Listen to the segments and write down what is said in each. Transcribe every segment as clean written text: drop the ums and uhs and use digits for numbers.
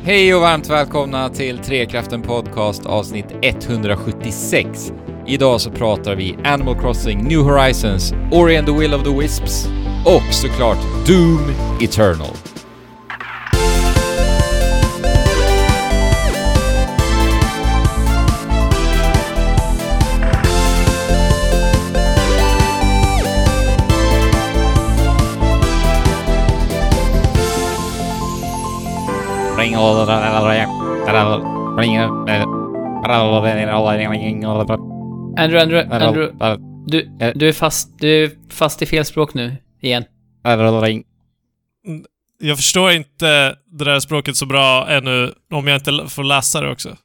Hej och varmt välkomna till Trekraften Podcast avsnitt 176. Idag så pratar vi Animal Crossing New Horizons, Ori and the Will of the Wisps och såklart Doom Eternal. Andrew, du är fast i fel språk nu igen. Jag förstår inte det där språket så bra ännu om jag inte får läsa det också.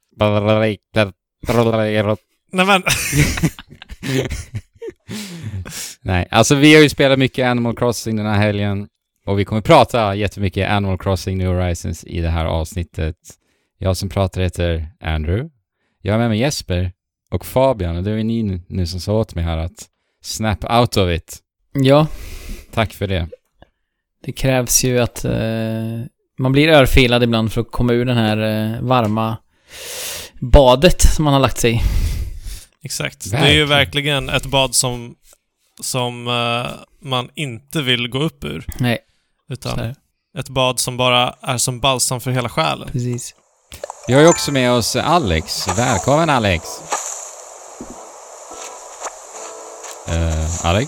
Nej men Nej, alltså vi har ju spelat mycket Animal Crossing den här helgen och vi kommer prata jättemycket Animal Crossing New Horizons i det här avsnittet. Jag som pratar heter Andrew. Jag har med mig Jesper och Fabian, och det är ni nu som sa åt mig här att snap out of it. Ja. Tack för det. Det krävs ju att man blir örfilad ibland för att komma ur den här varma badet som man har lagt sig i. Exakt. Verkligen. Det är ju verkligen ett bad som man inte vill gå upp ur. Nej. Utan ett bad som bara är som balsam för hela själen. Precis. Vi har ju också med oss Alex. Välkommen Alex. Alex?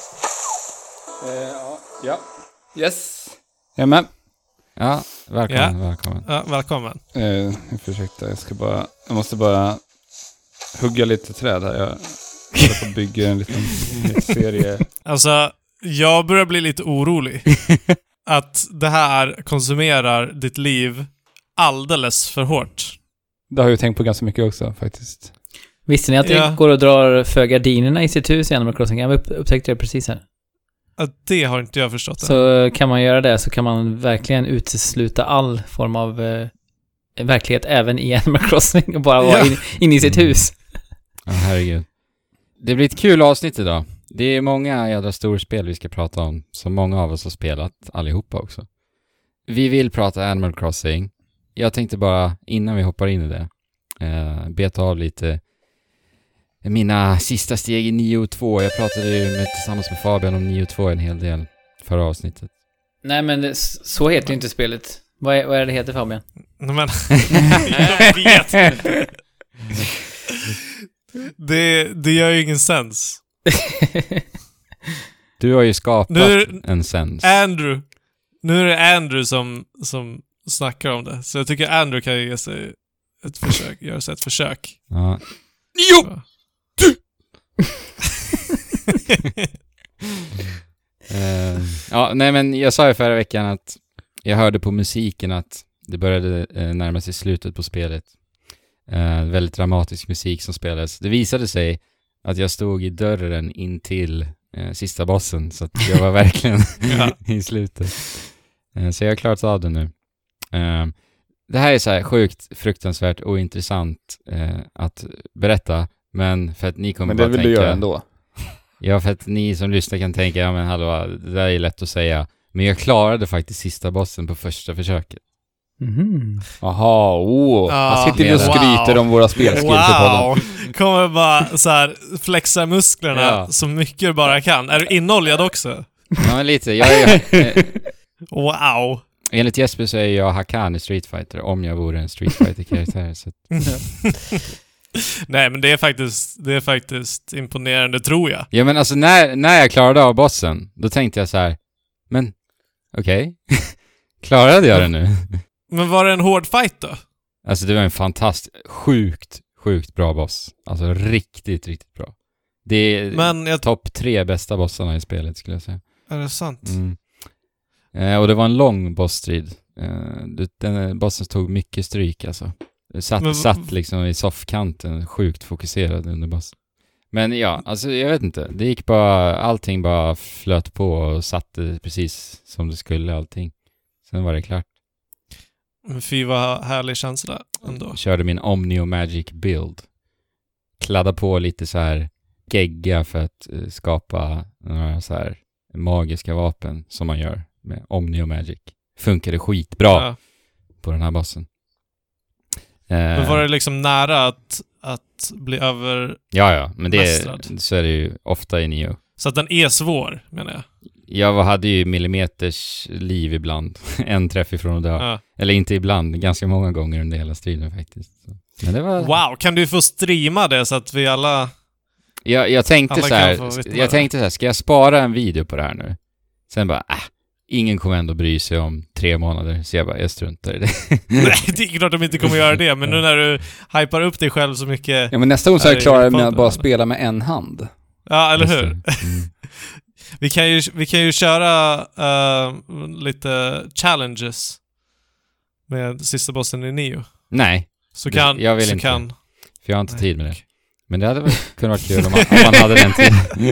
Ja. Yes. Jag är med. Ja, välkommen. Ja. Välkommen. Ja, välkommen. Ursäkta, jag måste bara hugga lite träd här. Jag håller på att bygga en liten serie. Alltså, jag börjar bli lite orolig. Att det här konsumerar ditt liv alldeles för hårt. Det har jag ju tänkt på ganska mycket också, faktiskt. Visste ni att det går och drar för gardinerna i sitt hus i Animal Crossing? Jag upptäckte det precis här. Det har inte jag förstått. Så kan man göra det så kan man verkligen utesluta all form av verklighet även i Animal Crossing och bara vara in i sitt hus. Ja, herregud. Det blir ett kul avsnitt idag. Det är många jädra storspel vi ska prata om, som många av oss har spelat, allihopa också. Vi vill prata Animal Crossing. Jag tänkte bara, innan vi hoppar in i det, beta av lite mina sista steg i Nioh 2. Jag pratade ju tillsammans med Fabian om Nioh 2 en hel del förra avsnittet. Nej, men så heter ju inte spelet. Vad är det heter, Fabian? Nej, men jag vet inte. Det gör ju ingen sens. Du har ju skapat en sens. Andrew. Nu är det Andrew som snackar om det. Så jag tycker Andrew kan ge sig ett försök. Göra sig ett försök. Ja. Jo! Ja, nej men jag sa ju förra veckan att jag hörde på musiken att det började närma sig slutet på spelet. Väldigt dramatisk musik som spelades. Det visade sig att jag stod i dörren in till sista bossen, så att jag var verkligen i slutet. Så jag har klarat av det nu. Det här är så här sjukt, fruktansvärt och intressant att berätta, men för att ni kommer bara tänka... Men det vill du göra ändå. Ja, för att ni som lyssnar kan tänka, ja men hallå, det där är lätt att säga. Men jag klarade faktiskt sista bossen på första försöket. Aha, jag sitter och skryter om våra spelskills i podden. Kommer bara så här flexa musklerna så mycket du bara kan. Är du inoljad också? Ja, men lite. Wow. Enligt Jesper så är jag Hakan i Street Fighter, om jag vore en Street Fighter-karaktär. Så Nej, men det är faktiskt imponerande, tror jag. Ja, men alltså när jag klarade av bossen, då tänkte jag så här, men okej. Klarade jag det nu? Men var det en hård fight då? Alltså det var en fantastisk, sjukt bra boss. Alltså riktigt bra. Det är topp 3 bästa bossarna i spelet, skulle jag säga. Är det sant? Och det var en lång bossstrid. Den bossen tog mycket stryk alltså. Satt liksom i soffkanten, sjukt fokuserad under bossen. Men ja, alltså jag vet inte. Det gick bara, allting bara flöt på och satte precis som det skulle, allting. Sen var det klart. Men fy, vad härlig känsla ändå. Körde min Omnio Magic build. Kladda på lite så här gegga för att skapa några så här magiska vapen som man gör med Omnio Magic. Funkade skitbra på den här bossen. Men var det liksom nära att bli över... Ja, men mästrad? så är det ju ofta i Nio. Så att den är svår, menar jag. Jag hade ju millimeters liv ibland. En träff ifrån att dö. Ja. Eller inte ibland, ganska många gånger under hela striden faktiskt. Så. Men det var... Wow, kan du få streama det så att vi alla... Jag tänkte alla så kan här, få vittna jag det? tänkte så här, ska jag spara en video på det här nu? Sen bara, ingen kommer ändå bry sig om 3 månader. Så jag struntar i det. Nej, det är klart de inte kommer göra det. Men nu när du hypar upp dig själv så mycket... Ja, men nästa gång så är jag Är det klar med podden, att bara eller? spela med en hand. Ja, eller Just hur? det. Mm. Vi kan ju köra lite challenges med sista bossen i Nio. Nej, Så Det- kan... jag vill så inte. kan för jag har inte Nej. tid med det. Men det hade väl kunnat vara kul om man hade den tiden.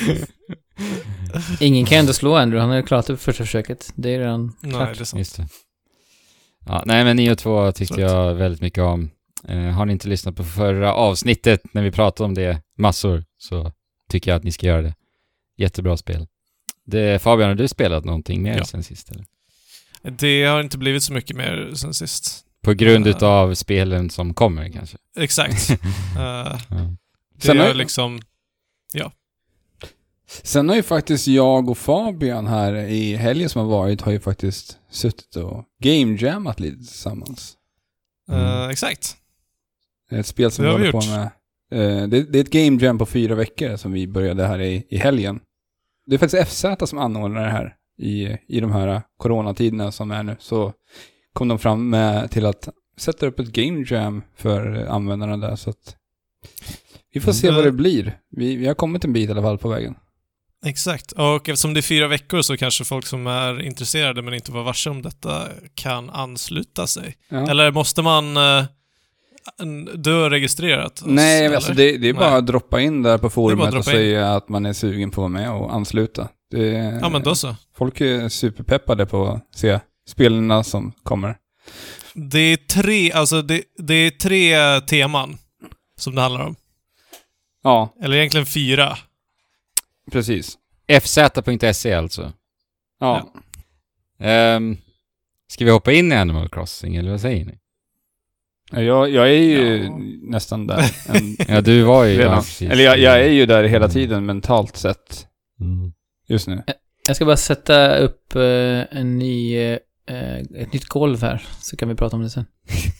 Ingen kan ändå slå Andrew, han har ju klarat det på första försöket. Det är redan Nej, klart. det är sant. Just det. Ja, nej, men 9 och 2 tyckte Så jag väldigt mycket om. Har ni inte lyssnat på förra avsnittet när vi pratade om det massor, så tycker jag att ni ska göra det. Jättebra spel. Fabian, har du spelat någonting mer Ja. sen sist? Eller? Det har inte blivit så mycket mer sen sist. På grund utav spelen som kommer kanske? Exakt. Ja. Det Sen har- är liksom... Sen har ju faktiskt jag och Fabian här i helgen som har varit har ju faktiskt suttit och game-jammat lite tillsammans. Exakt. Ett spel som Det vi har vi håller på med. Det är ett game jam på 4 veckor som vi började här i helgen. Det är faktiskt FZ som anordnar det här i de här coronatiderna som är nu. Så kom de fram med till att sätta upp ett game jam för användarna där. Så att vi får se vad det blir. Vi har kommit en bit i alla fall på vägen. Exakt. Och eftersom det är 4 veckor så kanske folk som är intresserade men inte var varse om detta kan ansluta sig. Ja. Eller måste man dö registrerat? Nej, eller? alltså det är bara Nej. att droppa in där på bara forumet att och droppa in. säga att man är sugen på att vara med och ansluta. Ja, men då så. Folk är superpeppade på att se spelarna som kommer. Det är 3, alltså det är 3 teman som det handlar om. Ja, Eller egentligen 4. precis. FZ.se alltså. Ja. Ska vi hoppa in i Animal Crossing, eller vad säger ni? Jag är ju Ja. nästan där. Ja, du var ju... Redan. Ja, precis. Eller jag är ju där hela tiden mentalt sett Mm. just nu. Jag ska bara sätta upp ett nytt golv här, så kan vi prata om det sen.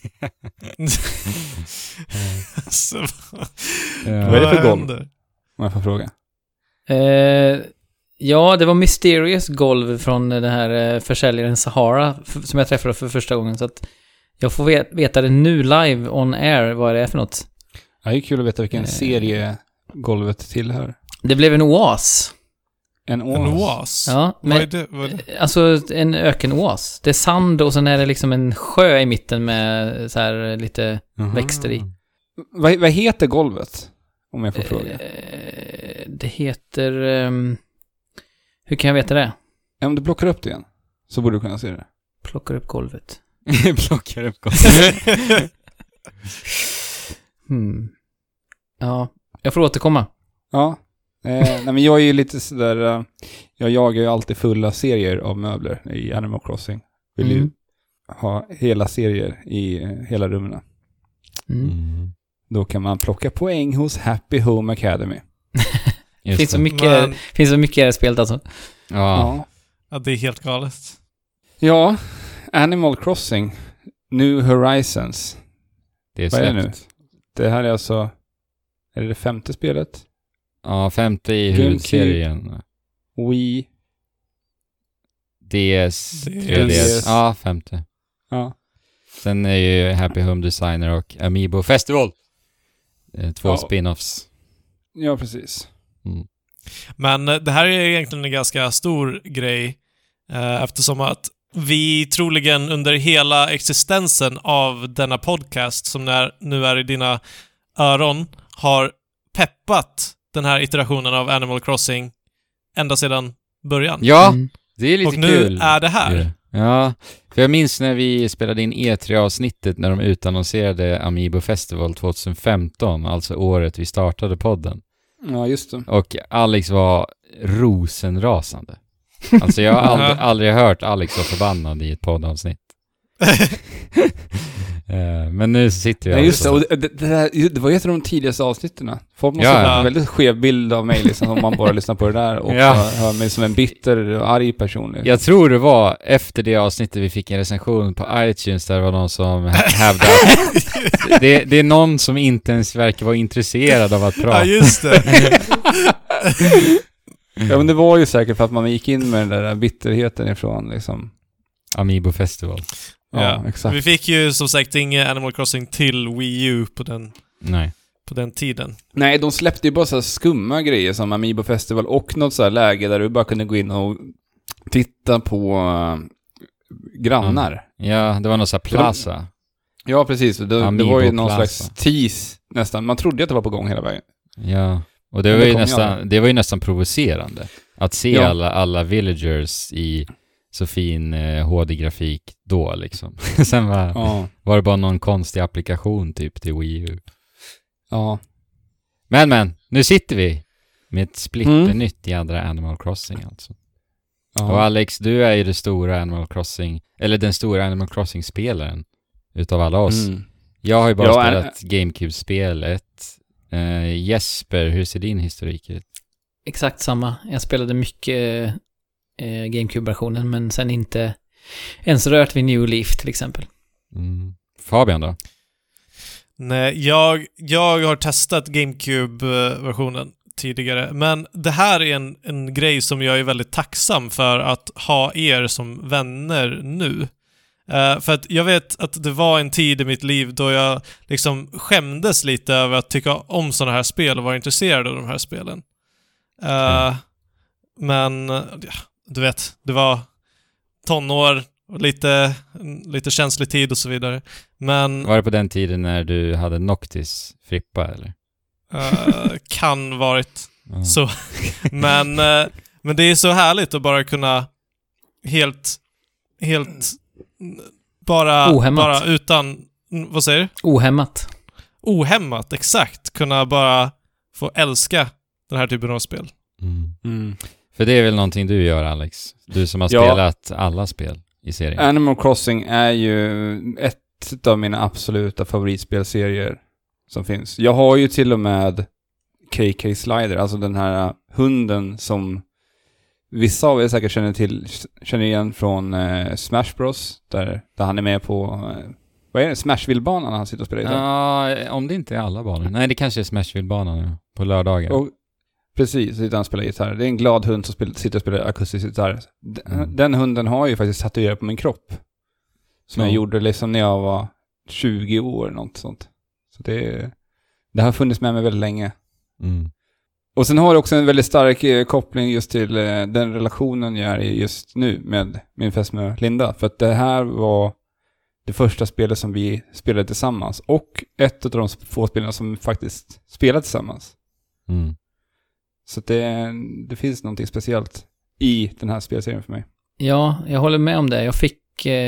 Alltså, Vad är det för golv? händer? Om jag får fråga. Ja, det var Mysterious golv från den här försäljaren Sahara som jag träffade för första gången, så att jag får veta det nu live on air vad det är för något. Ja, det är kul att veta vilken serie golvet tillhör. Det blev en oas. En En oas. oas? Ja, Vad är men det? Vad är det? alltså en ökenoas. Det är sand och sen är det liksom en sjö i mitten med så här lite växter i. Vad heter golvet? Om jag får fråga. Det heter... hur kan jag veta det? Om du plockar upp det igen så borde du kunna se det. Plockar upp golvet. Plockar upp Ja, jag får återkomma. Ja. Nej, men jag är ju lite sådär... jag jagar ju alltid fulla serier av möbler i Animal Crossing. Vill ju ha hela serier i hela rummen. Då kan man plocka poäng hos Happy Home Academy. Just Finns så det. mycket, finns så mycket i det här spelet alltså. Ja. Ja, det är helt galet. Ja, Animal Crossing. New Horizons. Det är Vad är det släppt. nu? Det här är alltså... Är det 5:e spelet? Ja, 5:e i GameCube. huvudserien. Wii. DS, 3DS. DS. Ja, 5:e. Ja. Sen är ju Happy Home Designer och Amiibo Festival. 2 Ja. spin-offs. Ja, precis. Men det här är egentligen en ganska stor grej eftersom att vi troligen under hela existensen av denna podcast som nu är i dina öron har peppat den här iterationen av Animal Crossing ända sedan början. Ja, Mm. det är lite Och nu kul. är det här. Ja, för jag minns när vi spelade in E3-avsnittet när de utannonserade Amiibo Festival 2015, alltså året vi startade podden. Ja, just det. Och Alex var rosenrasande. Alltså jag har aldrig hört Alex vara förbannad i ett poddavsnitt. Men Men nu sitter vi Nej, just det. alltså. Och det var ju ett av de tidigaste avsnitten. Folk måste Ja. ha en väldigt skev bild av mig liksom, om man bara lyssnar på det där och hör mig som en bitter och arg person. Liksom. Jag tror det var efter det avsnittet vi fick en recension på iTunes där det var någon som hävdade att det är någon som inte ens verkar vara intresserad av att prata. Ja, just det. Ja, men det var ju säkert för att man gick in med den där bitterheten ifrån liksom. Amiibo Festival. Ja, exakt. Vi fick ju som sagt inga Animal Crossing till Wii U Nej. på den tiden. Nej, de släppte ju bara så här skumma grejer som Amiibo Festival och något så här läge där du bara kunde gå in och titta på grannar. Ja, det var någon sån här plaza. Ja, precis. Det var ju Amiibo någon Plaza. slags tease nästan. Man trodde att det var på gång hela vägen. Ja, och det var ju nästan provocerande att se alla villagers i så fin HD-grafik då liksom. Sen var det bara någon konstig applikation typ till Wii U. Ja. Men, nu sitter vi med ett splitternytt jädra Animal Crossing alltså. Ja. Och Alex, du är ju det stora Animal Crossing, eller den stora Animal Crossing-spelaren utav alla oss. Jag har ju bara spelat GameCube-spelet. Jesper, hur ser din historik ut? Exakt samma. Jag spelade mycket GameCube-versionen, men sen inte ens rört vid New Leaf till exempel. Fabian då? Nej, jag har testat GameCube-versionen tidigare, men det här är en grej som jag är väldigt tacksam för att ha er som vänner nu. För att jag vet att det var en tid i mitt liv då jag liksom skämdes lite över att tycka om sådana här spel och vara intresserad av de här spelen. Men ja, du vet, det var tonår och lite känslig tid och så vidare. Men var det på den tiden när du hade Noctis Frippa eller? kan varit så. Men det är så härligt att bara kunna helt bara utan, vad säger du? Ohämmat, exakt. Kunna bara få älska den här typen av spel. För det är väl någonting du gör, Alex? Du som har spelat alla spel i serien. Animal Crossing är ju ett av mina absoluta favoritspelserier som finns. Jag har ju till och med KK Slider, alltså den här hunden som vissa av er säkert känner igen från Smash Bros. Där han är med på vad är det? Smashville-banan han sitter och spelar gitarr. Ja, om det inte är alla banor. Nej, det kanske är Smashville-banan på lördagar. Och, precis, sitter han och spelar gitarr. Det är en glad hund som sitter och spelar akustisk gitarr. Den hunden har ju faktiskt tatuerat på min kropp. Som jag gjorde liksom när jag var 20 år eller något sånt. Så det har funnits med mig väldigt länge. Och sen har det också en väldigt stark koppling just till den relationen jag är i just nu med min fästmö Linda. För att det här var det första spelet som vi spelade tillsammans. Och ett av de få spelen som faktiskt spelade tillsammans. Så det finns någonting speciellt i den här spelserien för mig. Ja, jag håller med om det. Jag fick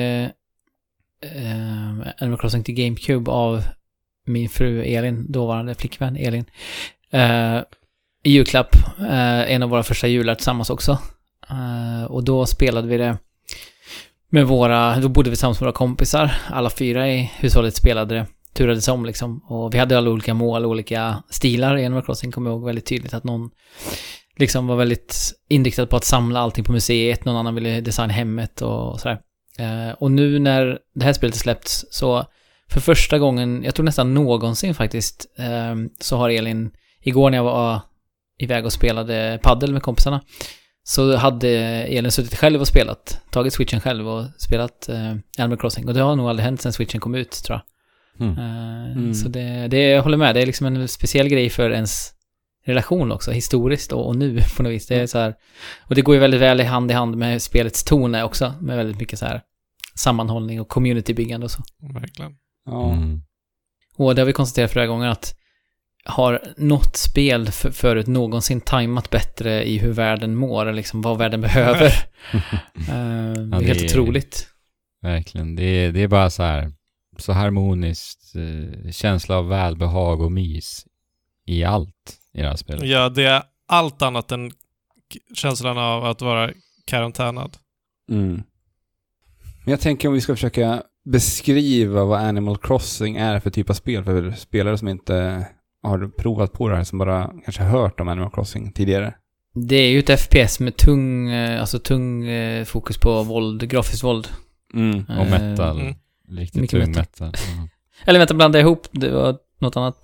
Animal Crossing till GameCube av min fru Elin, dåvarande flickvän Elin. I julklapp, en av våra första jular tillsammans också. Och då spelade vi det med då bodde vi tillsammans med våra kompisar. Alla 4 i hushållet spelade det, turades om liksom. Och vi hade alla olika mål, olika stilar i Animal Crossing. Kommer jag ihåg väldigt tydligt att någon liksom var väldigt inriktad på att samla allting på museet. Någon annan ville designa hemmet och sådär. Och nu när det här spelet är släppts så för första gången, jag tror nästan någonsin faktiskt, så har Elin, igår när jag var iväg och spelade paddel med kompisarna, så hade Elin suttit själv och tagit Switchen själv och spelat Animal Crossing. Och det har nog aldrig hänt sedan Switchen kom ut, tror jag. Så jag håller med, det är liksom en speciell grej för ens relation också, historiskt och nu på något vis. Det är så här, och det går ju väldigt väl hand i hand med spelets ton också, med väldigt mycket så här sammanhållning och communitybyggande och så. Verkligen. Ja. Och det har vi konstaterat flera gånger att har något spel förut någonsin tajmat bättre i hur världen mår, liksom vad världen behöver. Det är helt otroligt. Verkligen. Det är bara så här, så harmoniskt, känsla av välbehag och mys i allt i det här spelet. Ja, det är allt annat än känslan av att vara karantänad. Men jag tänker om vi ska försöka beskriva vad Animal Crossing är för typ av spel för spelare som inte har provat på det här, som bara kanske har hört om Animal Crossing tidigare? Det är ju ett FPS med tung fokus på våld, grafiskt våld. Och metal. Riktigt mycket tung metal. metal. Eller vänta, blanda ihop. Det var något annat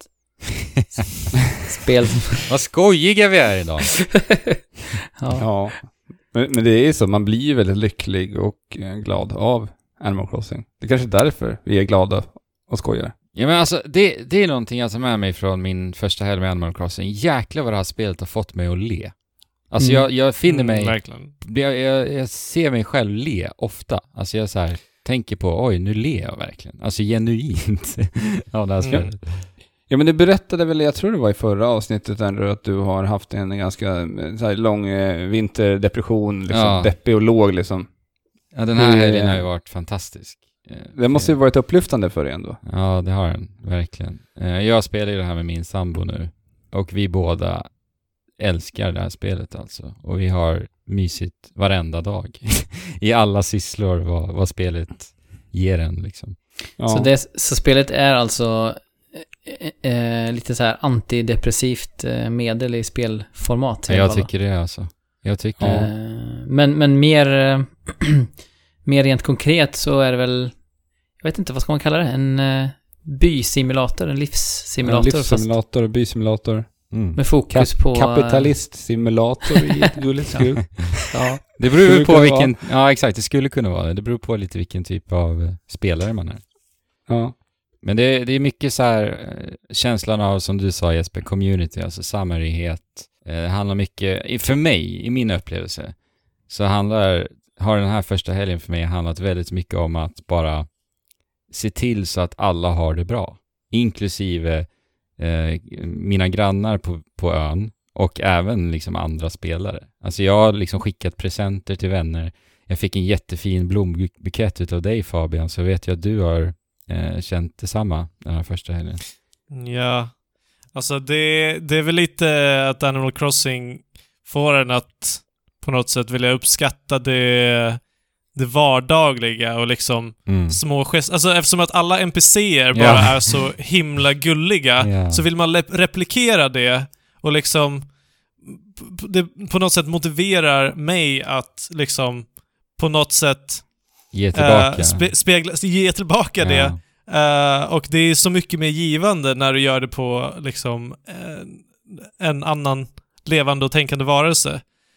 spel. Vad skojiga vi är idag. Ja. Men det är så, man blir ju väldigt lycklig och glad av Animal Crossing. Det är kanske därför vi är glada och skojar. Ja, men alltså, det är någonting jag tar med mig från min första helg med Animal Crossing. Jäklar vad det här spelet har fått mig att le. Alltså jag finner mig... Verkligen. Jag ser mig själv le ofta. Alltså jag så här tänker på, oj, nu ler jag verkligen. Alltså genuint. Ja, det här spelet. Ja, men du berättade väl, jag tror det var i förra avsnittet ändå, att du har haft en ganska så här lång vinterdepression, liksom, deppig och låg liksom. Ja, den här helgen har ju varit fantastisk. Det måste ju varit upplyftande för dig ändå. Ja, det har den, verkligen. Jag spelar ju det här med min sambo nu. Och vi båda älskar det här spelet alltså. Och vi har mysigt varenda dag. I alla sysslor vad spelet ger en liksom. Ja. Så spelet är alltså lite så här antidepressivt medel i spelformat. Ja, jag tycker det alltså. Jag tycker men mer mer rent konkret så är det väl, jag vet inte, vad ska man kalla det? En bysimulator, en livssimulator. En livssimulator, bysimulator. Med fokus på... Kapitalistsimulator i ett gulligt skruv. Ja. Det beror på vilken... Ja, exakt. Det skulle kunna vara det. Det beror på lite vilken typ av spelare man är. Ja. Men det är mycket så här känslan av, som du sa Jesper, community, alltså samhörighet. Det handlar mycket, för mig, i min upplevelse, så har den här första helgen för mig handlat väldigt mycket om att bara se till så att alla har det bra. Inklusive mina grannar på ön och även liksom andra spelare. Alltså jag har liksom skickat presenter till vänner. Jag fick en jättefin blombukett utav dig, Fabian, så vet jag att du har känt detsamma den här första helgen. Ja, alltså det är väl lite att Animal Crossing får en att på något sätt vilja uppskatta det vardagliga och liksom små gester. Alltså eftersom att alla NPCer bara är så himla gulliga så vill man replikera det och liksom det på något sätt motiverar mig att liksom på något sätt ge tillbaka, ge tillbaka det. Och det är så mycket mer givande när du gör det på liksom en annan levande och tänkande varelse.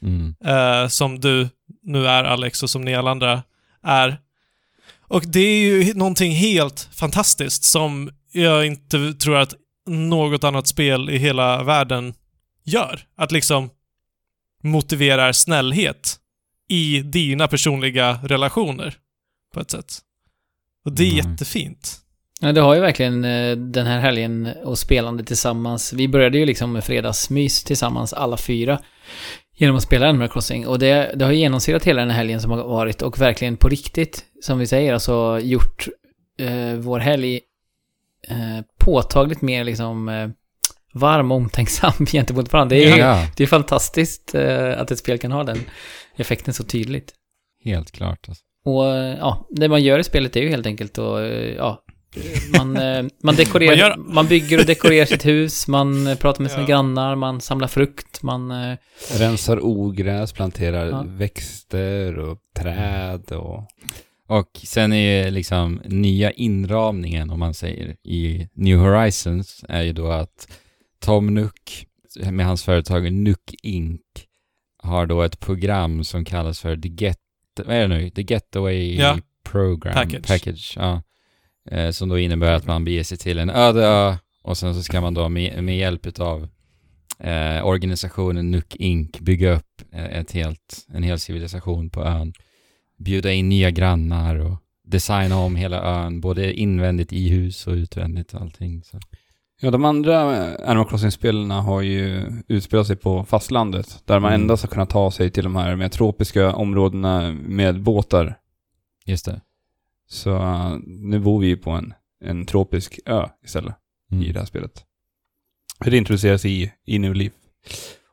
Som du nu är, Alex, och som ni alla andra är. Och det är ju någonting helt fantastiskt som jag inte tror att något annat spel i hela världen gör. Att liksom motiverar snällhet i dina personliga relationer på ett sätt. Och det är jättefint. Ja, det har ju verkligen den här helgen och spelande tillsammans. Vi började ju liksom med fredagsmys tillsammans alla 4 genom att spela Animal Crossing. Och det har genomsyrat hela den här helgen som har varit och verkligen på riktigt, som vi säger, alltså gjort vår helg påtagligt mer liksom varm och omtänksam gentemot varandra. Det är fantastiskt att ett spel kan ha den effekten så tydligt. Helt klart alltså. Och ja, det man gör i spelet är ju helt enkelt att man dekorerar, man bygger och dekorerar sitt hus, man pratar med sina grannar, man samlar frukt, man rensar ogräs, planterar växter och träd och sen är ju liksom nya inramningen, om man säger, i New Horizons är ju då att Tom Nook med hans företag Nook Inc. har då ett program som kallas för The Getaway Program Package. Ja. Som då innebär att man beger sig till en öde ö och sen så ska man då med hjälp av organisationen Nook Inc. bygga upp en hel civilisation på ön. Bjuda in nya grannar och designa om hela ön, både invändigt i hus och utvändigt och allting. Så. Ja, de andra Animal Crossing-spelarna har ju utspelat sig på fastlandet, där man endast har kunnat ta sig till de här mer tropiska områdena med båtar. Just det. Så nu bor vi på en tropisk ö istället i det här spelet. Det introduceras i New Leaf.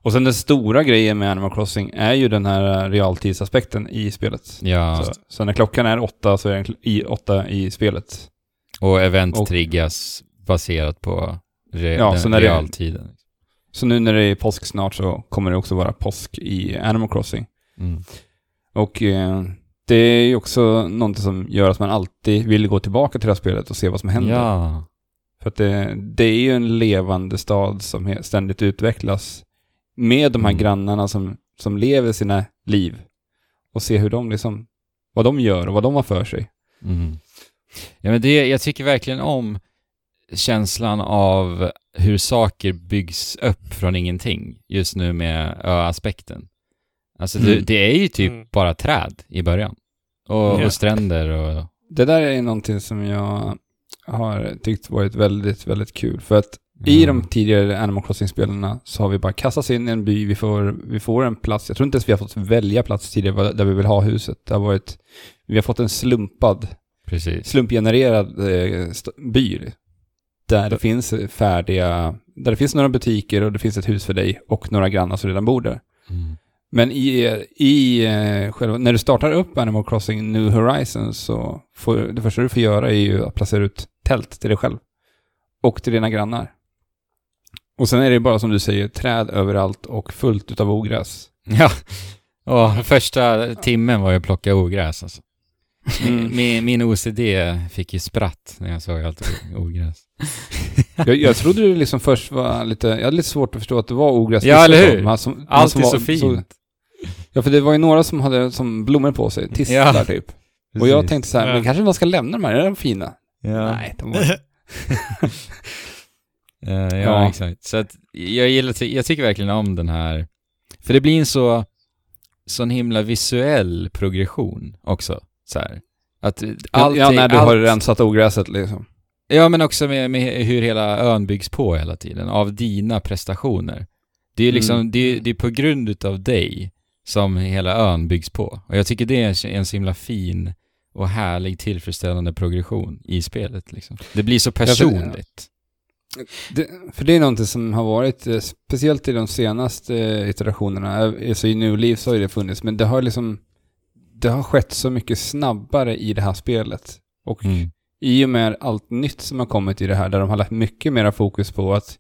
Och sen den stora grejen med Animal Crossing är ju den här realtidsaspekten i spelet. Ja. Så när klockan är 8 så är den 8 i spelet. Och event triggas baserat på realtiden. Så nu när det är påsk snart så kommer det också vara påsk i Animal Crossing. Och det är ju också något som gör att man alltid vill gå tillbaka till det här spelet och se vad som händer. Ja. För att det är ju en levande stad som ständigt utvecklas med de här grannarna som lever sina liv och se hur de liksom, vad de gör och vad de har för sig. Ja, men jag tycker verkligen om känslan av hur saker byggs upp från ingenting just nu med aspekten. Alltså det är ju typ bara träd i början och stränder och... Det där är någonting som jag har tyckt varit väldigt, väldigt kul. För att i de tidigare Animal Crossing-spelarna så har vi bara kastats in i en by. Vi får en plats. Jag tror inte ens vi har fått välja plats tidigare där vi vill ha huset. Vi har fått en slumpgenererad by. Där det finns där det finns några butiker och det finns ett hus för dig och några grannar som redan bor där. Men när du startar upp Animal Crossing New Horizons så det första du får göra är ju att placera ut tält till dig själv och till dina grannar. Och sen är det bara som du säger, träd överallt och fullt utav ogräs. Ja, och första timmen var jag att plocka ogräs alltså. Min OCD fick ju spratt när jag såg allt ogräs. jag trodde det liksom först var lite... Jag hade lite svårt att förstå att det var ogräs. Ja, eller hur? Allt är så fint. Ja, för det var ju några som hade som blommor på sig. Tistlar typ. Och jag tänkte så här, men kanske man ska lämna de här. Är de fina? Ja. Nej, de var... ja, exakt. Så att jag tycker verkligen om den här. För det blir en sån himla visuell progression också. Så här. Att när du har rensat ogräset liksom. Ja, men också med hur hela ön byggs på hela tiden. Av dina prestationer. Det är liksom, det är på grund av dig som hela ön byggs på. Och jag tycker det är en så himla fin och härlig tillfredsställande progression i spelet liksom. Det blir så personligt. För det är någonting som har varit, speciellt i de senaste iterationerna, alltså i New Leaf så har det funnits, men det har skett så mycket snabbare i det här spelet. Och i och med allt nytt som har kommit i det här, där de har lagt mycket mer fokus på att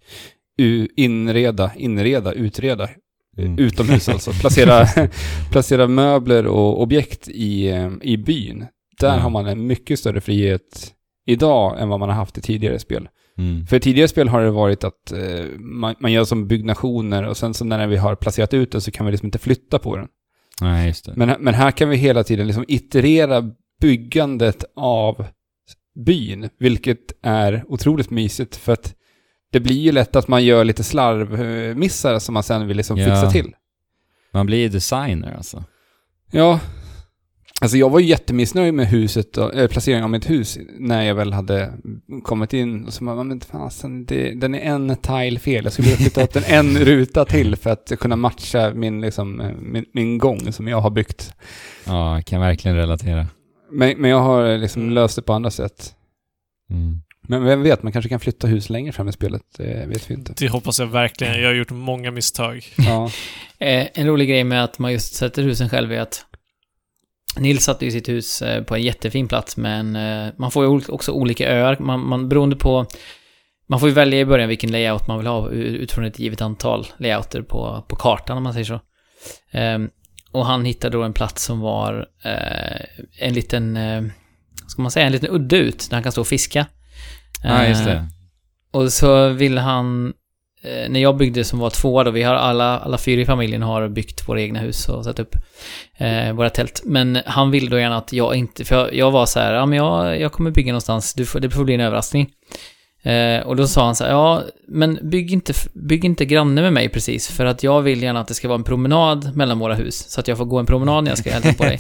utreda utomhus alltså. Placera möbler och objekt i byn. Där har man en mycket större frihet idag än vad man har haft i tidigare spel. För i tidigare spel har det varit att man gör som byggnationer och sen så när vi har placerat ut den så kan vi liksom inte flytta på den. Nej, just det. Men här kan vi hela tiden liksom iterera byggandet av byn, vilket är otroligt mysigt för att det blir ju lätt att man gör lite slarvmissar som man sen vill liksom fixa till. Man blir designer alltså. Ja. Alltså jag var ju jättemissnöjd med huset och placeringen av mitt hus när jag väl hade kommit in och så men fasen, den är en tile fel. Jag skulle vilja flytta upp den en ruta till för att kunna matcha min gång som jag har byggt. Ja, jag kan verkligen relatera. Men jag har liksom löst det på andra sätt. Men vem vet, man kanske kan flytta hus längre fram i spelet, det vet vi inte. Det hoppas jag verkligen. Jag har gjort många misstag. Ja. En rolig grej med att man just sätter husen själv är att Nils satte ju sitt hus på en jättefin plats, men man får ju också olika öar. Man får ju välja i början vilken layout man vill ha utifrån ett givet antal layouter på kartan om man säger så. Och han hittade då en plats som var en liten udde ut där han kan stå och fiska. Ja, just det. Och så ville han, när jag byggde som var 2 då, vi har alla 4 i familjen har byggt våra egna hus och satt upp våra tält. Men han ville då gärna att jag inte, för jag var så här, ja men jag kommer bygga någonstans, det får bli en överraskning. Och då sa han så här, ja men bygg inte granne med mig precis, för att jag vill gärna att det ska vara en promenad mellan våra hus, så att jag får gå en promenad när jag ska hälsa på dig.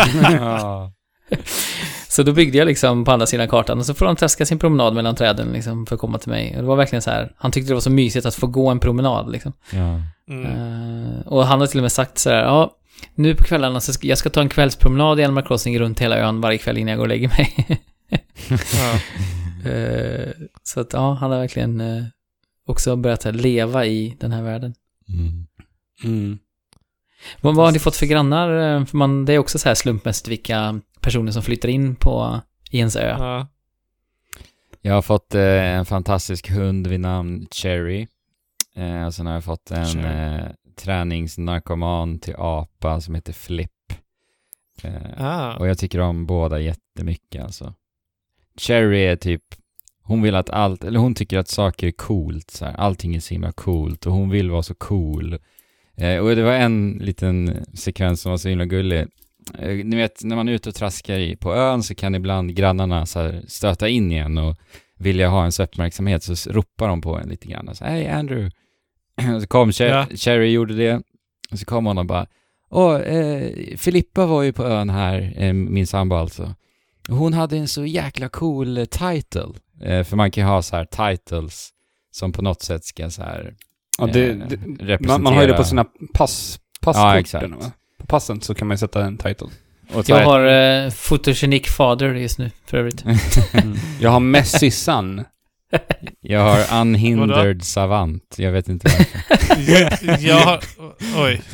Så då byggde jag liksom på andra sidan kartan och så får de träska sin promenad mellan träden liksom, för att komma till mig. Och det var verkligen så här, han tyckte det var så mysigt att få gå en promenad liksom. Och han har till och med sagt så här, ja nu på kvällarna så jag ska ta en kvällspromenad i Animal Crossing runt hela ön varje kväll innan jag går och lägger mig. Så att ja, han har verkligen också börjat leva i den här världen. Vad har ni fått för grannar? För det är också så här slumpmässigt vilka personer som flyttar in i ens ö. Ja. Jag har fått en fantastisk hund vid namn Cherry. Och sen har jag fått en träningsnarkoman till apa som heter Flip. Och jag tycker om båda jättemycket alltså. Cherry är typ, hon vill att hon tycker att saker är coolt så här. Allting är så himla coolt och hon vill vara så cool. Och det var en liten sekvens som var så himla gullig. Ni vet, när man är ute och traskar på ön så kan ibland grannarna så här stöta in igen och vilja ha en uppmärksamhet, så ropar de på en lite grann. Så, hej Andrew. Och så kom Cherry gjorde det. Och så kom hon och bara, Filippa var ju på ön här, min sambo alltså. Och hon hade en så jäkla cool title. För man kan ju ha så här titles som på något sätt ska så här representera. Man har ju det på sina passkorten. Ja, exakt. På passen så kan man sätta en title. Och Jag har photogenic father just nu, för övrigt. Jag har messy son. Jag har unhindered savant. Jag vet inte varför. jag har... Oj.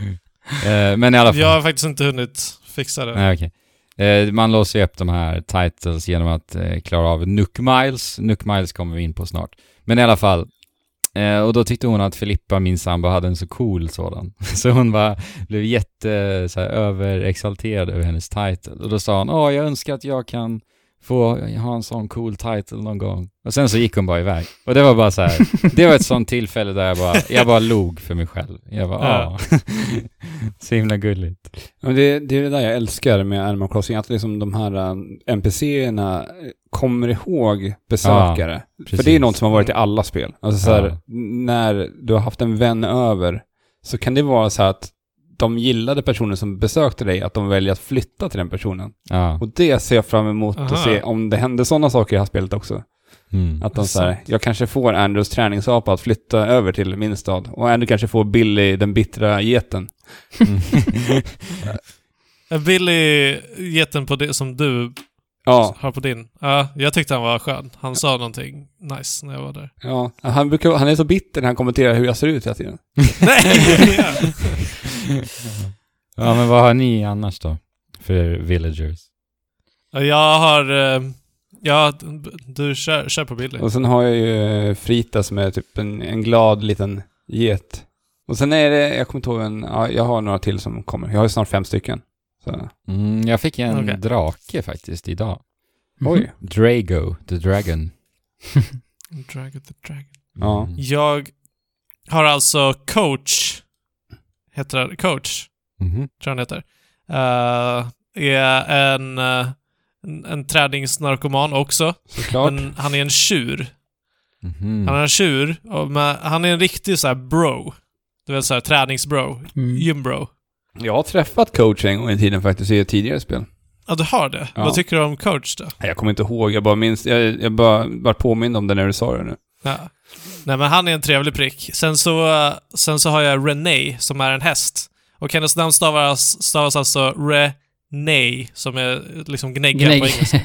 Men i alla fall. Jag har faktiskt inte hunnit fixa det. Nej, okej. Man låser ju upp de här titles genom att klara av Nook Miles. Nook Miles kommer vi in på snart. Men i alla fall. Och då tyckte hon att Filippa, min sambo, hade en så cool sådan. Så hon blev jätte så här, överexalterad över hennes title. Och då sa hon, jag önskar att jag kan få ha en sån cool title någon gång. Och sen så gick hon bara iväg. Och det var bara så här, det var ett sånt tillfälle där jag bara log för mig själv. Jag bara, så himla gulligt. Ja, det är det där jag älskar med Animal Crossing, att liksom de här NPC-erna kommer ihåg besökare. För det är något som har varit i alla spel. Alltså så här, när du har haft en vän över så kan det vara så här att de gillade personen som besökte dig, att de väljer att flytta till den personen. Ja. Och det ser jag fram emot att se om det händer sådana saker i det här spelet också. Att de så här, jag kanske får Andrews träningsapa att flytta över till min stad. Och Andrew kanske får Billy, den bittra geten. Billy, geten på det som du har på din. Ja, jag tyckte han var skön. Han sa någonting nice när jag var där. Ja, han är så bitter när han kommenterar hur jag ser ut hela tiden. Nej! Ja, men vad har ni annars då? För villagers? Jag har... du kör på Billy. Och sen har jag ju Frita som är typ en glad liten get. Och sen är det, jag kommer inte ihåg jag har några till som kommer. Jag har ju snart 5 stycken. Så. Jag fick en drake faktiskt idag. Oj. Drago, the dragon. Drago the dragon. Ja. Jag har alltså Coach. Heter det Coach? Tror han heter. Är en träningsnarkoman också. Såklart. Men han är en tjur. Han är en tjur. Han är en riktig så här bro. Du vet så här träningsbro. Gymbro. Jag har träffat Coach en gång i tiden faktiskt i ett tidigare spel. Ja, du har det. Ja. Vad tycker du om Coach då? Jag kommer inte ihåg. Jag bara minns. Jag bara påminner om det när du sa det nu. Ja. Nej, men han är en trevlig prick. Sen så har jag Renee som är en häst. Och hennes namn stavas alltså Renee, som är liksom gnägga på engelska.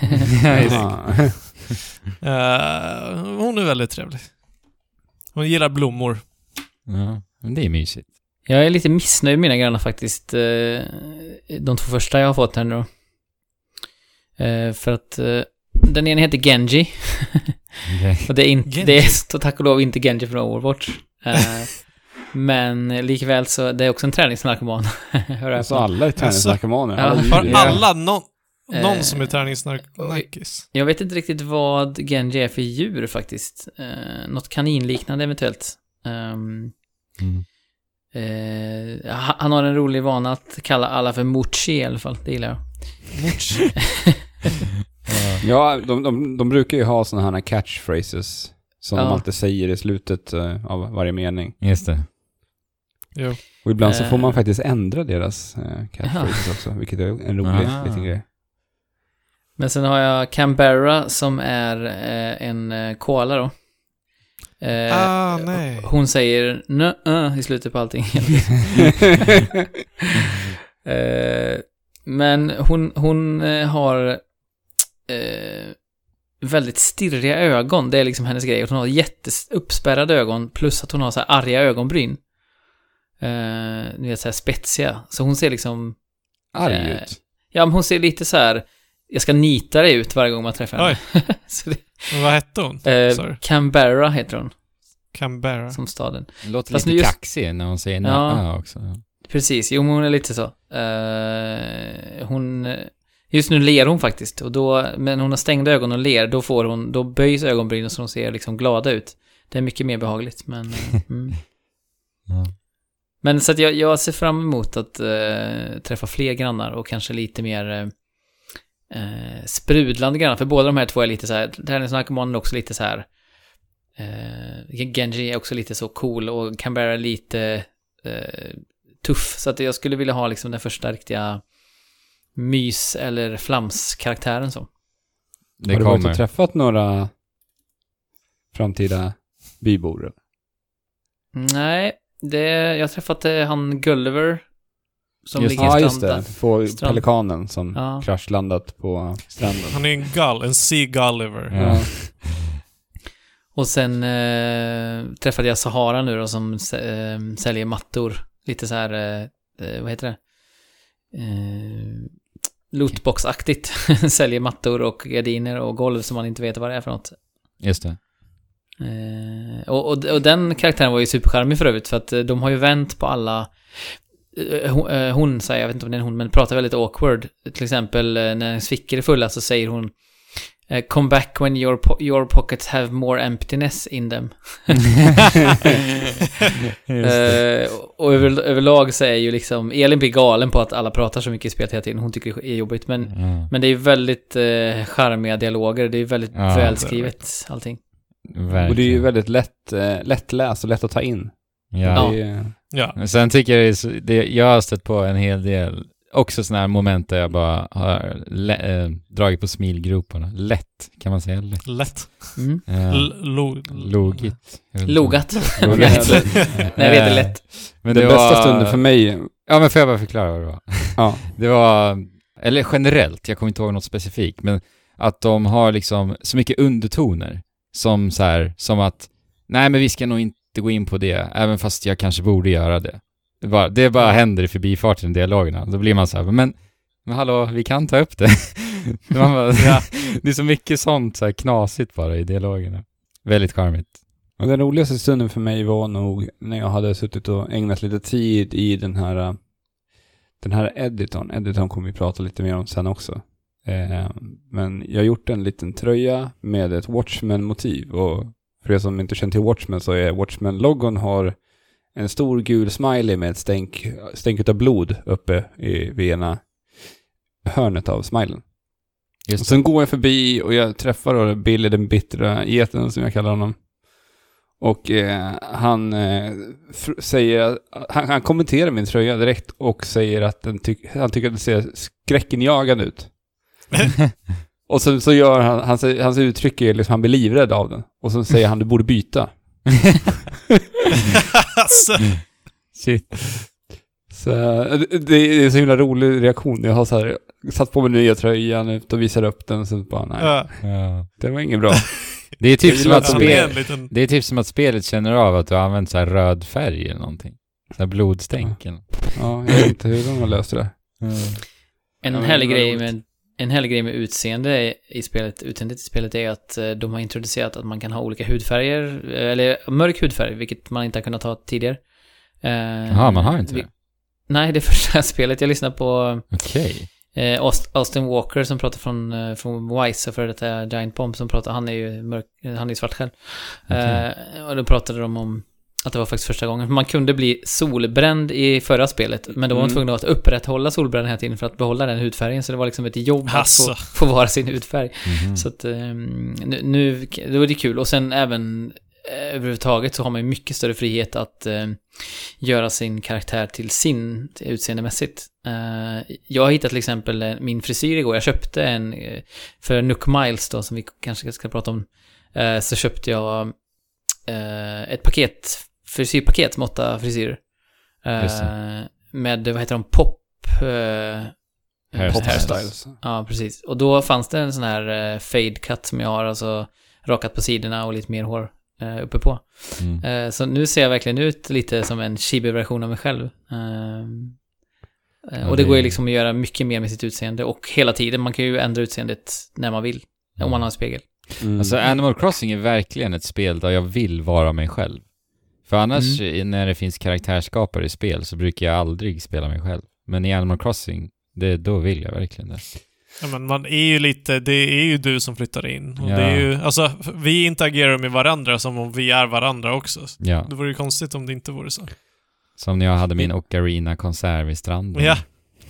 Hon är väldigt trevlig. Hon gillar blommor. Ja, men det är mysigt. Jag är lite missnöjd med mina grannar faktiskt. De 2 första jag har fått här nu. För att den ena heter Genji. Och det är inte, det är tack och lov inte Genji från Overwatch. Men likväl så det är också en träningsnarkoman. Så alla är träningsnarkomaner. Har alla någon som är träningsnarkis? Jag vet inte riktigt vad Genji är för djur faktiskt. Något kaninliknande eventuellt. Han har en rolig vana att kalla alla för Mochi i alla fall. Det gillar jag. Mochi? Ja, de brukar ju ha såna här catchphrases som de alltid säger i slutet av varje mening. Just det. Jo. Och ibland så får man faktiskt ändra deras catchphrases också, vilket är en rolig liten grej. Men sen har jag Canberra som är en koala då. Nej. Hon säger i slutet på allting. Men hon har väldigt stirriga ögon. Det är liksom hennes grej. Hon har uppspärrade ögon plus att hon har så här arga ögonbryn. ni vet, så här spetsiga. Så hon ser liksom... Arg ut. Ja, men hon ser lite så här... Jag ska nita dig ut varje gång man träffar henne. Så det, Men vad hette hon? Canberra heter hon. Canberra. Som staden. Det låter Fast lite just- kaxig när hon säger också. Precis, jo, men hon är lite så. Hon... Just nu ler hon faktiskt. Och då, men hon har stängda ögon och ler. Då böjs ögonbrynen så hon ser liksom glada ut. Det är mycket mer behagligt, men... Ja. Men så att jag ser fram emot att träffa fler grannar och kanske lite mer sprudlande grannar. För båda de här två är lite så här... Terrence Narcoman är också lite så här... Genji är också lite så cool och Canberra är lite tuff. Så att jag skulle vilja ha liksom den första riktiga mys- eller flamskaraktären så. Det Har du varit och kommer. träffat några framtida bybor? Nej, jag har träffat han Gulliver som Just ligger Ja, i just det. stranden. På strand. pelikanen som Ja. kraschlandat på stranden. Han är en Sea Gulliver. Ja. Och sen träffade jag Sahara nu då som säljer mattor. Lite så här, vad heter det? Lootbox-aktigt. Säljer mattor och gardiner och golv som man inte vet vad det är för något. Just det. Och den karaktären var ju supercharmig för övrigt för att de har ju vänt på alla hon säger, jag vet inte om det är en hon, men pratar väldigt awkward. Till exempel när hennes fickor är fulla så säger hon come back when your pockets have more emptiness in them. Och överlag så är ju liksom Elin blir galen på att alla pratar så mycket i spelet hela tiden. Hon tycker det är jobbigt, men det är ju väldigt charmiga dialoger. Det är väldigt välskrivet allting. Verkligen. Och det är ju väldigt lättläst och lätt att ta in. Ja. Det är, Ja. Men sen tycker jag jag har stött på en hel del också sådana här moment där jag bara har dragit på smilgroparna. Lätt, kan man säga. Lätt. Mm. Logit. Logat. Logat. Nej, det är lätt. Men den bästa stunden för mig... Ja, men får jag bara förklara vad det var? Ja. Det var, eller generellt, jag kommer inte ihåg något specifikt, men att de har liksom så mycket undertoner som så här, som att nej, men vi ska nog inte gå in på det, även fast jag kanske borde göra det. Det bara händer i förbifarten i dialogerna. Då blir man så här, men hallå, vi kan ta upp det. Man bara, det är så mycket sånt så här knasigt bara i dialogerna. Väldigt charmigt. Och den roligaste stunden för mig var nog när jag hade suttit och ägnat lite tid i den här editorn. Editorn kommer vi prata lite mer om sen också. Men jag har gjort en liten tröja med ett Watchmen-motiv. Och för er som inte känner till Watchmen så är Watchmen-logon har en stor gul smiley med ett stänk utav blod uppe vid ena hörnet av smilen. Och sen går jag förbi och jag träffar då Billy den bittra geten som jag kallar honom. Och han säger, han kommenterar min tröja direkt och säger att han tycker att det ser skräckinjagande ut. Och så gör hans uttryck är liksom, han blir livrädd av den. Och så säger han, du borde byta. Alltså. Shit. Så det är så himla rolig reaktion. Jag har så här satt på mig nya tröjan ut och visar upp den och så bara, nej, Ja. det var inget bra. Det är typ som att liten... det är typ som att spelet känner av att du har använt så här röd färg eller någonting. Så här blodstänken. Ja, jag vet inte hur de har löst det där. En härlig grej med utseendet i spelet är att de har introducerat att man kan ha olika hudfärger, eller mörk hudfärg, vilket man inte har kunnat ha tidigare. Jaha, man har inte det? Nej, det är första spelet. Jag lyssnar på Okej. Austin Walker som pratar från Wise och för detta Giant Bomb som pratar, han är ju mörk, han är svart själv. Och då pratade de om att det var faktiskt första gången. Man kunde bli solbränd i förra spelet, men då var man tvungen att upprätthålla solbrännan hela tiden för att behålla den hudfärgen. Så det var liksom ett jobb att få vara sin hudfärg. Så att nu då är det kul. Och sen även överhuvudtaget så har man ju mycket större frihet att göra sin karaktär till sin utseendemässigt. Jag har hittat till exempel min frisyr igår. Jag köpte en för Nook Miles då, som vi kanske ska prata om. Så köpte jag ett frisyrpaket med 8 frisyrer. Med, vad heter de? Pop Hairstyles. Ja, precis. Och då fanns det en sån här fade cut som jag har, alltså rakat på sidorna och lite mer hår. uppe på. Mm. Så nu ser jag verkligen ut lite som en chibi-version av mig själv. Och det går ju liksom att göra mycket mer med sitt utseende. Och hela tiden, man kan ju ändra utseendet när man vill. Om man har en spegel. Alltså Animal Crossing är verkligen ett spel där jag vill vara mig själv. För annars när det finns karaktärsskapare i spel så brukar jag aldrig spela mig själv. Men i Animal Crossing, då vill jag verkligen det. Ja, men man är ju lite, det är ju du som flyttar in. Och Ja. det är ju, alltså, vi interagerar med varandra som om vi är varandra också. Ja. Det vore ju konstigt om det inte vore så. Som när jag hade min Ocarina-konsert vid stranden. Ja.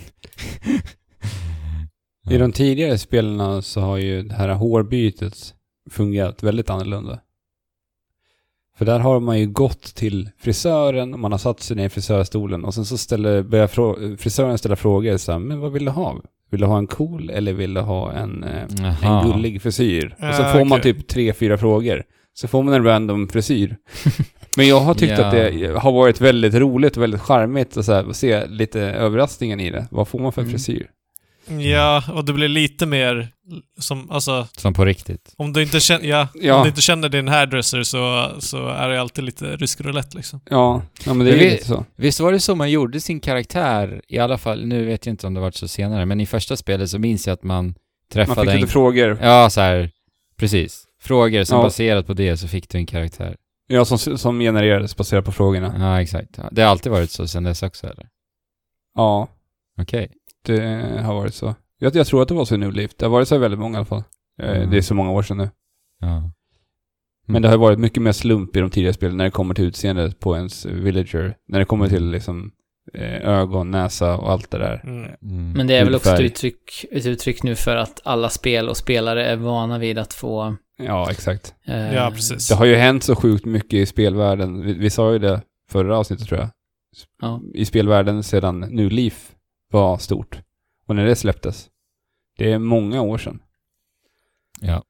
I de tidigare spelarna så har ju det här hårbytet fungerat väldigt annorlunda. För där har man ju gått till frisören och man har satt sig ner i frisörstolen och sen så börjar frisören ställa frågor så här, men vad vill du ha? Vill du ha en cool eller vill du ha en gullig frisyr? Och så får man typ 3-4 frågor. Så får man en random frisyr. Men jag har tyckt att det har varit väldigt roligt och väldigt charmigt och så här, att se lite överraskningen i det. Vad får man för frisyr? Ja, och det blir lite mer som på riktigt. Om du inte känner, om du inte känner din hairdresser så är det alltid lite rysk roulette liksom. Ja, men det är lite så. Visst var det så man gjorde sin karaktär, i alla fall, nu vet jag inte om det varit så senare, men i första spelet så minns jag att man träffade... Man fick lite frågor. Ja, så här, precis. Frågor som baserat på det så fick du en karaktär. Ja, som genererades baserat på frågorna. Ja, exakt. Det har alltid varit så sen dess också, eller? Ja. Okej. Det har varit så. Jag tror att det var så i New Leaf. Det har varit så väldigt många i alla fall. Det är så många år sedan nu. Ja. Men det har varit mycket mer slump i de tidigare spelen när det kommer till utseendet på ens villager. När det kommer till liksom ögon, näsa och allt det där. Men det är väl också ett uttryck nu för att alla spel och spelare är vana vid att få... Ja, exakt. Ja, precis. Det har ju hänt så sjukt mycket i spelvärlden. Vi sa ju det förra avsnittet, tror jag. Ja. I spelvärlden sedan New Leaf var stort. Och när det släpptes. Det är många år sedan. Ja.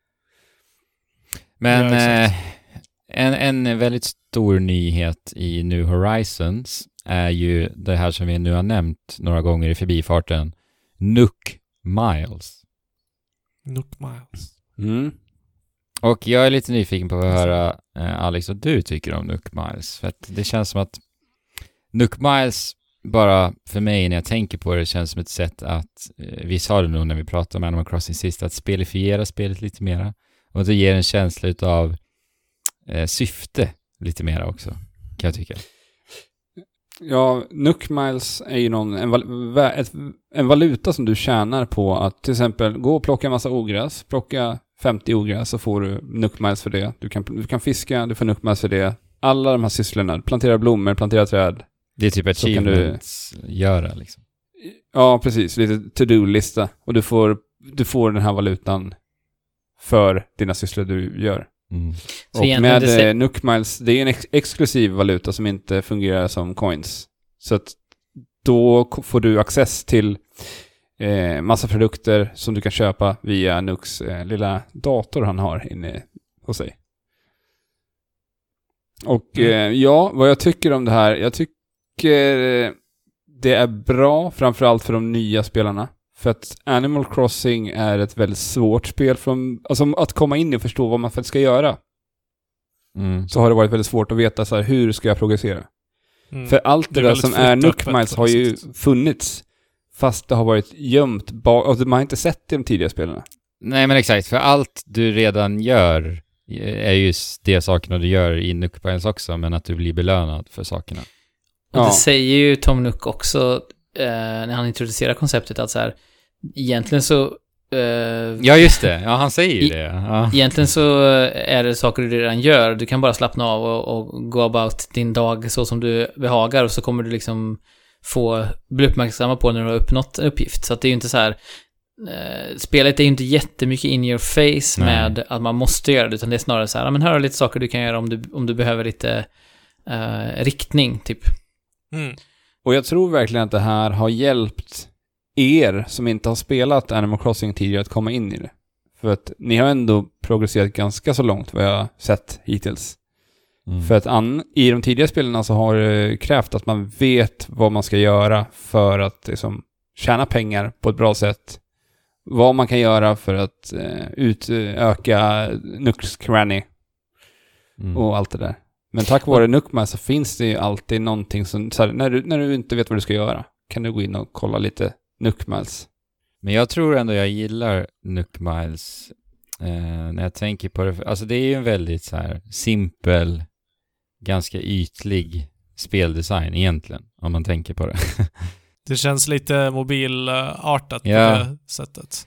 Men en väldigt stor nyhet i New Horizons är ju det här som vi nu har nämnt några gånger i förbifarten. Nook Miles. Nook Miles. Mm. Och jag är lite nyfiken på att höra, Alex, vad du tycker om Nook Miles. För att det känns som att Nook Miles, bara för mig när jag tänker på det, känns som ett sätt att, vi sa det nog när vi pratade om Animal Crossing sist, att spelifiera spelet lite mera. Och det ger en känsla utav syfte lite mera också, kan jag tycka. Ja, Nook Miles är ju en valuta som du tjänar på att till exempel gå och plocka en massa ogräs, plocka 50 ogräs så får du Nook Miles för det. Du kan fiska, du får Nook Miles för det. Alla de här sysslorna, plantera blommor, plantera träd. Det är typ achievements göra liksom. Ja, precis. Lite to-do-lista. Och du får den här valutan för dina sysslor du gör. Mm. Och med Nook Miles, det är en exklusiv valuta som inte fungerar som coins. Så att då får du access till massa produkter som du kan köpa via Nooks lilla dator han har inne hos sig. Och vad jag tycker om det här, jag tycker det är bra framförallt för de nya spelarna. För att Animal Crossing är ett väldigt svårt spel alltså att komma in och förstå vad man faktiskt ska göra. Så har det varit väldigt svårt att veta så här, hur ska jag progressera. För allt det där som är Nook Miles har ju funnits fast det har varit gömt alltså man har inte sett det i de tidigare spelarna. Nej, men exakt, för allt du redan gör är ju det sakerna du gör i Nook Miles också, men att du blir belönad för sakerna. Och det säger ju Tom Nook också när han introducerar konceptet att så här, egentligen så... ja, just det. Ja, han säger ju det. Ja. Egentligen så är det saker du redan gör. Du kan bara slappna av och go about din dag så som du behagar och så kommer du liksom bli uppmärksamma på när du har uppnått en uppgift. Så att det är ju inte så här... spelet är ju inte jättemycket in your face med att man måste göra det, utan det är snarare så här, men här är lite saker du kan göra om du behöver lite riktning, typ. Och jag tror verkligen att det här har hjälpt er som inte har spelat Animal Crossing tidigare att komma in i det. För att ni har ändå progresserat ganska så långt vad jag har sett hittills. För att i de tidigare spelarna så har det krävt att man vet vad man ska göra för att liksom, tjäna pengar på ett bra sätt. Vad man kan göra för att utöka Nooks Cranny. och allt det där. Men tack vare Nookmiles så finns det ju alltid någonting som, så här, när du inte vet vad du ska göra kan du gå in och kolla lite Nookmiles. Men jag tror ändå jag gillar Nookmiles när jag tänker på det. Alltså det är ju en väldigt så här simpel, ganska ytlig speldesign egentligen, om man tänker på det. Det känns lite mobilartat på det sättet.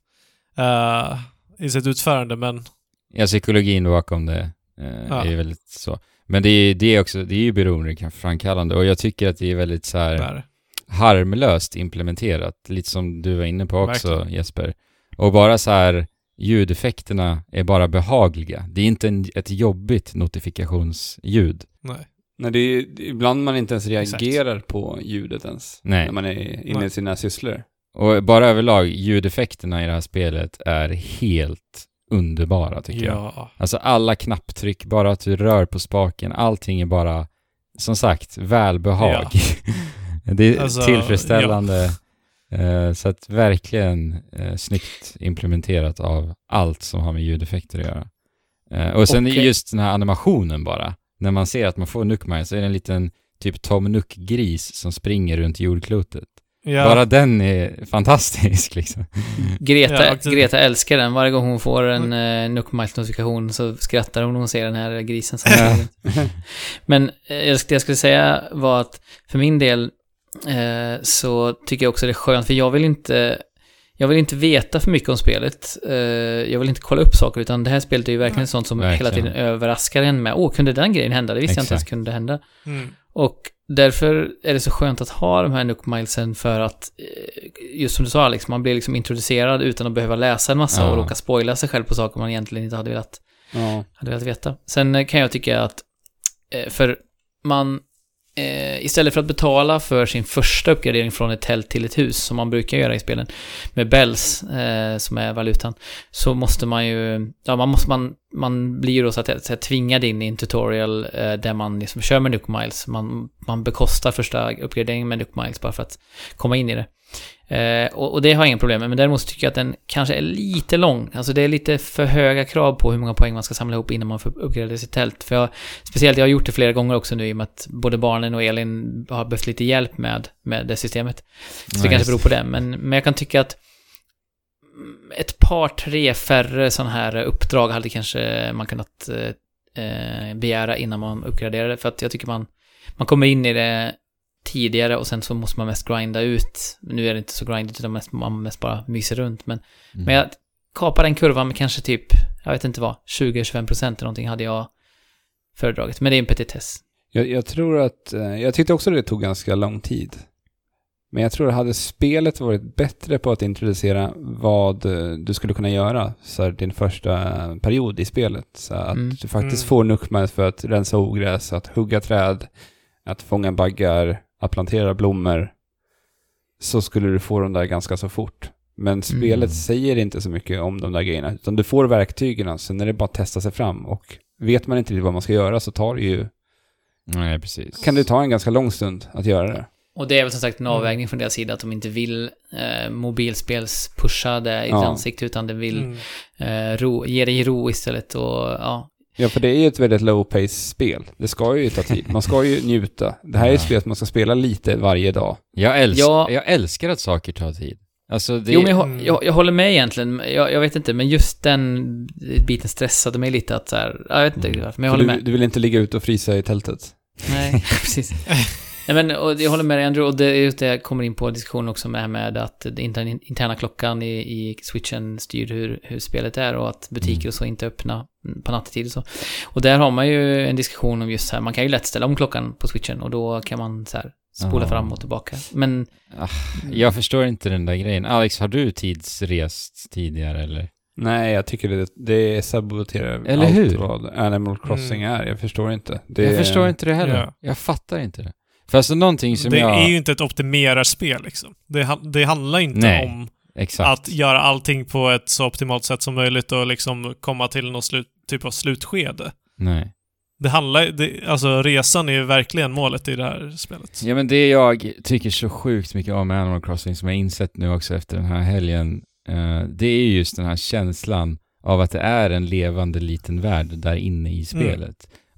I sitt utförande, men... Ja, psykologin bakom det är ju väldigt så. Men det är också, det är ju beroendeframkallande och jag tycker att det är väldigt så här harmlöst implementerat. Lite som du var inne på också, verkligen. Jesper. Och bara så här, ljudeffekterna är bara behagliga. Det är inte ett jobbigt notifikationsljud. Nej, det är ibland man inte ens reagerar på ljudet ens. Nej. När man är inne i sina sysslor. Och bara överlag, ljudeffekterna i det här spelet är helt underbara tycker jag. Alltså alla knapptryck, bara att du rör på spaken, allting är bara, som sagt, välbehag. Det är alltså, tillfredsställande. Så att verkligen snyggt implementerat av allt som har med ljudeffekter att göra. Och sen just den här animationen bara. När man ser att man får Nookmile så är det en liten typ Tom Nook-gris som springer runt jordklotet. Ja. Bara den är fantastisk liksom. Greta älskar den. Varje gång hon får en Nookmile-notifikation så skrattar hon när hon ser den här grisen. Men jag skulle säga var att för min del så tycker jag också det är skönt, för jag vill inte veta för mycket om spelet. Jag vill inte kolla upp saker, utan det här spelet är ju verkligen sånt som hela tiden överraskar en med. Kunde den grejen hända? Det visste jag inte ens kunde hända. Och därför är det så skönt att ha de här Nookmilesen, för att just som du sa Alex, man blir liksom introducerad utan att behöva läsa en massa och råka spoila sig själv på saker man egentligen inte hade velat veta. Sen kan jag tycka att för man istället för att betala för sin första uppgradering från ett tält till ett hus, som man brukar göra i spelen med bells som är valutan, så måste man ju man blir ju då så att tvingad in i en tutorial där man liksom kör med Nookmiles. Man bekostar första uppgraderingen med Nookmiles bara för att komma in i det. Och det har jag ingen problem med, men däremot tycker jag att den kanske är lite lång. Alltså det är lite för höga krav på hur många poäng man ska samla ihop innan man får uppgradera sitt tält. För jag har gjort det flera gånger också nu, i och med att både barnen och Elin har behövt lite hjälp med det systemet. Så det kanske beror på det. Men jag kan tycka att ett par, 3 färre sådana här uppdrag hade kanske man kunnat begära innan man uppgraderar det. För att jag tycker man kommer in i det tidigare och sen så måste man mest grinda ut. Nu är det inte så grindigt, utan man mest bara myser runt. Men jag kapar den kurvan med kanske typ, jag vet inte vad, 20-25% eller någonting hade jag föredragit. Men det är en petitess. Jag tror att, jag tyckte också att det tog ganska lång tid. Men jag tror att hade spelet varit bättre på att introducera vad du skulle kunna göra så här, din första period i spelet. Så att du faktiskt får Nookmiles för att rensa ogräs, att hugga träd, att fånga baggar, att plantera blommor, så skulle du få dem där ganska så fort. Men spelet säger inte så mycket om de där grejerna, utan du får verktygen, sen är det bara att testa sig fram, och vet man inte vad man ska göra så tar det ju... Nej, precis. Kan det ta en ganska lång stund att göra det. Och det är väl som sagt en avvägning från deras sida, att de inte vill mobilspels-pusha det i ansikte, utan de vill ge dig ro istället. Och Ja, för det är ju ett väldigt low-pace-spel. Det ska ju ta tid. Man ska ju njuta. Det här är ett spel att man ska spela lite varje dag. Jag älskar att saker tar tid. Alltså det... Jo, men jag håller med egentligen. Jag vet inte, men just den biten stressade mig lite att så här, jag vet inte varför, men jag håller med. Du vill inte ligga ut och frysa i tältet? Nej, precis. Nej, men och jag håller med dig, Andrew, och det är just det jag kommer in på diskussion också med att det interna klockan i Switchen styr hur spelet är, och att butiker och så inte öppna på nattetid och så. Och där har man ju en diskussion om just här, man kan ju lätt ställa om klockan på Switchen, och då kan man så här spola fram och tillbaka. Men jag förstår inte den där grejen. Alex, har du tidsrest tidigare eller? Nej, jag tycker det saboterar eller allt hur? Vad Animal Crossing är. Jag förstår inte. Jag förstår inte det heller. Ja. Jag fattar inte det. För alltså någonting som det är ju inte ett optimerarspel liksom. Det handlar inte om att göra allting på ett så optimalt sätt som möjligt och liksom komma till någon typ av slutskede. Nej. Alltså resan är ju verkligen målet i det här spelet. Ja, men det jag tycker så sjukt mycket om med Animal Crossing, som jag insett nu också efter den här helgen, det är just den här känslan av att det är en levande liten värld där inne i spelet.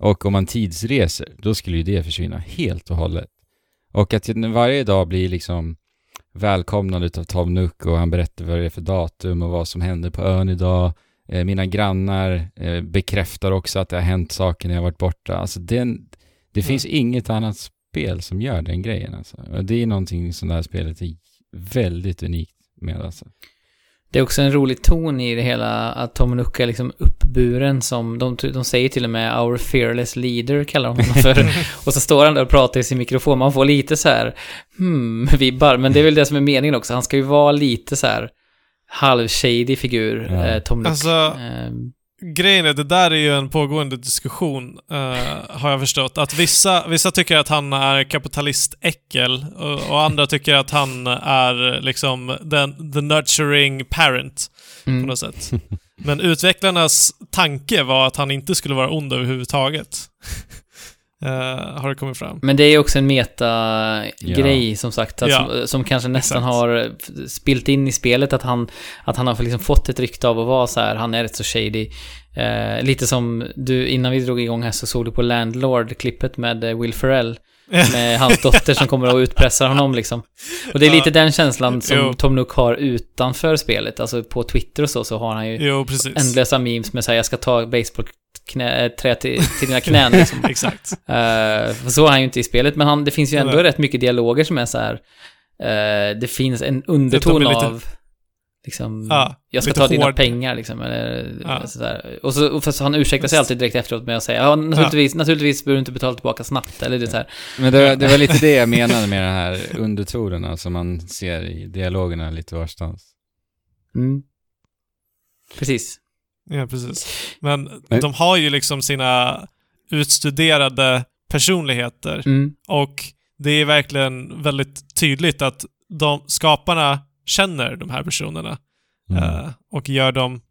Och om man tidsreser, då skulle ju det försvinna helt och hållet. Och att varje dag blir liksom välkomnad utav Tom Nook och han berättar vad det är för datum och vad som händer på ön idag. Mina grannar bekräftar också att det har hänt saker när jag varit borta. Alltså det finns inget annat spel som gör den grejen. Alltså. Och det är någonting som det här spelet är väldigt unikt med. Alltså. Det är också en rolig ton i det hela att Tom Nook är liksom uppburen som de säger till och med our fearless leader kallar de honom för. Och så står han där och pratar i sin mikrofon. Man får lite så här vibbar, men det är väl det som är meningen också. Han ska ju vara lite så här halv-shady figur, Tom Nook. Alltså, grejen är, det där är ju en pågående diskussion, har jag förstått. Att vissa tycker att han är kapitalistäckel och andra tycker att han är liksom the nurturing parent på något sätt. Men utvecklarnas tanke var att han inte skulle vara ond överhuvudtaget. Har det kommit fram. Men det är också en meta-grej som sagt, som kanske nästan har spilt in i spelet, att han har liksom fått ett rykte av att vara så här, han är rätt så shady. Lite som du, innan vi drog igång här så såg du på Landlord-klippet med Will Ferrell med hans dotter som kommer att utpressa honom liksom. Och det är lite den känslan som Tom Nook har utanför spelet, alltså på Twitter och så har han ju ändlösa memes med så här, jag ska ta baseball trä till dina knän liksom. Exakt. Så är han ju inte i spelet, men det finns ju ändå rätt mycket dialoger som är så här. Det finns en underton av liksom, jag ska ta dina pengar liksom, eller så där. Och så han ursäktar sig alltid direkt efteråt med att säga naturligtvis behöver du inte betala tillbaka snabbt eller det så här. Men det var lite det jag menade med den här undertonerna som man ser i dialogerna lite varstans. Precis. Ja, precis. Men de har ju liksom sina utstuderade personligheter och det är verkligen väldigt tydligt att skaparna känner de här personerna och gör dem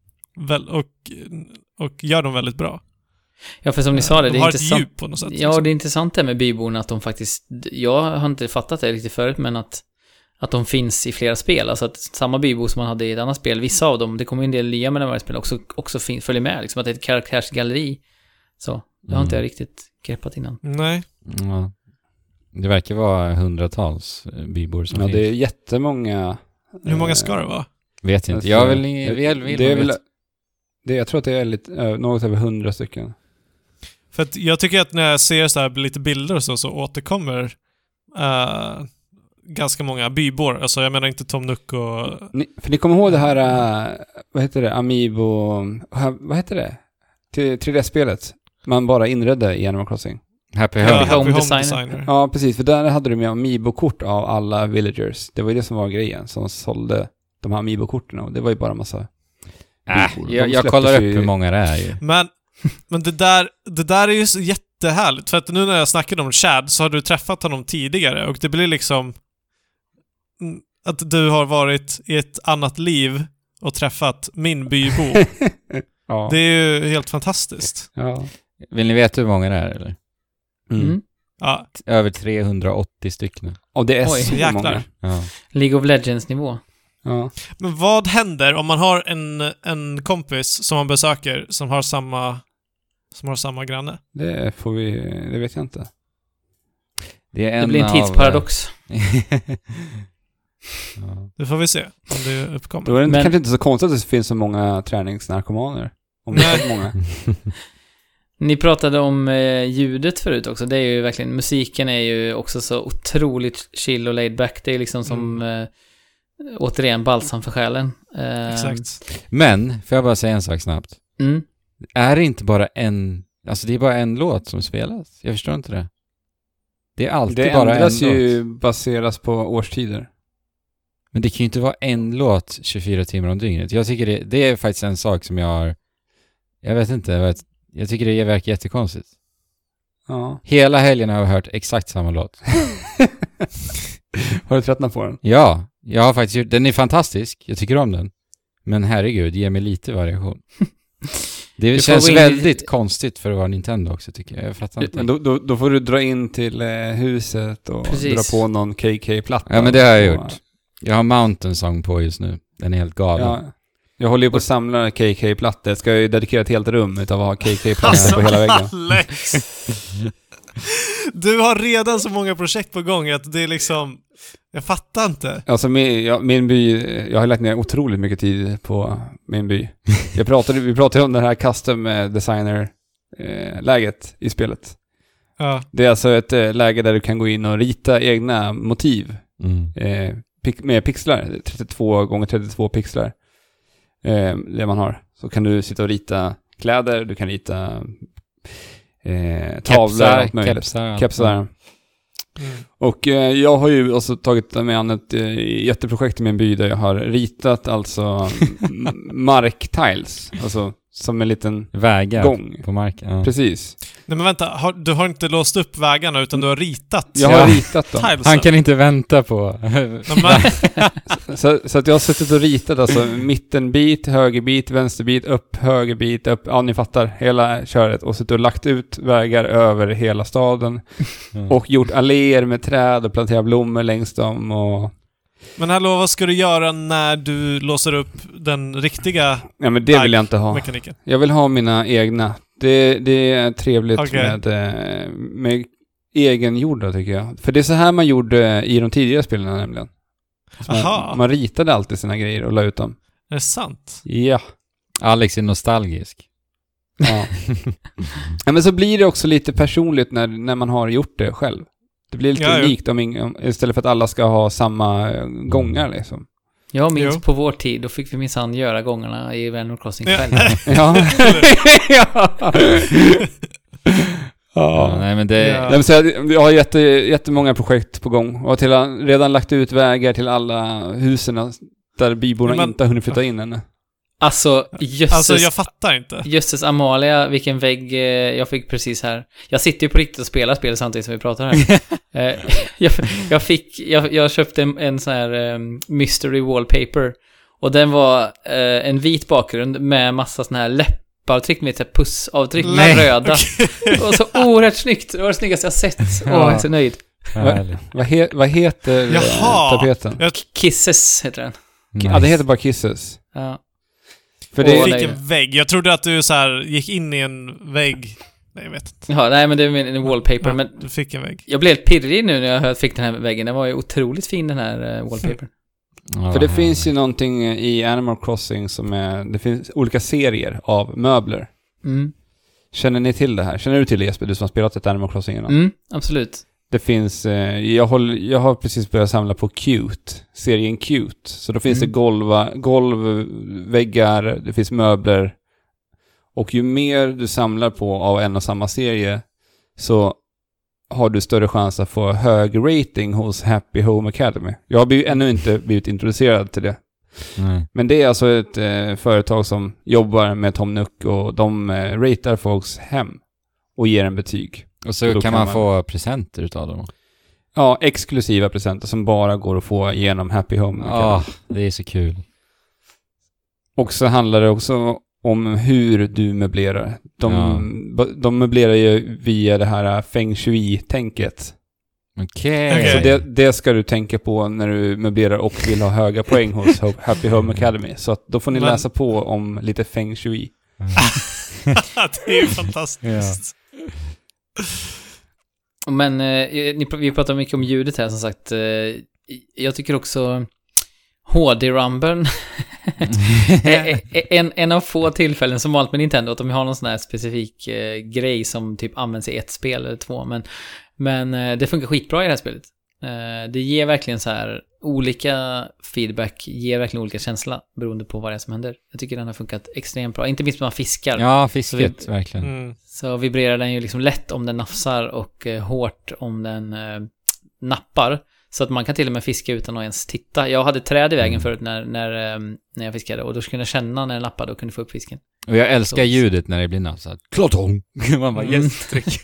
och gör dem väldigt bra. Ja, för som ni sa det är intressant. Har ett djup på något sätt. Ja, liksom. Det är intressant det med byborna att de faktiskt, jag har inte fattat det riktigt förut, men att de finns i flera spel. Alltså att samma bybo som man hade i ett annat spel, vissa av dem, det kommer en del nya med varje spel också följer med. Liksom att det är ett karaktärsgalleri. Så, det har inte jag riktigt greppat innan. Nej. Ja. Det verkar vara hundratals bybor som finns. Det är jättemånga. Hur många ska det vara? Vet inte. Jag tror att det är lite, något över 100 stycken. För att jag tycker att när jag ser så här lite bilder och så återkommer ganska många bybor. Alltså jag menar inte Tom Nook och... För ni kommer ihåg det här, vad heter det? Amiibo... Vad heter det? 3D-spelet. Man bara inredde i Animal Crossing. Happy Home Designer. Ja, precis. För där hade de med Amiibo-kort av alla villagers. Det var ju det som var grejen. Som sålde de här Amiibo-korten. Och det var ju bara en massa... jag kollar upp hur många det är ju. Men det där är ju så jättehärligt. För att nu när jag snackade om Chad så har du träffat honom tidigare. Och det blir liksom... att du har varit i ett annat liv och träffat min bybo. Ja. Det är ju helt fantastiskt. Ja. Vill ni veta hur många det är, eller? Ja. Över 380 stycken. Och det är så jäklar. många. Ja. League of Legends-nivå. Ja. Men vad händer om man har en kompis som man besöker som har samma granne? Det vet jag inte. Det blir en tidsparadox. Ja. Det får vi se om det uppkommer. Då är det kanske inte så konstigt att det finns så många träningsnarkomaner. Om det är många. Ni pratade om ljudet förut också. Det är ju verkligen, musiken är ju också så otroligt chill och laid back. Det är liksom som återigen balsam för själen. Exakt. Men, får jag bara säga en sak snabbt? Är det inte bara det är bara en låt som spelas? Jag förstår inte det. Det är alltid bara en låt. Det ändras ju baseras på årstider. Men det kan ju inte vara en låt 24 timmar om dygnet. Jag tycker det är faktiskt en sak som jag vet inte, jag tycker det verkar jättekonstigt. Ja. Hela helgen har jag hört exakt samma låt. Har du tröttnat på den? Ja, jag har faktiskt gjort. Den är fantastisk, jag tycker om den. Men herregud, ge mig lite variation. Det känns väldigt konstigt för att vara Nintendo också, tycker jag. Jag fattar inte. Men då får du dra in till huset och dra på någon KK-platta. Ja, men det har jag gjort. Jag har Mountain Song på just nu. Den är helt galen. Jag håller ju på att samla KK-plattor. Ska jag ju dedikera ett helt rum utav att ha KK-plattor på hela väggen. Alex! Du har redan så många projekt på gång att det är liksom... Jag fattar inte. Alltså min by, jag har lagt ner otroligt mycket tid på min by. Vi pratade om det här custom designer läget i spelet. Ja. Det är alltså ett läge där du kan gå in och rita egna motiv med pixlar, 32x32 pixlar. Det man har. Så kan du sitta och rita kläder, du kan rita tavlor, allt möjligt. Kepsar. Och jag har ju också tagit med an ett jätteprojekt i min by där jag har ritat alltså marktiles, alltså som en liten vägar gång på marken. Ja. Precis. Nej men vänta, du har inte låst upp vägarna utan du har ritat. Jag har ritat dem. Tilesen. Han kan inte vänta på. så att jag har suttit och ritat alltså mittenbit, högerbit, vänsterbit, upp, högerbit, upp. Ja, ni fattar hela köret. Och suttit och lagt ut vägar över hela staden. Och gjort alléer med träd och planterat blommor längs dem. Och... Men hallå, vad ska du göra när du låser upp den riktiga men det vill jag inte ha. Mekaniken? Jag vill ha mina egna. Det är trevligt med egengjorda tycker jag. För det är så här man gjorde i de tidigare spelen nämligen. Man ritade alltid sina grejer och la ut dem. Är det sant? Ja. Alex är nostalgisk. Ja. Men så blir det också lite personligt när man har gjort det själv. Det blir lite unikt istället för att alla ska ha samma gångar liksom. Jag minns på vår tid, då fick vi minsann göra gångarna i Animal Crossing själv. Nej, men det... Jag har jättemånga projekt på gång. Och redan lagt ut vägar till alla husen där byborna inte har hunnit flytta in ännu. Alltså, jag fattar inte. Jösses Amalia, vilken vägg jag fick precis här. Jag sitter ju på riktigt och spelar spel samtidigt som vi pratar här. Jag köpte en sån här mystery wallpaper. Och den var en vit bakgrund med massa såna här läppavtryck med ett pussavtryck med röda. Det var så oerhört snyggt. Det var det snyggaste jag sett. Jag är så nöjd. Vad heter tapeten? Kisses heter den. Nice. Ja, det heter bara Kisses. Ja. För det fick en vägg. Jag trodde att du så här gick in i en vägg. Nej, jag vet inte. Ja, nej, men det är en wallpaper. Ja, men du fick en vägg. Jag blev helt pirrig nu när jag fick den här väggen. Den var ju otroligt fin, den här wallpapern. För det finns ju någonting i Animal Crossing det finns olika serier av möbler. Känner ni till det här? Känner du till det, Jesper, du som har spelat ett Animal Crossing innan? Absolut. Det finns, jag har precis börjat samla på Cute, serien Cute. Så då finns det golvväggar, det finns möbler. Och ju mer du samlar på av en och samma serie så har du större chans att få hög rating hos Happy Home Academy. Jag har ännu inte blivit introducerad till det. Men det är alltså ett företag som jobbar med Tom Nook och de ratear folks hem och ger en betyg. Och så kan man få presenter utav dem. Ja, exklusiva presenter som bara går att få genom Happy Home. Ja, det är så kul. Och så handlar det också om hur du möblerar. De möblerar ju via det här Feng Shui-tänket. Okej. Så det ska du tänka på när du möblerar och vill ha höga poäng hos Happy Home Academy. Så att då får ni läsa på om lite Feng Shui. Det är ju fantastiskt. Men vi pratar mycket om ljudet här som sagt. Jag tycker också HD-rumbern en av få tillfällen som valt med Nintendo att de har någon sån här specifik grej som typ används i ett spel eller två. Men det funkar skitbra i det här spelet. Det ger verkligen så här olika feedback, ger verkligen olika känsla beroende på vad det är som händer. Jag tycker den har funkat extremt bra. Inte minst med fiskar. Ja, fisket, verkligen. Så vibrerar den ju liksom lätt om den nafsar och hårt om den nappar. Så att man kan till och med fiska utan att ens titta. Jag hade träd i vägen förut när jag fiskade. Och då skulle jag känna när den nappade och kunde få upp fisken. Och jag älskar ljudet när det blir nafsat. Klotong! Man bara, yes, tryck.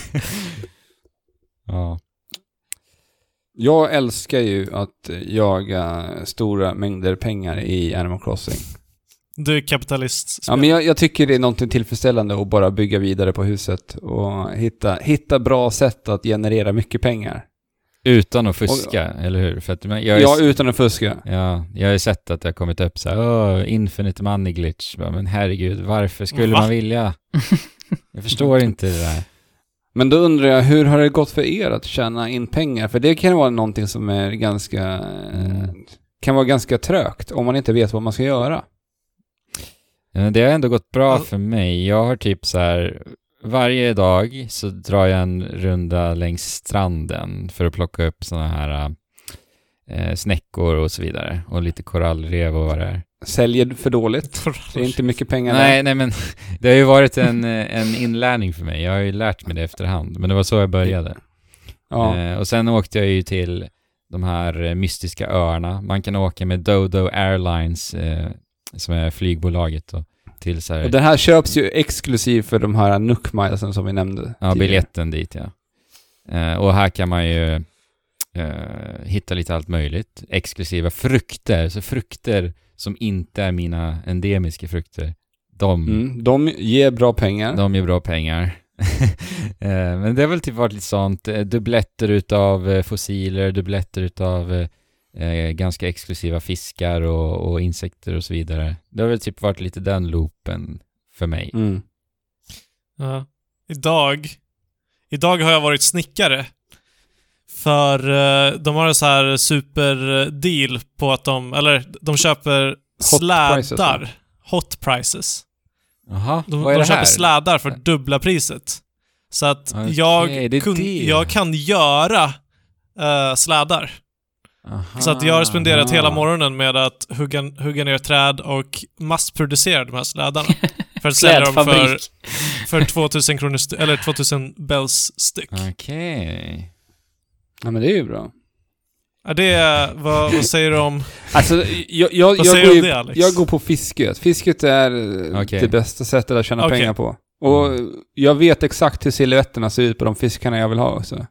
Ja. Jag älskar ju att jaga stora mängder pengar i Animal Crossing. Du är kapitalist. Ja, men jag tycker det är något tillfredsställande att bara bygga vidare på huset och hitta bra sätt att generera mycket pengar. Utan att fuska, eller hur? För att utan att fuska. Ja, jag har ju sett att det har kommit upp så här, infinite money glitch. Men herregud, varför skulle man vilja? Jag förstår inte det där. Men då undrar jag, hur har det gått för er att tjäna in pengar? För det kan vara någonting som är kan vara ganska trögt om man inte vet vad man ska göra. Det har ändå gått bra för mig. Jag har typ så här, varje dag så drar jag en runda längs stranden för att plocka upp såna här snäckor och så vidare. Och lite korallrev och vad det är. Säljer för dåligt. Det är inte mycket pengar där. Nej, men det har ju varit en inlärning för mig. Jag har ju lärt mig det efterhand. Men det var så jag började. Ja. Och sen åkte jag ju till de här mystiska öarna. Man kan åka med Dodo Airlines som är flygbolaget och till så här. Och det här köps ju exklusivt för de här Nook-milesen som vi nämnde. Ja, biljetten dit, ja. Och här kan man ju hitta lite allt möjligt. Exklusiva frukter. Så frukter som inte är mina endemiska frukter. De ger bra pengar. De ger bra pengar. Men det har väl typ varit lite sånt. Dubbletter utav fossiler, dubbletter utav ganska exklusiva fiskar och insekter och så vidare. Det har väl typ varit lite den loopen för mig. Ja. Idag har jag varit snickare. För de har en så här superdeal på att de köper slädar. Hot prices. Aha, de köper slädar för dubbla priset. Så att jag kan göra slädar. Aha, så att jag har spenderat hela morgonen med att hugga ner träd och massproducera de här slädarna. För att sälja dem för 2000 kronor eller 2000 bells styck. Okej. Ja, men det är ju bra. Ja, det är... Vad säger du om... Alltså, jag går på fisket. Fisket är det bästa sättet att tjäna pengar på. Och jag vet exakt hur silhuetterna ser ut på de fiskarna jag vill ha också.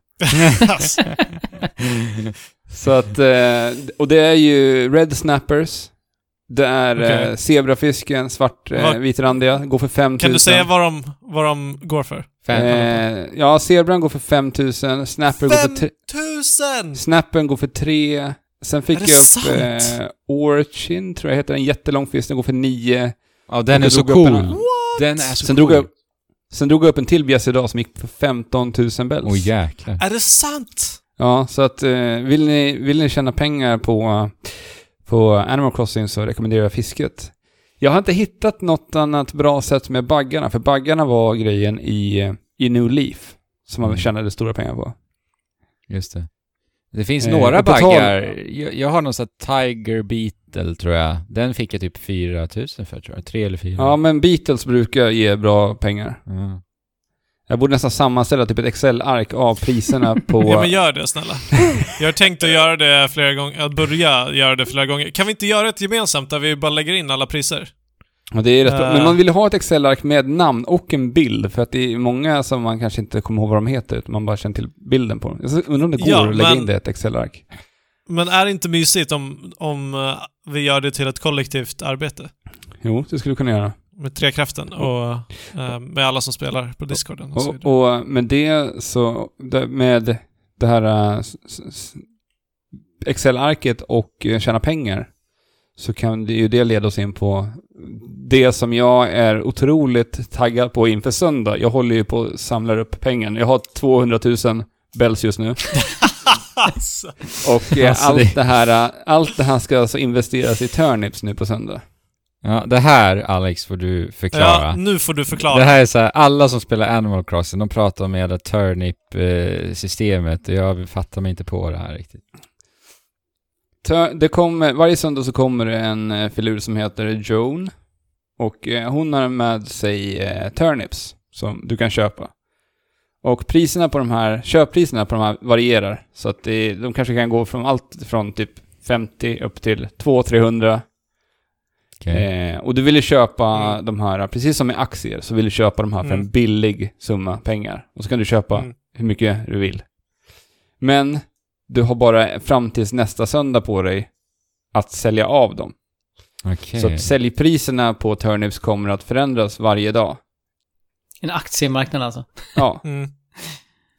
Så att... Och det är ju red snappers. Det är zebrafisken, vitrandiga. Går för 5 000. Kan du säga vad de går för? Ja, zebran går för 5 000. Snapper går för 5 000! Snappen går för 3. Sen fick jag upp Orchin, tror jag heter, en jättelång fisk. Den går för 9. Ja, den är så cool. Den är så cool. Sen drog jag upp en till bjäss idag som gick för 15 000 bells. Åh, jäklar. Är det sant? Ja, så att vill ni tjäna pengar på Animal Crossing så rekommenderar jag fisket. Jag har inte hittat något annat bra sätt med baggarna. För baggarna var grejen i New Leaf som man tjänade stora pengar på. Just det. Det finns några baggar. Jag har någon sån här Tiger Beetle, tror jag. Den fick jag typ 4 000 för, tror jag. 3 eller 4. Ja, men Beetles brukar ge bra pengar. Mm. Jag borde nästan sammanställa typ ett Excel-ark av priserna på... Ja, men gör det, snälla. Jag har tänkt att göra det flera gånger. Att börja göra det flera gånger. Kan vi inte göra ett gemensamt där vi bara lägger in alla priser? Ja, det är rätt bra. Men man vill ha ett Excel-ark med namn och en bild. För att det är många som man kanske inte kommer ihåg vad de heter. Utan man bara känner till bilden på dem. Jag undrar om det går att lägga in det i ett Excel-ark. Men är det inte mysigt om vi gör det till ett kollektivt arbete? Jo, det skulle du kunna göra. Med Trekraften och med alla som spelar på Discorden. Och med det så... Med det här Excel-arket och tjäna pengar så kan det ju det leda oss in på det som jag är otroligt taggad på inför söndag. Jag håller ju på att samla upp pengar. Jag har 200 000 bells just nu. Och allt det här ska alltså investeras i turnips nu på söndag. Ja, det här, Alex, får du förklara. Ja, nu får du förklara. Det här är så här, alla som spelar Animal Crossing, de pratar om det turnip-systemet och jag fattar mig inte på det här riktigt. Varje söndag så kommer det en filur som heter Joan och hon har med sig turnips som du kan köpa. Och priserna på köppriserna på de här varierar. Så att de kanske kan gå från allt från typ 50 upp till 200-300. Okay. Och du vill ju köpa de här, precis som med aktier, så vill du köpa de här för en billig summa pengar. Och så kan du köpa hur mycket du vill. Men du har bara fram tills nästa söndag på dig att sälja av dem. Okay. Så att säljpriserna på turnips kommer att förändras varje dag. En aktiemarknad alltså. Ja.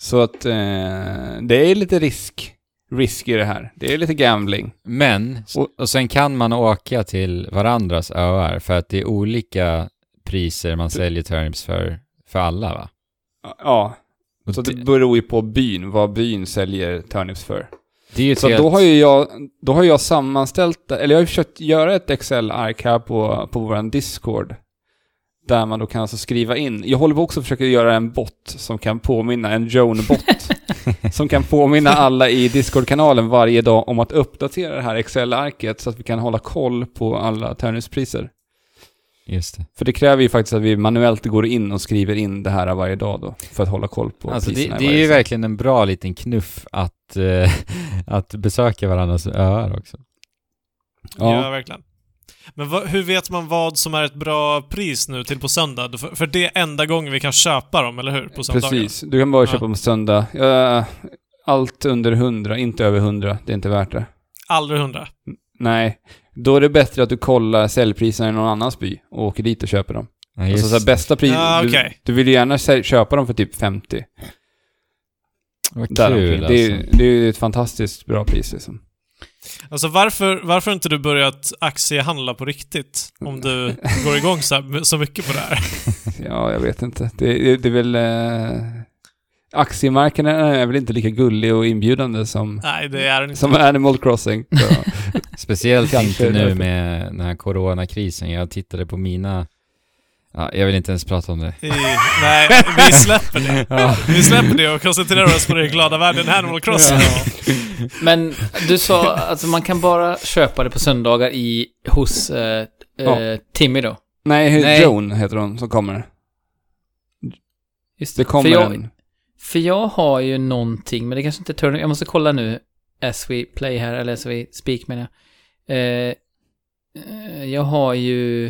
Så att det är lite risk i det här. Det är lite gambling. Men, och sen kan man åka till varandras öar för att det är olika priser man säljer turnips för alla, va? Ja, Och så det beror ju på byn, vad byn säljer turnips för. det är ju Så då har jag sammanställt, eller jag har försökt göra ett Excel-ark här på vår Discord. Där man då kan alltså skriva in. Jag håller på också att försöka göra en bot som kan påminna, en Joan-bot. som kan påminna alla i Discord-kanalen varje dag om att uppdatera det här Excel-arket så att vi kan hålla koll på alla turnipspriser. Just det. För det kräver ju faktiskt att vi manuellt går in och skriver in det här varje dag då. För att hålla koll på Alltså priserna. det är ju verkligen en bra liten knuff att besöka varandras öar också. Ja, verkligen. Men hur vet man vad som är ett bra pris nu till på söndag? För det är enda gången vi kan köpa dem, eller hur? På söndagar. Precis, du kan bara köpa på söndag. Allt under 100, inte över 100. Det är inte värt det. Aldrig 100? Nej, då är det bättre att du kollar säljpriserna i någon annans by och åker dit och köper dem. Ja, Alltså så här, bästa pris, okay. du vill ju gärna köpa dem för typ 50. Vad Där kul, det alltså. är ju ett fantastiskt bra pris liksom. Alltså varför inte du börjat aktiehandla på riktigt? Om du går igång så mycket på det här. Ja, jag vet inte. Det är väl... aktiemarknaden är väl inte lika gullig och inbjudande som... Nej, det är den inte. Som Animal Crossing. Så. Speciellt Kanske inte nu därför. med den här coronakrisen. Jag tittade på mina... Ja, jag vill inte ens prata om det. Nej, vi släpper det. Ja. Vi släpper det och koncentrerar oss på den glada världen Animal Crossing. Men du sa att alltså, man kan bara köpa det på söndagar hos Timmy då? Nej, Joan heter hon som kommer. Just Det kommer för jag har ju någonting, men det kanske inte är turn. Jag måste kolla nu as we play här, eller as we speak menar jag. Jag har ju...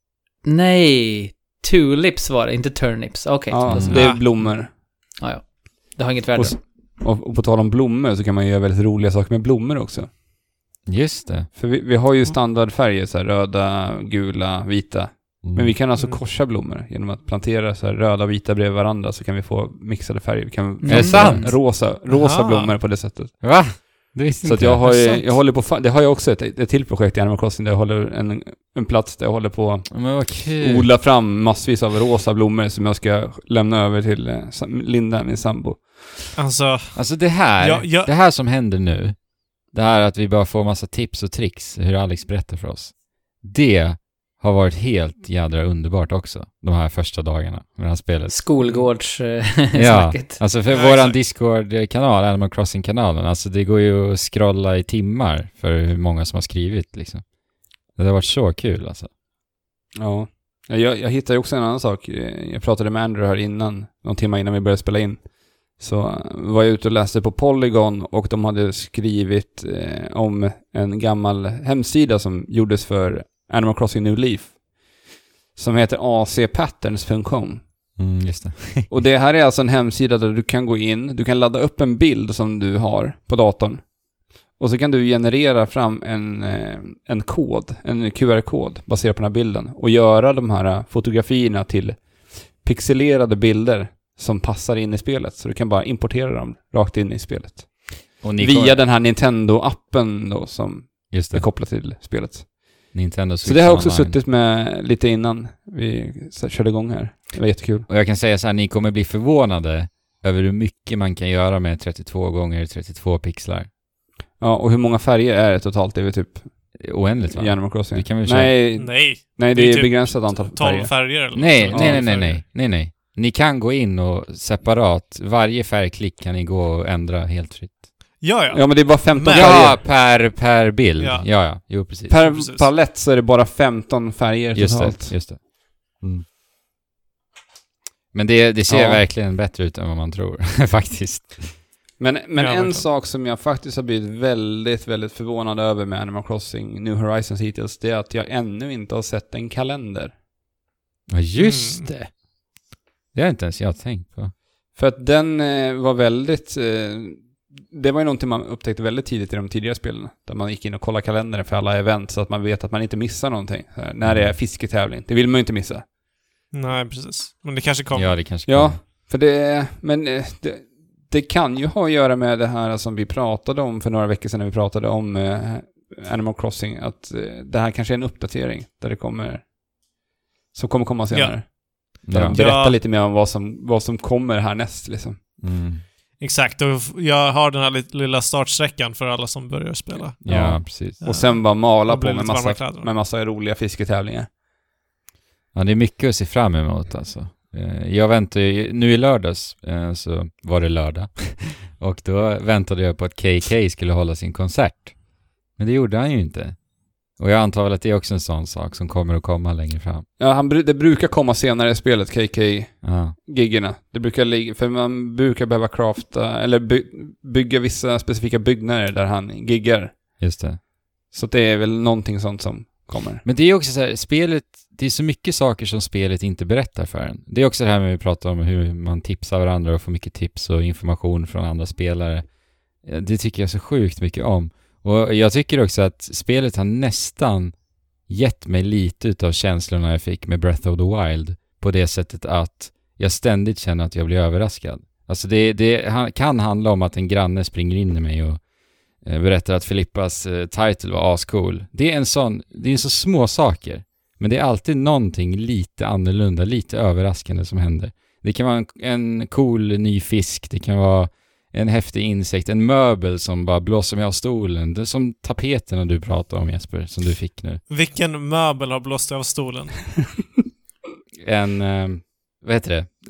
Nej, tulips var det, inte turnips. Okej. Ja, det är blommor. Ja. Det har inget värde. Och på tal om blommor så kan man göra väldigt roliga saker med blommor också. Just det. För vi har ju standardfärger, så här, röda, gula, vita. Men vi kan alltså korsa blommor genom att plantera så här röda och vita bredvid varandra, så kan vi få mixade färger. Vi kan Är det sant? Rosa blommor på det sättet. Va? Det visste Så inte att jag håller på, det har jag också ett till projekt i Animal Crossing där jag håller en plats där jag håller på Men vad kul. odla fram massvis av rosa blommor som jag ska lämna över till Linda, min sambo. Alltså det här, det här som händer nu, det här att vi bara får massa tips och tricks hur Alex berättar för oss, det har varit helt jädra underbart också, de här första dagarna med det här spelet. Skolgårdssnacket. Ja, alltså för våran Discord-kanal, Animal Crossing-kanalen, alltså det går ju att scrolla i timmar för hur många som har skrivit liksom. Det har varit så kul alltså. Ja. Jag hittade ju också en annan sak. Jag pratade med Andrew här innan, någon timme innan vi började spela in. Så var jag ute och läste på Polygon och de hade skrivit om en gammal hemsida som gjordes för Animal Crossing New Leaf som heter acpatterns.com. Just det. Och det här är alltså en hemsida där du kan gå in, du kan ladda upp en bild som du har på datorn. Och så kan du generera fram en kod, en QR-kod baserad på den här bilden och göra de här fotografierna till pixelerade bilder som passar in i spelet. Så du kan bara importera dem rakt in i spelet. Och via den här Nintendo-appen då som är kopplad till spelet. Nintendo Switch. Så det har jag också suttit med lite innan vi körde igång här. Det var jättekul. Och jag kan säga så här, ni kommer bli förvånade över hur mycket man kan göra med 32 gånger 32 pixlar. Ja, och hur många färger är det totalt? Det är väl typ oändligt, va? Animal Crossing. Det kan vi Nej, det är typ begränsat antal 12 färger eller Nej. Ni kan gå in och separat, varje färgklick kan ni gå och ändra helt fritt. Ja, men det är bara 15 färger. Ja, per bild. Ja. Jo, precis. Per palett så är det bara 15 färger totalt. Just det. Mm. Men det ser verkligen bättre ut än vad man tror, faktiskt. Men en sak som jag faktiskt har blivit väldigt, väldigt förvånad över med Animal Crossing New Horizons hittills, det är att jag ännu inte har sett en kalender. Ja, just det. Det har inte ens jag tänkt på. För att den var väldigt... det var ju någonting man upptäckte väldigt tidigt i de tidigare spelen. Där man gick in och kollade kalendern för alla event så att man vet att man inte missar någonting. Här, när det är fisketävling. Det vill man ju inte missa. Nej, precis. Men det kanske kommer. Ja, det kanske kommer. Ja, för det Det kan ju ha att göra med det här som vi pratade om för några veckor sedan när vi pratade om Animal Crossing, att det här kanske är en uppdatering där det kommer som kommer komma senare. Där de berättar lite mer om vad som kommer härnäst liksom. Exakt, och jag har den här lilla startsträckan för alla som börjar spela. Ja, precis. Och sen bara mala på med massa roliga fisketävlingar. Ja, det är mycket att se fram emot alltså. Jag väntar ju, nu i lördags så var det lördag. Och då väntade jag på att KK skulle hålla sin konsert. Men det gjorde han ju inte. Och jag antar väl att det är också en sån sak som kommer att komma längre fram. Ja, det brukar komma senare i spelet, KK-giggerna. Det brukar ligga, för man brukar behöva crafta, eller bygga vissa specifika byggnader där han giggar. Just det. Så det är väl någonting sånt som kommer. Men det är också så här, spelet, det är så mycket saker som spelet inte berättar för en. Det är också det här med att vi pratar om hur man tipsar varandra och får mycket tips och information från andra spelare. Det tycker jag så sjukt mycket om. Och jag tycker också att spelet har nästan gett mig lite utav känslorna jag fick med Breath of the Wild. På det sättet att jag ständigt känner att jag blir överraskad. Alltså det kan handla om att en granne springer in i mig och berättar att Filippas title var ascool. Det är så små saker. Men det är alltid någonting lite annorlunda, lite överraskande som händer. Det kan vara en cool ny fisk, det kan vara en häftig insekt, en möbel som bara blåser med av stolen. Det är som tapeterna du pratar om, Jesper, som du fick nu. Vilken möbel har blåst av stolen? En, vad heter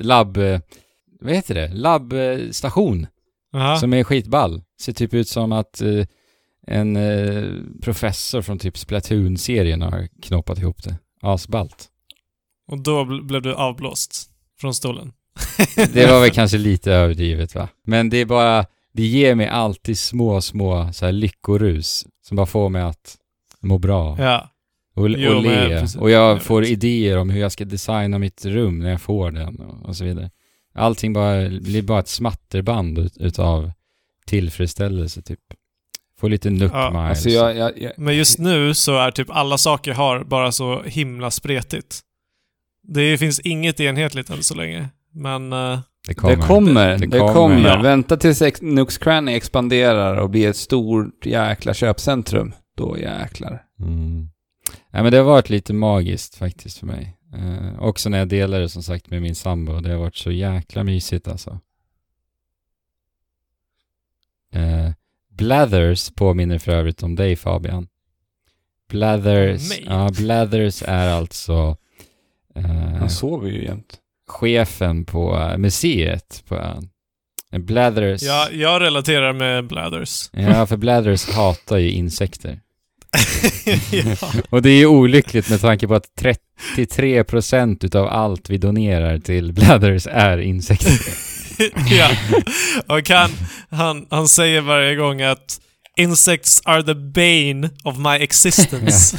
det? Labbstation. Som är skitball. Ser typ ut som att en professor från typ Splatoon-serien har knoppat ihop det. Asballt. Och då blev du avblåst från stolen. Det var väl kanske lite överdrivet, va? Men det är bara, det ger mig alltid små så här lyckorus som bara får mig att må bra. Ja. Och le. Och jag får idéer om hur jag ska designa mitt rum när jag får den och så vidare. Allting blir bara ett smatterband utav tillfredsställelse typ. Får lite nuck miles. Alltså Men just nu så är typ alla saker har bara så himla spretigt. Det finns inget enhetligt än så länge. Men det kommer. Ja. Vänta tills Nooks Cranny expanderar och blir ett stort jäkla köpcentrum. Då jäklar. Ja, men det har varit lite magiskt faktiskt för mig. Också när jag delar det som sagt med min sambo. Det har varit så jäkla mysigt alltså. Blathers påminner för övrigt om dig, Fabian. Blathers är alltså han sover ju jämt. Chefen på museet på Blathers. Ja, jag relaterar med Blathers. Ja, för Blathers hatar ju insekter. Ja. Och det är ju olyckligt med tanke på att 33% utav allt vi donerar till Blathers är insekter. Ja. Och han säger varje gång att insects are the bane of my existence.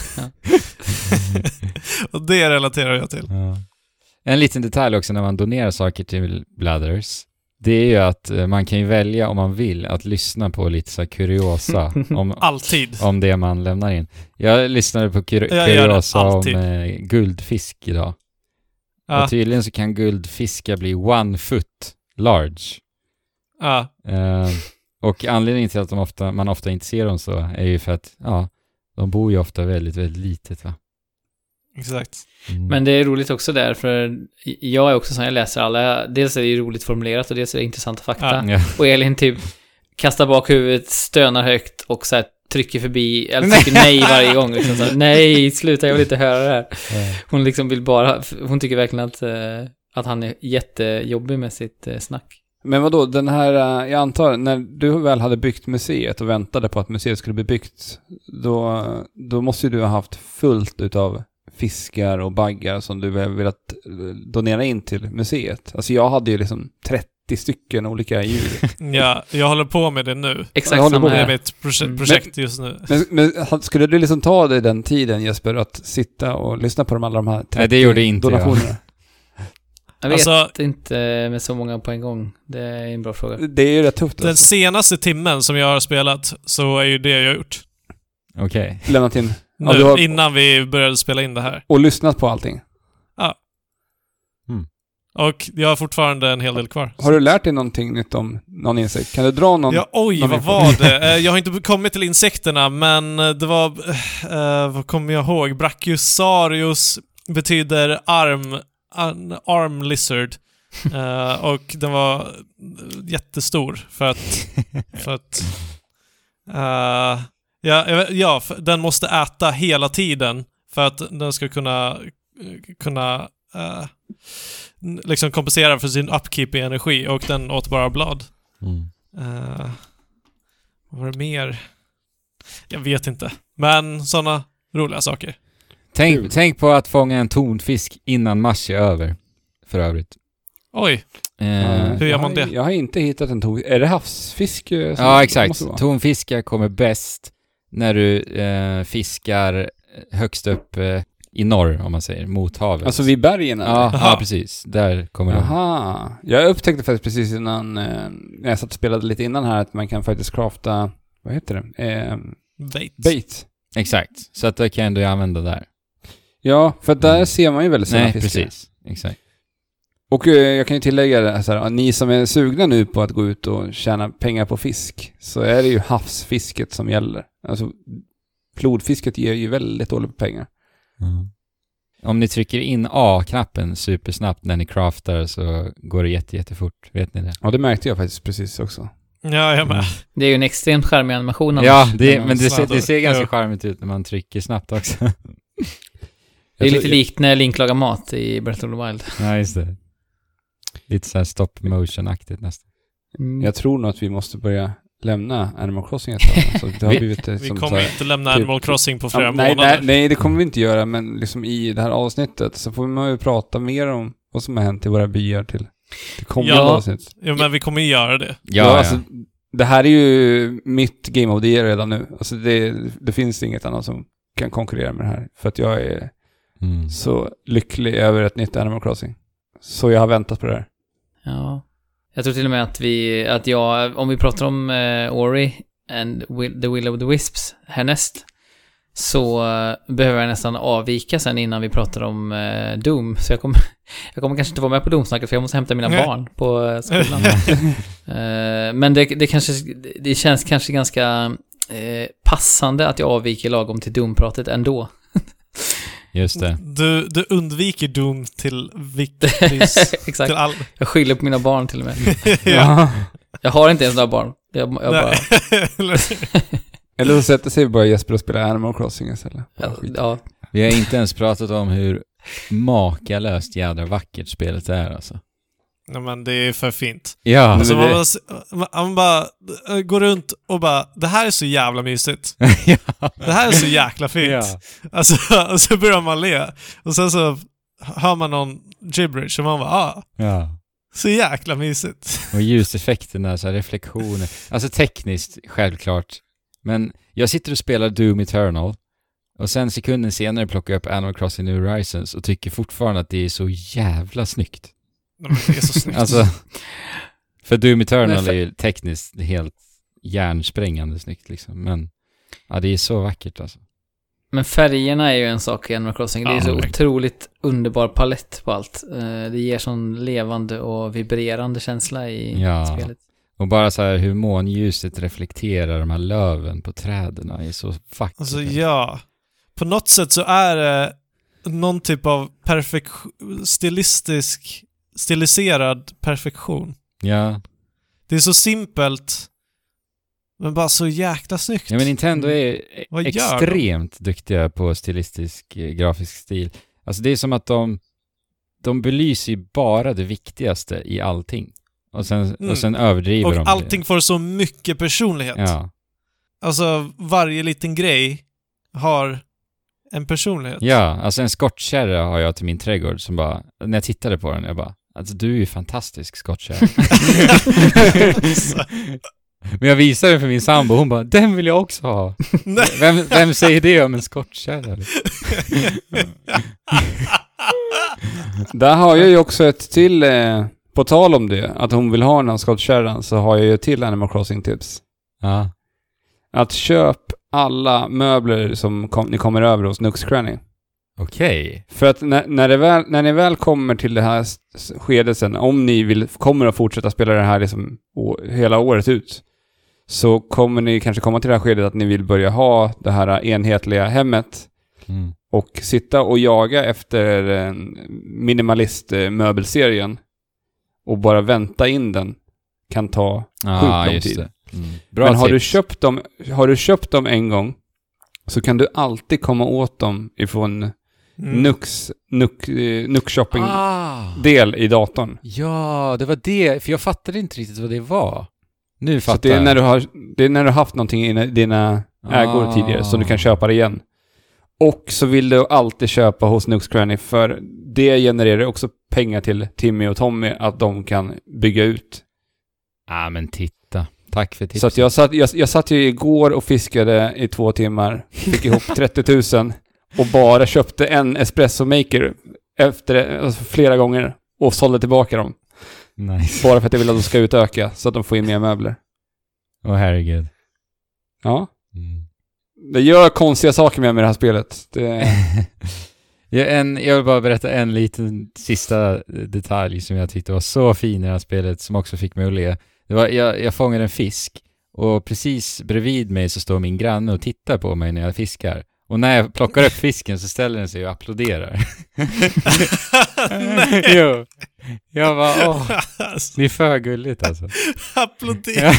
Och det relaterar jag till. Ja. En liten detalj också när man donerar saker till Blathers. Det är ju att man kan ju välja om man vill att lyssna på lite så här kuriosa om det man lämnar in. Jag lyssnade på kuriosa om guldfisk idag. Ja. Och tydligen så kan guldfiskar bli 1 foot large. Ja. Och anledningen till att man ofta inte ser dem så är ju för att de bor ju ofta väldigt, väldigt litet, va? Exakt. Men det är roligt också där, för jag är också så, jag läser alla, dels är det ju roligt formulerat och dels är det intressanta fakta. Ja. Och Elin typ kastar bak huvudet, stönar högt och så här trycker förbi, eller trycker nej varje gång liksom, så här, nej, sluta, jag vill inte höra det här. Hon liksom vill bara, hon tycker verkligen att han är jättejobbig med sitt snack. Men vadå, den här, jag antar, när du väl hade byggt museet och väntade på att museet skulle bli byggt, då måste ju du ha haft fullt utav fiskar och baggar som du velat donera in till museet. Alltså jag hade ju liksom 30 stycken olika djur. Ja, jag håller på med det nu. Exakt samma med mitt projekt just nu. Men skulle du liksom ta dig den tiden, Jesper, att sitta och lyssna på alla de här 30 Nej, det gjorde inte donationerna? Jag vet inte med så många på en gång. Det är en bra fråga. Det är ju rätt tufft. Den senaste timmen som jag har spelat så är ju det jag har gjort. Okej. Lämnat in. Nu, innan vi började spela in det här. Och lyssnat på allting. Ja. Och jag har fortfarande en hel del kvar. Har du lärt dig någonting nytt om någon insekt? Kan du dra någon? Ja, oj, vad var det? Jag har inte kommit till insekterna, men det var... vad kommer jag ihåg? Brachiosaurus betyder arm lizard. Och den var jättestor för att den måste äta hela tiden för att den ska kunna liksom kompensera för sin upkeep i energi, och den åt bara blad. Vad var det mer? Jag vet inte. Men sådana roliga saker. Tänk på att fånga en tonfisk innan mars är över, för övrigt. Oj. Hur gör man det? Jag har inte hittat en tonfisk. Är det havsfisk? Ja, exakt. Tonfiskar kommer bäst när du fiskar högst upp i norr, om man säger, mot havet. Alltså vid bergen? Ja, precis. Där kommer de. Jag upptäckte faktiskt precis innan, när jag satt och spelade lite innan här, att man kan faktiskt crafta, vad heter det? Bait. Exakt. Så att det kan du använda där. Ja, för där ser man ju väldigt sällan fiskar. Precis. Exakt. Och jag kan ju tillägga det så här, ni som är sugna nu på att gå ut och tjäna pengar på fisk, så är det ju havsfisket som gäller. Alltså flodfisket ger ju väldigt dåligt pengar. Om ni trycker in A-knappen supersnabbt när ni craftar, så går det jättefort. Vet ni det? Ja, det märkte jag faktiskt precis också. Ja, jag med. Det är ju en extremt charmig animation. Ja, men det ser ganska charmigt ut när man trycker snabbt också. Det är lite likt när Link lagar mat i Breath of the Wild. Ja, just det. Lite så här stop motion-aktigt nästan. Jag tror nog att vi måste börja lämna Animal Crossing ett tag. Så det har blivit vi kommer inte lämna Animal Crossing på flera månader. månader. Nej, det kommer vi inte göra, men liksom i det här avsnittet så får man ju prata mer om vad som har hänt i våra byar till kommande avsnitt. Ja, men vi kommer ju göra det. Ja. Alltså, det här är ju mitt Game of the Year redan nu. Alltså det finns inget annat som kan konkurrera med det här. För att jag är så lycklig över ett nytt Animal Crossing. Så jag har väntat på det här. Ja. Jag tror till och med att jag, om vi pratar om Ori and the Will of the Wisps härnäst, så behöver jag nästan avvika sen innan vi pratar om Doom. Så jag kommer kanske inte vara med på Doom-snacket, för jag måste hämta mina barn på skolan. Men det känns kanske ganska passande att jag avviker lagom till Doom-pratet ändå. Just det. Du undviker Doom till vilket pris? Exakt. Till Jag skyller på mina barn till och med. Ja. Jag har inte ens några barn. Jag bara... Eller så sätter sig bara Jesper och spelar Animal Crossing istället. Ja. Vi har inte ens pratat om hur makalöst jädra vackert spelet är, alltså. Nej, men det är för fint. Ja. Alltså man bara går runt och bara, det här är så jävla mysigt. Ja. Det här är så jäkla fint. Ja. Alltså, och så börjar man le. Och sen så hör man någon gibberish och man bara, Ja. Så jäkla mysigt. Och ljuseffekterna, så här, reflektioner. Alltså tekniskt, självklart. Men jag sitter och spelar Doom Eternal, och sen sekunden senare plockar jag upp Animal Crossing New Horizons och tycker fortfarande att det är så jävla snyggt. Nej, men det är så snyggt. Alltså, för Doom Eternal är ju tekniskt helt hjärnsprängande snyggt liksom. Men ja, det är så vackert alltså. Men färgerna är ju en sak i Animal Crossing. Det är så otroligt underbar palett på allt. Det ger sån levande och vibrerande känsla i spelet. Och bara så här hur månljuset reflekterar de här löven på träden är så vackert. Alltså ja. På något sätt så är det någon typ av stiliserad perfektion. Ja. Det är så simpelt, men bara så jäkla snyggt. Ja, men Nintendo är extremt duktiga på stilistisk grafisk stil. Alltså det är som att de belyser bara det viktigaste i allting. Och sen överdriver de. Och allting får så mycket personlighet. Ja. Alltså varje liten grej har en personlighet. Ja, alltså en skottkärra har jag till min trädgård som bara, när jag tittade på den, jag bara, alltså du är ju fantastisk skottkärra. Men jag visade den för min sambo och hon bara, den vill jag också ha. Vem säger det om en skottkärra? Där har jag ju också ett till, på tal om det, att hon vill ha den skottkärran, så har jag ju till Animal Crossing-tips. Ja. Att köp alla möbler som ni kommer över hos Nooks Cranny. Okej. För att när ni väl kommer till det här skedet sen, om ni kommer att fortsätta spela det här liksom hela året ut, så kommer ni kanske komma till det här skedet att ni vill börja ha det här enhetliga hemmet och sitta och jaga efter minimalist-möbelserien och bara vänta in den kan ta sjukt lång tid. Bra. Men har du köpt dem en gång, så kan du alltid komma åt dem ifrån Nuux Shopping-del i datorn. Ja, det var det. För jag fattade inte riktigt vad det var. Nu fattar så det är när du har haft någonting i dina ägor tidigare, så du kan köpa det igen. Och så vill du alltid köpa hos Nooks Cranny, för det genererar också pengar till Timmy och Tommy att de kan bygga ut. Men titta. Tack för tipset. Så att jag satt ju igår och fiskade i 2 timmar. Fick ihop 30 000 och bara köpte en espresso maker flera gånger och sålde tillbaka dem. Nice. Bara för att jag vill att de ska utöka så att de får in mer möbler. Herregud. Ja. Det gör konstiga saker med det här spelet. Jag vill bara berätta en liten sista detalj som jag tyckte var så fin i det här spelet, som också fick mig att le. Det var, jag fångade en fisk och precis bredvid mig så står min granne och tittar på mig när jag fiskar. Och när jag plockar upp fisken så ställer den sig och applåderar. Jo. Jag bara, det är för gulligt alltså. Applåderar.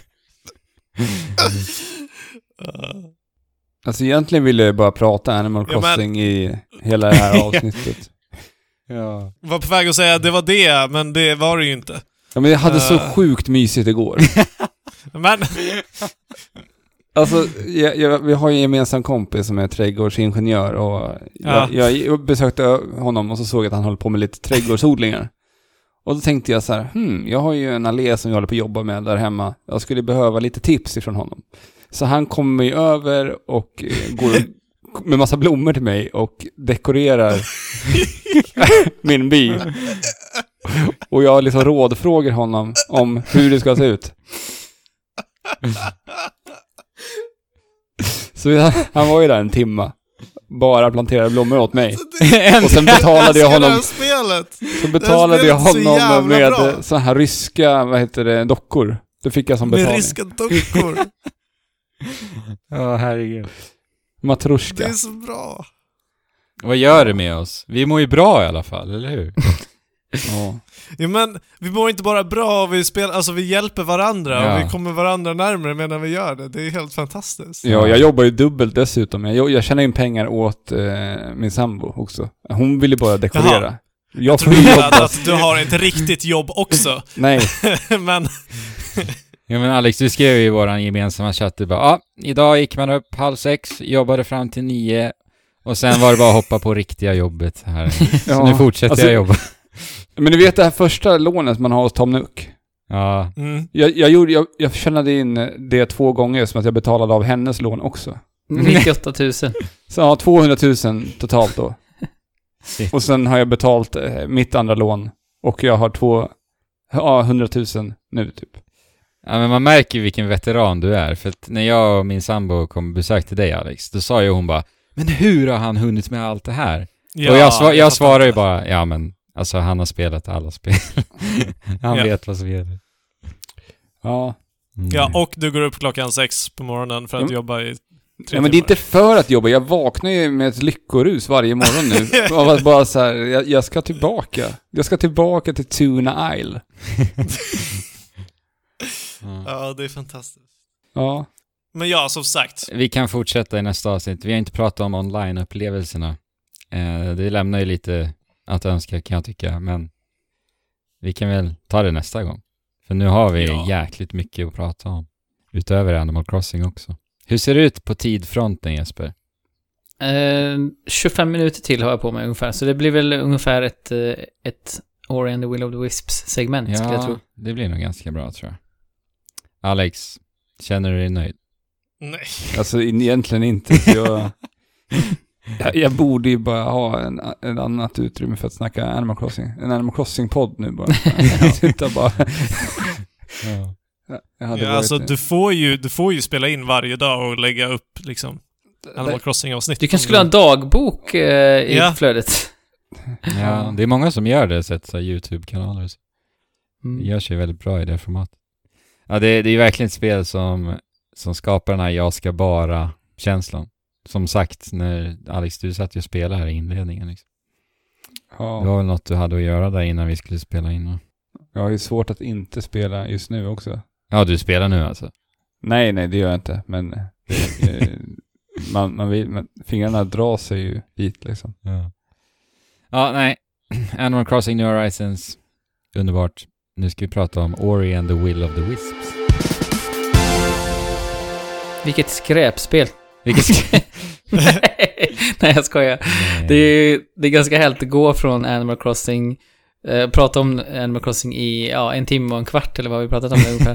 Alltså egentligen ville jag bara prata Animal Crossing i hela det här avsnittet. Ja. Var på väg att säga att det var det, men det var det ju inte. Ja, men jag hade så sjukt mysigt igår. Men alltså, vi har ju en gemensam kompis som är trädgårdsingenjör och jag besökte honom och så såg jag att han håller på med lite trädgårdsodlingar. Och då tänkte jag så här, jag har ju en allé som jag håller på att jobba med där hemma. Jag skulle behöva lite tips ifrån honom. Så han kommer ju över och går med massa blommor till mig och dekorerar min by. Och jag liksom rådfrågar honom om hur det ska se ut. Så han var ju där en timma. Bara planterade blommor åt mig. Och sen betalade jag honom. Så betalade jag honom med så här ryska, dockor. Det fick jag som betalning. Med ryska dockor. Ja, herregud. Matroska. Det är så bra. Vad gör det med oss? Vi mår ju bra i alla fall, eller hur? Ja, men vi mår inte bara bra, vi hjälper varandra och vi kommer varandra närmare medan vi gör det. Det är helt fantastiskt. Ja, jag jobbar ju dubbelt dessutom. Jag tjänar in pengar åt min sambo också. Hon ville bara dekorera. Jaha. Jag tror att du har ett riktigt jobb också. Nej. Men ja, men Alex, du skrev ju i våran gemensamma chatt, du bara, idag gick man upp 5:30, jobbade fram till 9 och sen var det bara att hoppa på riktiga jobbet här. Så nu fortsätter jag jobba. Men du vet det här första lånet man har hos Tom Nook? Ja. Jag tjänade in det 2 gånger som att jag betalade av hennes lån också. 98 000. Så 200 000 totalt då. Och sen har jag betalt mitt andra lån och jag har 100 000 nu typ. Ja, men man märker ju vilken veteran du är. För att när jag och min sambo kom besök till dig, Alex, då sa ju hon bara, men hur har han hunnit med allt det här? Ja, och jag svarar ju bara, ja men alltså han har spelat alla spel. Han vet vad som gäller. Ja. Ja, och du går upp 6:00 på morgonen för att jobba i 3 timmar. Men det är inte för att jobba. Jag vaknar ju med ett lyckorus varje morgon nu. Och bara så här, jag ska tillbaka. Jag ska tillbaka till Tuna Isle. Ja, det är fantastiskt. Ja. Men ja, som sagt. Vi kan fortsätta i nästa avsnitt. Vi har inte pratat om online-upplevelserna. Det lämnar ju lite att önska, kan jag tycka. Men vi kan väl ta det nästa gång. För nu har vi jäkligt mycket att prata om. Utöver Animal Crossing också. Hur ser det ut på tidfronten, Jesper? 25 minuter till har jag på mig ungefär. Så det blir väl ungefär ett Ori and the Will of the Wisps-segment, skulle jag tro. Det blir nog ganska bra, tror jag. Alex, känner du dig nöjd? Nej. Alltså egentligen inte. Jag borde ju bara ha en annat utrymme för att snacka Animal Crossing. En Animal Crossing-podd nu bara. Inte bara. Alltså du får ju spela in varje dag och lägga upp liksom Animal Crossing-avsnitt. Du kan skulle ha en dagbok i flödet. Ja, det är många som gör det, sett så här YouTube-kanaler. Mm. Det gör sig väldigt bra i det formatet. Ja, det är verkligen ett spel som skapar den här jag ska bara-känslan. Som sagt, när Alex, du satt ju och spelade här i inledningen. Liksom. Ja. Det var väl något du hade att göra där innan vi skulle spela in. Jag har ju svårt att inte spela just nu också. Ja, du spelar nu alltså? Nej, det gör jag inte. Men men fingrarna drar sig ju dit liksom. Ja, nej. Animal Crossing New Horizons. Underbart. Nu ska vi prata om Ori and the Will of the Wisps. Vilket skräpspel. Vilket Nej, jag skojar. Det är ganska härligt att gå från Animal Crossing, prata om Animal Crossing i 1 timme och en kvart, eller vad har vi pratat om det ungefär.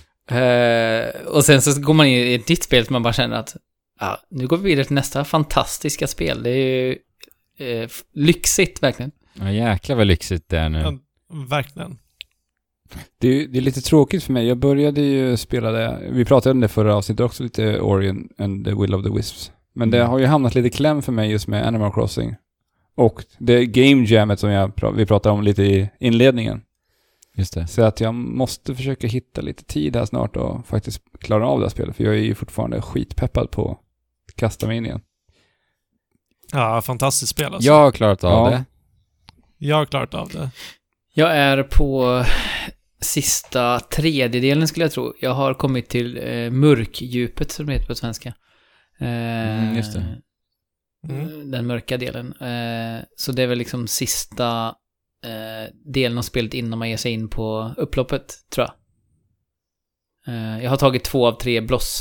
Och sen så går man in i ett nytt spel som man bara känner att nu går vi vidare till nästa fantastiska spel. Det är ju lyxigt, verkligen. Ja, jäklar vad lyxigt det är nu. Ja, verkligen. Det är lite tråkigt för mig. Jag började ju spela det. Vi pratade om det förra avsnittet också, lite Ori and the Will of the Wisps. Men det har ju hamnat lite kläm för mig just med Animal Crossing. Och det Game Jammet som vi pratade om lite i inledningen. Just det. Så att jag måste försöka hitta lite tid här snart och faktiskt klara av det här spelet. För jag är ju fortfarande skitpeppad på att kasta mig in igen. Ja, fantastiskt spel alltså. Jag har klarat av det. Jag har klarat av det. Jag är på sista tredjedelen, skulle jag tro. Jag har kommit till mörkdjupet, som det heter på svenska. Just det. Den mörka delen. Så det är väl liksom sista delen av spelet innan man ger sig in på upploppet, tror jag. Jag har tagit 2 av 3 bloss.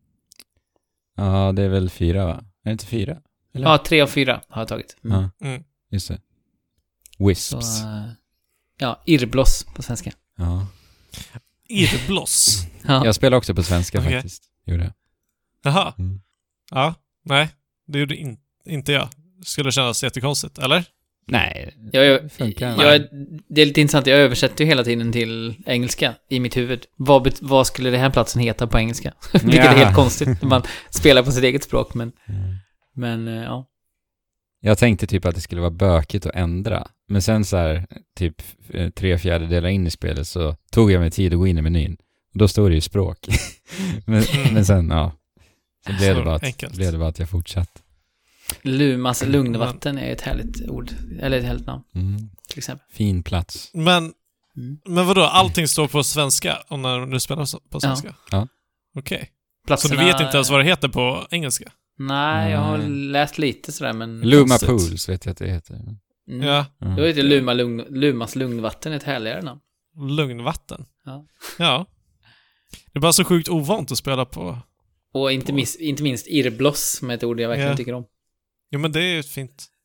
Ja, det är väl 4, va? Är det inte 4? Eller? Ja, 3 av 4 har jag tagit. Just det. Wisps. Så, irrbloss på svenska. Ja. Irrbloss? Ja. Jag spelar också på svenska faktiskt. Gjorde jag. Jaha. Mm. Ja, nej. Det gjorde inte jag. Skulle kännas jättekonstigt, eller? Nej, Det är lite intressant. Jag översätter ju hela tiden till engelska i mitt huvud. Vad skulle den här platsen heta på engelska? Vilket är helt konstigt när man spelar på sitt eget språk. Men ja. Jag tänkte typ att det skulle vara bökigt att ändra. Men sen så här, typ 3/4 in i spelet så tog jag mig tid att gå in i menyn. Och då står det ju språk. men sen, så blev det bara att jag fortsatt. Lumas lugnvatten är ett härligt ord. Eller ett härligt namn, till exempel. Fin plats. Men vadå? Allting står på svenska om när du spelar på svenska? Ja. Okej. Platserna... Så du vet inte ens vad det heter på engelska? Nej, jag har läst lite sådär, men... Luma Pools vet jag att det heter. Ja. Då heter Lumas lugnvatten ett härligare namn. Lugnvatten? Ja. Det är bara så sjukt ovant att spela på... Och inte minst irrbloss, med ett ord jag verkligen tycker om. Jo, men det är ett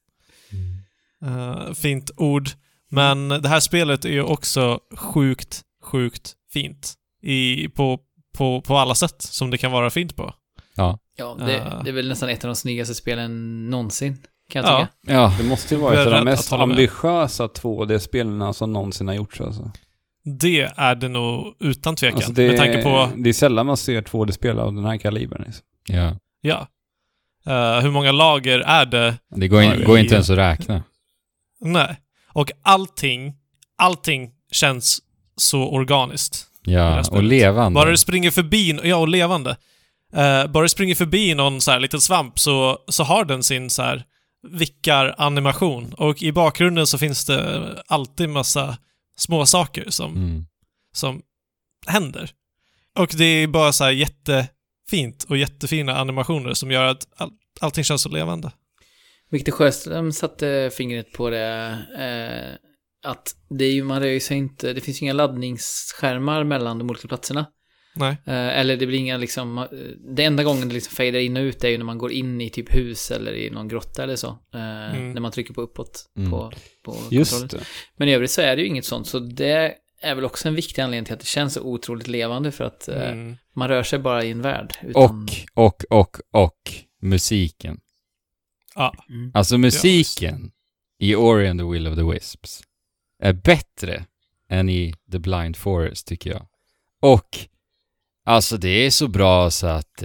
fint ord. Men det här spelet är ju också sjukt fint. På alla sätt som det kan vara fint på. Ja. Ja, det är väl nästan ett av de snyggaste spelen någonsin, kan jag tycka. Ja, det måste ju vara ett av de mest ambitiösa 2D-spelen som någonsin har gjorts. Alltså. Det är det nog utan tvekan. Alltså med tanke på... det är sällan man ser 2D-spel av den här kalibern. Liksom. Ja. Hur många lager är det? Det går inte ens att räkna. Nej. Och allting känns så organiskt. Ja, och levande. Bara du springer förbi... och levande. Bara du springer förbi någon så här liten svamp så har den sin så här vickar-animation. Och i bakgrunden så finns det alltid massa små saker som händer. Och det är bara så här jättefint och jättefina animationer som gör att allting känns så levande. Victor Sjöström satte fingret på det, att det är ju, man rör ju sig inte, det finns ju inga laddningsskärmar mellan de olika platserna. Nej. Eller det blir inga liksom, det enda gången det liksom fader in och ut är ju när man går in i typ hus eller i någon grotta eller så. När man trycker på uppåt på Just det. Men i övrigt så är det ju inget sånt, så det är väl också en viktig anledning till att det känns så otroligt levande, för att man rör sig bara i en värld. Utan... Och musiken. Ja. Alltså musiken i Ori and the Will of the Wisps är bättre än i The Blind Forest, tycker jag. Och Alltså det är så bra så att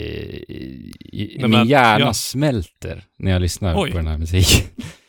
min hjärna smälter när jag lyssnar på den här musiken.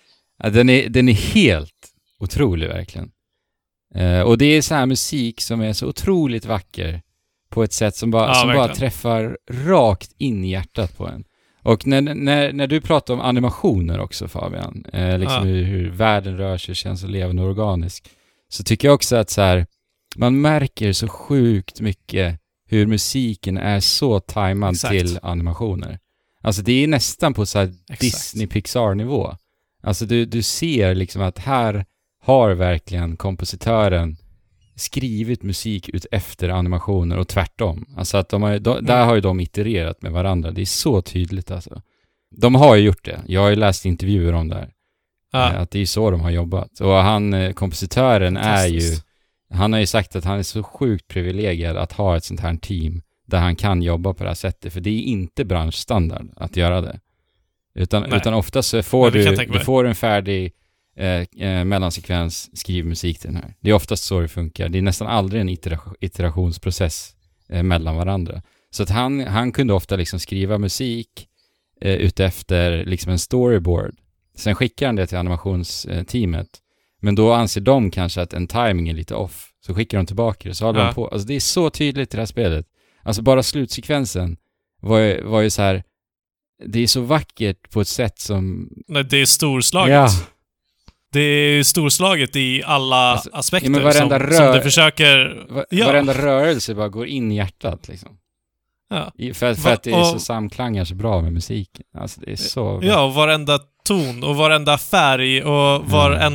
Den är helt otrolig verkligen. Och det är så här musik som är så otroligt vacker på ett sätt som bara träffar rakt in i hjärtat på en. Och när du pratar om animationer också, Fabian, liksom hur världen rör sig känns så levande och organisk, så tycker jag också att så här, man märker så sjukt mycket hur musiken är så tajmad till animationer. Alltså det är nästan på så här Disney-Pixar-nivå. Alltså du ser liksom att här har verkligen kompositören skrivit musik ut efter animationer och tvärtom. Alltså att där har ju de itererat med varandra. Det är så tydligt alltså. De har ju gjort det. Jag har ju läst intervjuer om det här. Att det är så de har jobbat. Och kompositören är ju, han har ju sagt att han är så sjukt privilegierad att ha ett sånt här team där han kan jobba på det här sättet. För det är inte branschstandard att göra det. Utan ofta så får du får en färdig mellansekvens, skriv musik till den här. Det är oftast så det funkar. Det är nästan aldrig en iterationsprocess mellan varandra. Så att han kunde ofta liksom skriva musik utefter liksom en storyboard. Sen skickar han det till animationsteamet. Men då anser de kanske att en timing är lite off. Så skickar de tillbaka det. Så håller de på. Alltså det är så tydligt i det här spelet. Alltså bara slutsekvensen var ju så här. Det är så vackert på ett sätt som... Nej, det är storslaget. Ja. Det är storslaget i alla aspekter som det försöker... Varenda rörelse bara går in i hjärtat liksom. Ja. För att det är så samklangar så bra med musiken. Alltså det är så... Ja, och varenda ton och varenda färg och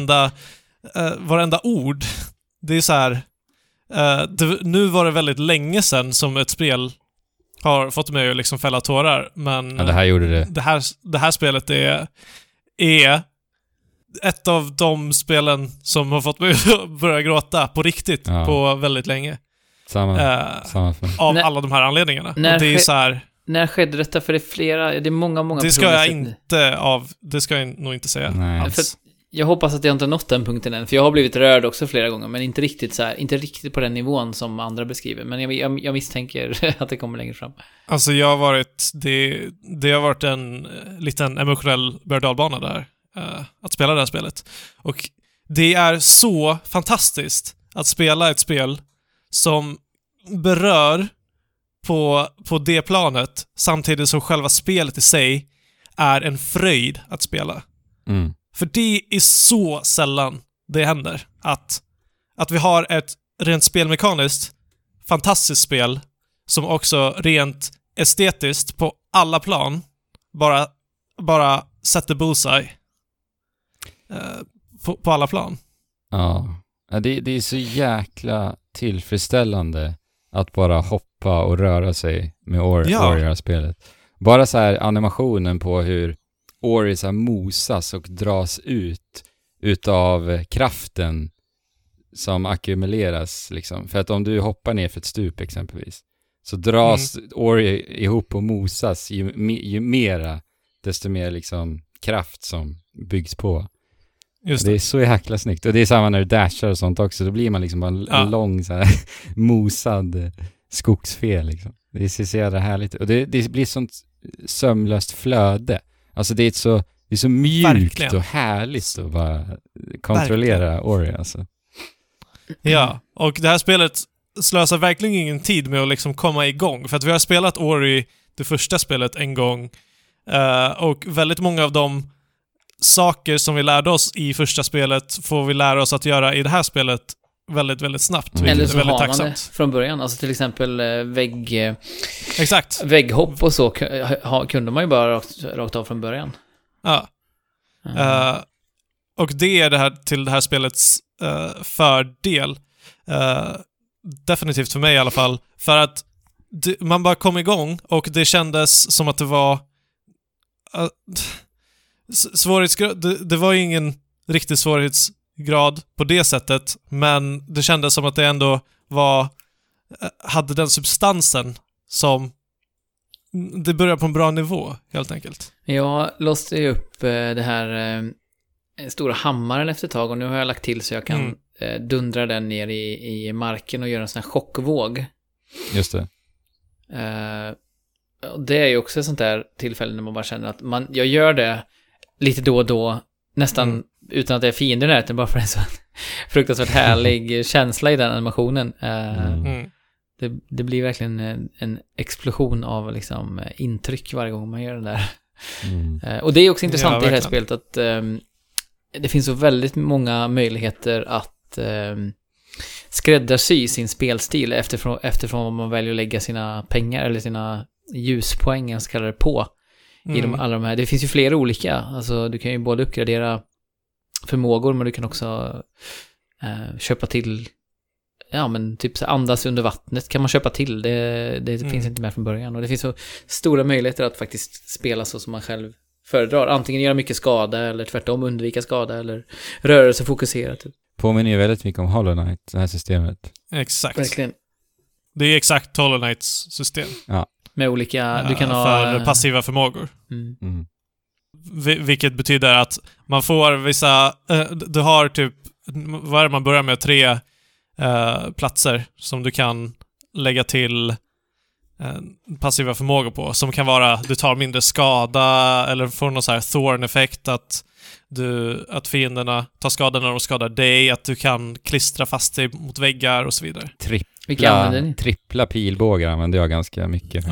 varenda ord. Det är så här... nu var det väldigt länge sedan som ett spel har fått mig att liksom fälla tårar, men det här gjorde det. Det här spelet är ett av de spelen som har fått mig att börja gråta på riktigt på väldigt länge. Samma av alla de här anledningarna. Och det är så här, när skedde detta? För det är många det ska jag nog inte säga. Nej. För jag hoppas att jag inte nått den punkten än, för jag har blivit rörd också flera gånger, men inte riktigt på den nivån som andra beskriver, men jag misstänker att det kommer längre fram. Alltså det har varit en liten emotionell berg-och-dalbana där, att spela det här spelet. Och det är så fantastiskt att spela ett spel som berör på det planet, samtidigt som själva spelet i sig är en fröjd att spela. Mm. För det är så sällan det händer att vi har ett rent spelmekaniskt fantastiskt spel som också rent estetiskt på alla plan bara sätter bullseye på alla plan. Ja, det är så jäkla tillfredsställande att bara hoppa och röra sig med Ori-spelet. Bara så här animationen på hur Ori så här mosas och dras ut utav kraften som ackumuleras liksom. För att om du hoppar ner för ett stup exempelvis, så dras Ori ihop och mosas ju mera, desto mer liksom kraft som byggs på. Just det. Det är så jäkla snyggt. Och det är samma när du dashar och sånt också. Då blir man liksom bara en lång så här mosad skogsfel liksom. Det ser så jävla härligt. Och det blir sånt sömlöst flöde. Alltså det är så mjukt verkligen. Och härligt att bara kontrollera Ori alltså. Ja, och det här spelet slösar verkligen ingen tid med att liksom komma igång. För att vi har spelat Ori, det första spelet, en gång. Och väldigt många av de saker som vi lärde oss i första spelet får vi lära oss att göra i det här spelet väldigt, väldigt snabbt. Eller så väldigt har man det från början. Alltså till exempel Exakt. vägghopp och så kunde man ju bara rakt av från början. Ja. Och det är det här till det här spelets fördel. Definitivt för mig i alla fall. För att man bara kom igång och det kändes som att det var svårighetsgrad. Det var ju ingen riktig svårighetsgrad på det sättet, men det kändes som att det ändå hade den substansen som det börjar på en bra nivå, helt enkelt. Jag låste ju upp det här stora hammaren efter ett tag, och nu har jag lagt till så jag kan dundra den ner i marken och göra en sån här chockvåg. Just det. Och det är ju också ett sånt där tillfälle när man bara känner att jag gör det lite då och då, nästan utan att det är fiender där, utan bara för en sån fruktansvärt härlig känsla i den animationen. Det blir verkligen en explosion av liksom intryck varje gång man gör det där. Och det är också intressant i det här spelet att det finns så väldigt många möjligheter att skräddarsy sin spelstil eftersom vad man väljer att lägga sina pengar eller sina ljuspoäng, jag kallar det, på i alla de här. Det finns ju flera olika. Alltså du kan ju både uppgradera förmågor, men du kan också köpa till, ja men typ så andas under vattnet kan man köpa till. Det finns inte med från början, och det finns så stora möjligheter att faktiskt spela så som man själv föredrar. Antingen göra mycket skada eller tvärtom undvika skada eller rörelsefokusera typ. Påminner ju väldigt mycket om Hollow Knight, det här systemet. Exakt. Verkligen. Det är exakt Hollow Knights system. Ja. Med olika, du kan ha för passiva förmågor. Vilket betyder att man får vissa, du har typ, vad är det, man börjar med 3 platser som du kan lägga till passiva förmågor på, som kan vara du tar mindre skada eller får någon så här thorn-effekt, att fienderna tar skada när de skadar dig, att du kan klistra fast dig mot väggar och så vidare. Trippla pilbågar använder jag ganska mycket.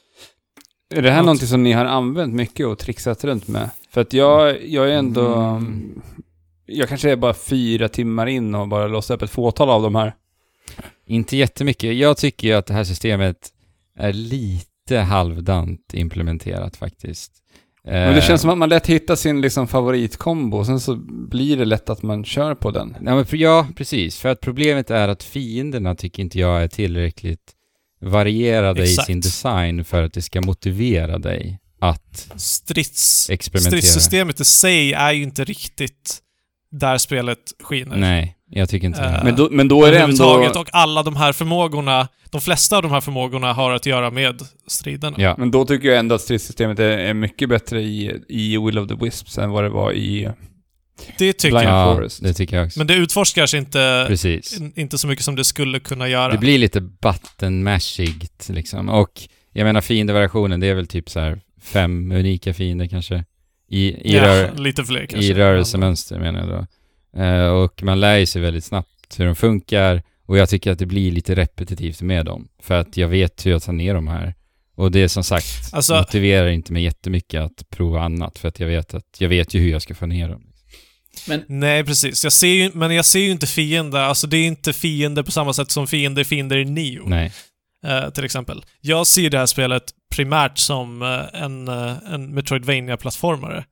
Är det här någonting som ni har använt mycket och trixat runt med? För att jag är ändå... Jag kanske är bara 4 timmar in och bara låst upp ett fåtal av de här. Inte jättemycket. Jag tycker ju att det här systemet är lite halvdant implementerat faktiskt. Men det känns som att man lätt hittar sin liksom favoritkombo och sen så blir det lätt att man kör på den. Ja, precis. För att problemet är att fienderna tycker inte jag är tillräckligt varierade i sin design för att det ska motivera dig att experimentera. Stridssystemet i sig är ju inte riktigt där spelet skiner. Nej, jag tycker inte det. Men då är det ändå... Och alla de här förmågorna, de flesta av de här förmågorna har att göra med striderna. Ja. Men då tycker jag ändå att stridssystemet är mycket bättre i Will of the Wisps än vad det var i det tycker Blind jag. Forest. Det tycker jag också. Men det utforskar inte så mycket som det skulle kunna göra. Det blir lite button-mashigt liksom. Och jag menar fiendevariationen, det är väl typ så här 5 unika fiender kanske. Lite fler kanske. I rörelsemönster menar jag då. Och man lär sig väldigt snabbt hur de funkar, och jag tycker att det blir lite repetitivt med dem. För att jag vet hur jag tar ner de här. Och det är som sagt, motiverar inte mig jättemycket att prova annat, för att jag vet ju hur jag ska få ner dem. Nej, precis. Jag ser ju inte fiender. Alltså det är inte fiender på samma sätt som fiender i Neo. Nej. Till exempel. Jag ser det här spelet primärt som en Metroidvania-plattformare.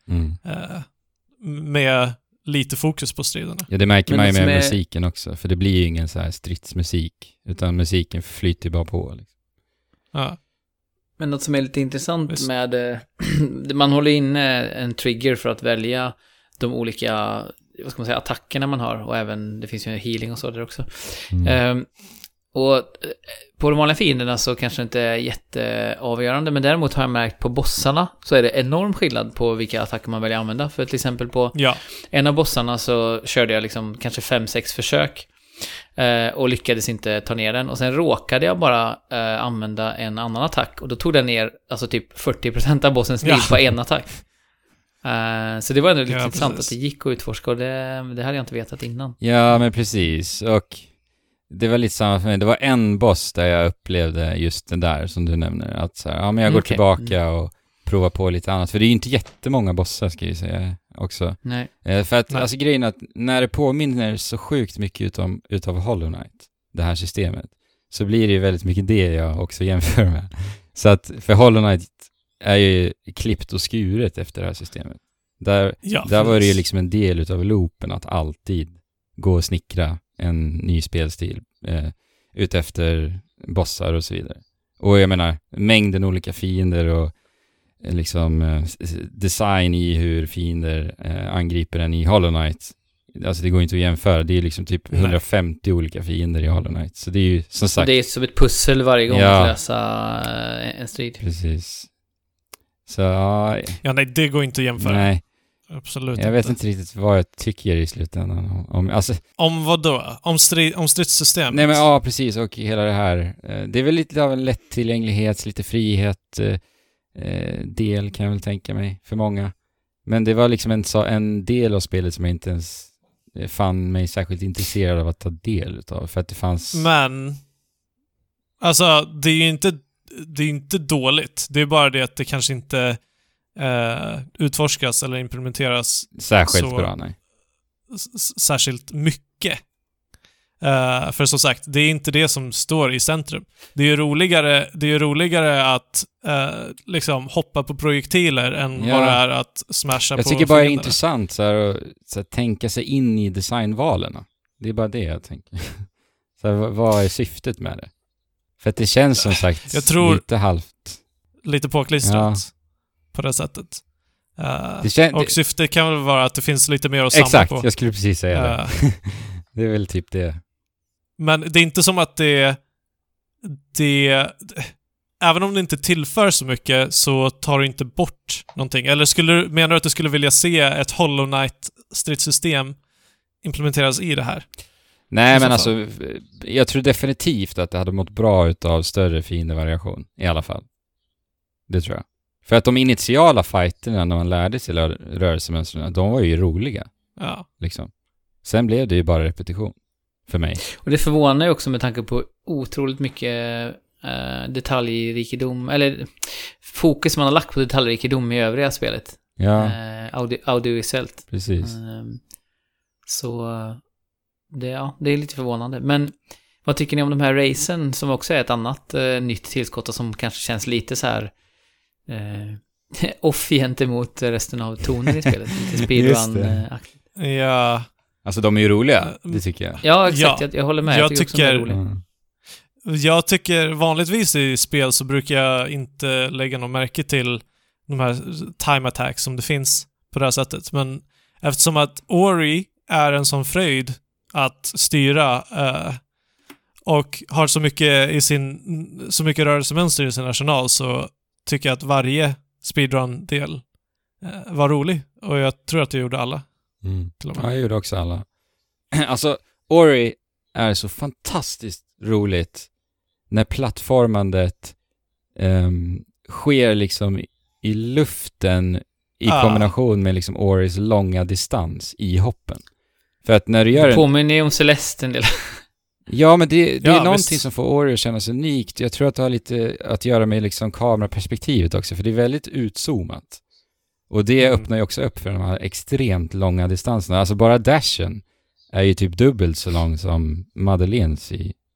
Med lite fokus på striderna. Ja, det märker man ju med musiken också. För det blir ju ingen så här stridsmusik, utan musiken flyter bara på. Liksom. Ja. Men något som är lite intressant med... man håller inne en trigger för att välja de olika, vad ska man säga, attackerna man har, och även, det finns ju healing och så där också. Och på de vanliga fienderna så kanske det inte är jätteavgörande, men däremot har jag märkt på bossarna så är det enorm skillnad på vilka attacker man väljer att använda. För till exempel på en av bossarna så körde jag liksom kanske 5-6 försök och lyckades inte ta ner den, och sen råkade jag bara använda en annan attack, och då tog den ner alltså typ 40% av bossens liv på en attack. Så det var ändå lite intressant att det gick att utforska, och det hade jag inte vetat innan. Ja, men precis. Och det var lite samma för mig. Det var en boss där jag upplevde just den där som du nämner. Att så här, men jag går tillbaka och provar på lite annat. För det är ju inte jättemånga bossar, ska jag säga också. Nej. För att alltså grejen är att när det påminner så sjukt mycket utav Hollow Knight, det här systemet, så blir det ju väldigt mycket det jag också jämför med. Så att för Hollow Knight är ju klippt och skuret efter det här systemet. Där var det ju liksom en del utav loopen att alltid gå och snickra en ny spelstil ut efter bossar och så vidare. Och jag menar, mängden olika fiender och liksom design i hur fiender angriper en i Hollow Knight. Alltså det går inte att jämföra. Det är liksom typ 150 olika fiender i Hollow Knight. Så det är ju som sagt... Det är som ett pussel varje gång att lösa en strid. Precis. Så nej, det går inte att jämföra. Nej. Absolut Jag vet inte riktigt vad jag tycker i slutändan. Om vad då? Om stridssystemet? Nej men ja, precis. Och hela det här. Det är väl lite av en lättillgänglighet, lite frihet del kan jag väl tänka mig för många. Men det var liksom en del av spelet som jag inte ens fann mig särskilt intresserad av att ta del utav. För att det fanns... Men alltså, det är ju inte dåligt. Det är bara det att det kanske inte utforskas eller implementeras särskilt bra, nej. Särskilt mycket. För som sagt, det är inte det som står i centrum. Det är ju roligare att liksom hoppa på projektiler än vad det är att smasha på. Jag tycker bara det är intressant så att tänka sig in i designvalerna. Det är bara det jag tänker. Så här, vad är syftet med det? För att det känns som sagt lite halvt. Lite påklistrat på det sättet. Och syftet kan väl vara att det finns lite mer att samla på. Exakt, jag skulle precis säga det. Det är väl typ det. Men det är inte som att det även om det inte tillför så mycket så tar det inte bort någonting. Eller menar du att du skulle vilja se ett Hollow Knight-stridssystem implementeras i det här? Nej, men alltså jag tror definitivt att det hade mått bra utav större fiendevariation i alla fall. Det tror jag. För att de initiala fighterna när man lärde sig rörelsemönstren, de var ju roliga. Ja. Liksom. Sen blev det ju bara repetition för mig. Och det förvånar ju också med tanke på otroligt mycket detaljrikedom, eller fokus man har lagt på detaljrikedom i övriga spelet. Ja. Audiovisuellt. Precis. Så det är lite förvånande. Men vad tycker ni om de här racen som också är ett annat nytt tillskott och som kanske känns lite så här off gentemot resten av tonen i spelet? Lite speedrun-aktigt. Ja. Alltså de är ju roliga, det tycker jag. Ja, exakt. Jag håller med. Jag tycker också de är roliga. Jag tycker vanligtvis i spel så brukar jag inte lägga någon märke till de här time attacks som det finns på det här sättet. Men eftersom att Ori är en sån fröjd att styra och har så mycket rörelsemönster i sin arsenal, så tycker jag att varje speedrun-del var rolig. Och jag tror att jag gjorde alla. Ja, jag gjorde också alla. Alltså, Ori är så fantastiskt roligt när plattformandet sker liksom i luften i kombination med liksom Oris långa distans i hoppen. För att när du gör påminner om Celeste en del. Ja, men det är någonting som får Ori att kännas unikt. Jag tror att det har lite att göra med liksom kameraperspektivet också, för det är väldigt utzoomat. Och det öppnar ju också upp för de här extremt långa distanserna. Alltså bara dashen är ju typ dubbelt så lång som Madeleines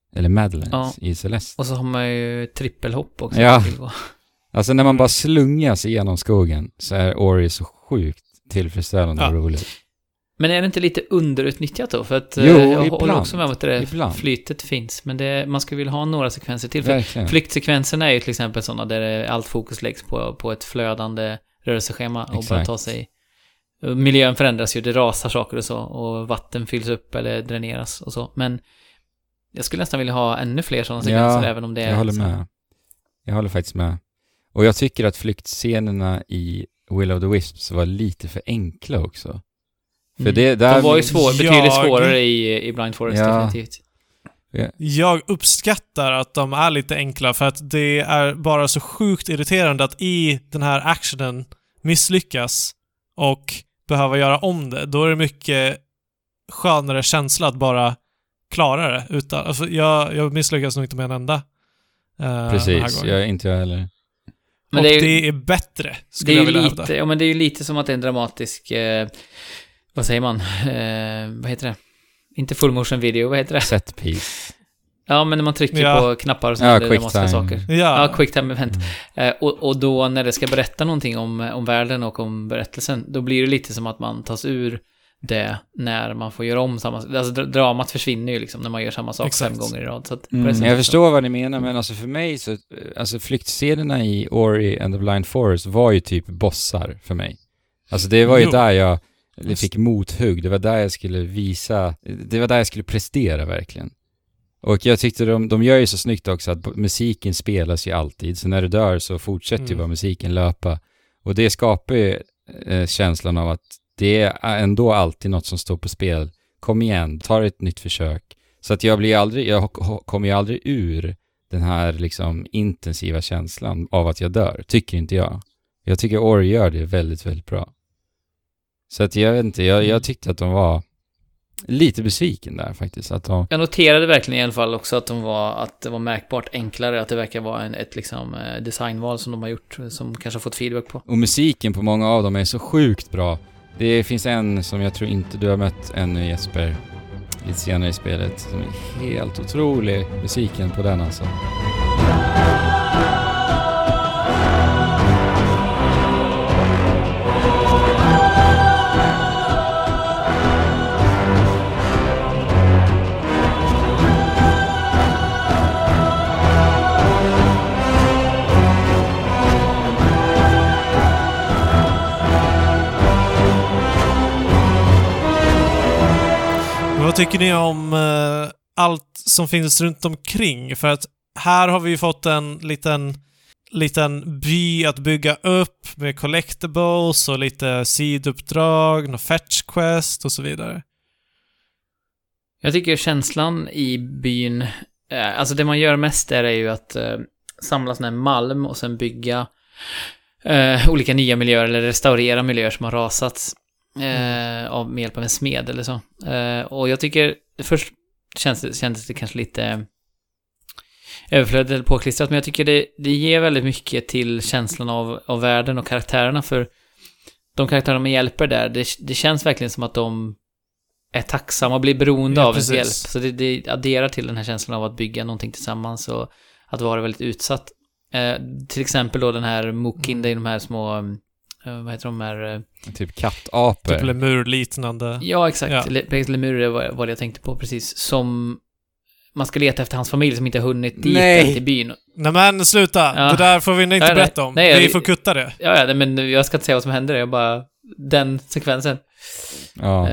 i Celeste. Och så har man ju trippelhopp också. Ja. Alltså när man bara slungas igenom skogen så är Ori så sjukt tillfredsställande och roligt. Men är det inte lite underutnyttjat då? För att jag håller också med att flytet finns. Men man skulle vilja ha några sekvenser till. För flyktsekvenserna är ju till exempel sådana där allt fokus läggs på ett flödande rörelseschema och bara ta sig. Miljön förändras ju, det rasar saker och så, och vatten fylls upp eller dräneras och så. Men jag skulle nästan vilja ha ännu fler sådana sekvenser, även om det är... Jag håller med. Jag håller faktiskt med. Och jag tycker att flyktscenerna i Will of the Wisps var lite för enkla också. För det där... De var ju betydligt svårare i Blind Forest, definitivt. Jag uppskattar att de är lite enkla, för att det är bara så sjukt irriterande att i den här actionen misslyckas och behöva göra om det. Då är det mycket skönare känsla att bara klara det. Alltså jag misslyckas nog inte med en enda. Precis, inte jag heller. Men det är bättre, skulle jag vilja hävda. Ja, men det är ju lite som att det är en dramatisk... vad säger man? Vad heter det? Inte full motion video, vad heter det? Set piece. Ja, men när man trycker på knappar och sådana dramatiska saker. Ja, quick time event. Och då när det ska berätta någonting om världen och om berättelsen, då blir det lite som att man tas ur det när man får göra om samma... Alltså dramat försvinner ju liksom när man gör samma sak 5 gånger i rad. Så att jag förstår vad ni menar, men alltså för mig så... Alltså flyktscenerna i Ori and the Blind Forest var ju typ bossar för mig. Alltså det var ju där jag fick mothugg. Det var där jag skulle visa... Det var där jag skulle prestera verkligen. Och jag tyckte de gör ju så snyggt också att musiken spelas ju alltid. Så när du dör så fortsätter ju bara musiken löpa. Och det skapar ju känslan av att det är ändå alltid något som står på spel. Kom igen, ta ett nytt försök. Så att jag kommer ju aldrig ur den här liksom intensiva känslan av att jag dör, tycker inte jag. Jag tycker Ori gör det väldigt, väldigt bra. Så att jag vet inte, jag tyckte att de var lite besviken där faktiskt. Att Jag noterade verkligen i alla fall också att det var märkbart enklare, att det verkar vara ett liksom designval som de har gjort, som kanske har fått feedback på. Och musiken på många av dem är så sjukt bra. Det finns en som jag tror inte du har mött ännu, Jesper, lite senare i spelet, som är helt otrolig, musiken på den alltså. Vad tycker ni om allt som finns runt omkring? För att här har vi ju fått en liten by att bygga upp med collectibles och lite siduppdrag, någon fetch quest och så vidare. Jag tycker känslan i byn, alltså det man gör mest där är ju att samla sån här malm och sen bygga olika nya miljöer eller restaurera miljöer som har rasats. Med hjälp av en smed eller så. Och jag tycker först kändes det kanske lite överflödigt eller påklistrat, men jag tycker det ger väldigt mycket till känslan av världen och karaktärerna, för de karaktärerna man hjälper där, det känns verkligen som att de är tacksamma och blir beroende av ens hjälp. Så det adderar till den här känslan av att bygga någonting tillsammans och att vara väldigt utsatt. Till exempel då den här Mookin, det är de här små vad heter de här? Typ kattapor. Typ lemurliknande. Ja, exakt. Lemur var vad jag tänkte på precis. Som man ska leta efter hans familj som inte har hunnit dit till byn. Nej men sluta. Ja. Det där får vi inte berätta om. Vi får kutta det. Ja, men jag ska inte säga vad som händer. Jag bara den sekvensen. Ja.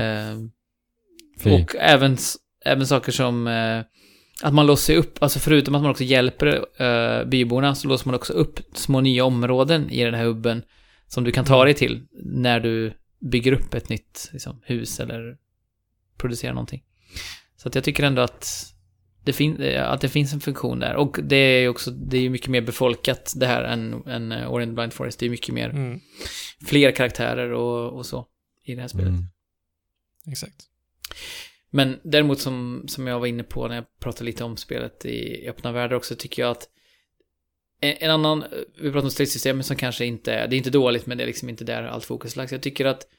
Och även saker som att man låser upp, alltså förutom att man också hjälper byborna, så låser man också upp små nya områden i den här hubben som du kan ta dig till när du bygger upp ett nytt liksom, hus eller producerar någonting. Så att jag tycker ändå att det finns en funktion där. Och det är ju mycket mer befolkat det här än Ori and the Blind Forest. Det är mycket mer fler karaktärer och så i det här spelet. Exakt. Men däremot som jag var inne på när jag pratade lite om spelet i öppna världar också, tycker jag att en annan, vi pratar om stridssystemet som kanske inte är, det är inte dåligt, men det är liksom inte där allt fokus lagts. Jag tycker att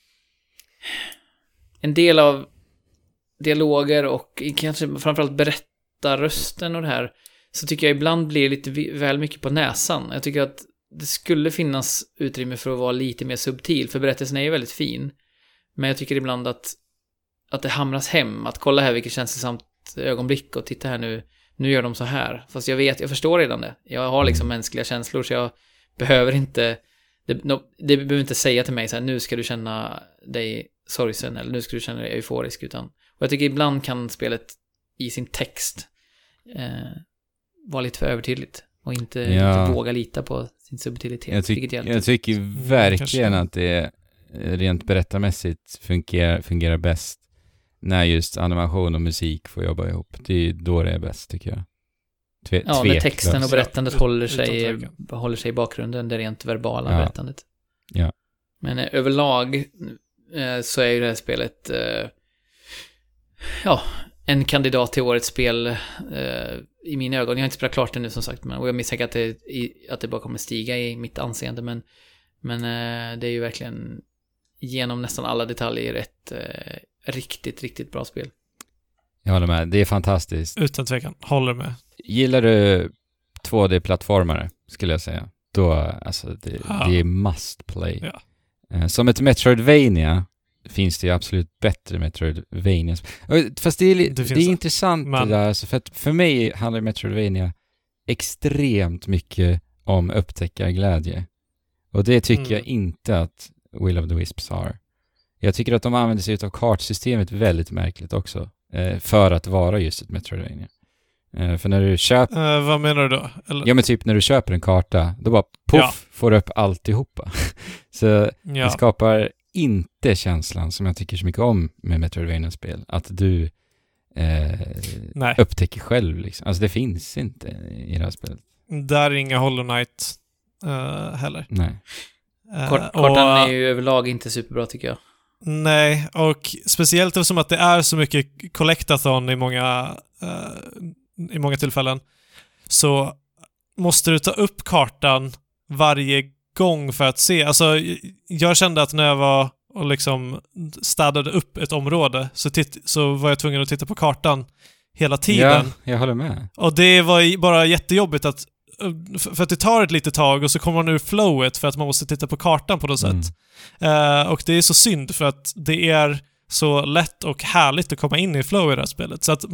en del av dialoger och kanske framförallt berättarrösten och det här, så tycker jag ibland blir lite väl mycket på näsan. Jag tycker att det skulle finnas utrymme för att vara lite mer subtil, för berättelsen är ju väldigt fin. Men jag tycker ibland att det hamras hem, att kolla här vilket känslosamt ögonblick och titta här nu gör de så här. Fast jag förstår redan det. Jag har liksom mänskliga känslor, så jag behöver inte det behöver inte säga till mig så här, nu ska du känna dig sorgsen eller nu ska du känna dig euforisk, utan, och jag tycker ibland kan spelet i sin text vara lite för övertydligt och inte våga lita på sin subtilitet. Jag tycker verkligen att det rent berättarmässigt fungerar bäst när just animation och musik får jobba ihop. Det är då det är bäst, tycker jag. När texten och berättandet håller sig i bakgrunden, det rent verbala berättandet. Ja. Men överlag så är ju det här spelet en kandidat till årets spel i mina ögon. Jag har inte spelat klart det nu, som sagt, och jag misstänker att det bara kommer stiga i mitt anseende, men det är ju verkligen genom nästan alla detaljer ett riktigt, riktigt bra spel. Jag håller med. Det är fantastiskt. Utan tvekan. Håller med. Gillar du 2D-plattformare, skulle jag säga. Då, alltså, det är must play. Ja. Som ett Metroidvania finns det ju absolut bättre Metroidvania. Fast det är intressant det där. Alltså, för mig handlar Metroidvania extremt mycket om upptäckarglädje. Och det tycker jag inte att Will of the Wisps har. Jag tycker att de använder sig av kartsystemet väldigt märkligt också. För att vara just ett Metroidvania. För när du köper... vad menar du då? Eller? Ja, men typ när du köper en karta, då bara får du upp alltihopa. Så det skapar inte känslan som jag tycker så mycket om med Metroidvania-spel. Att du Nej. upptäcker själv liksom. Alltså det finns inte i det här spelet. Där är inga Hollow Knight heller. Nej. Kartan är ju överlag inte superbra tycker jag. Nej, och speciellt eftersom att det är så mycket collectathon i många tillfällen, så måste du ta upp kartan varje gång för att se. Alltså, jag kände att när jag var och liksom städade upp ett område så var jag tvungen att titta på kartan hela tiden. Ja, jag håller med. Och det var bara jättejobbigt att för att det tar ett litet tag och så kommer man ur flowet för att man måste titta på kartan på något sätt. Och det är så synd för att det är så lätt och härligt att komma in i flow i det här spelet. Så att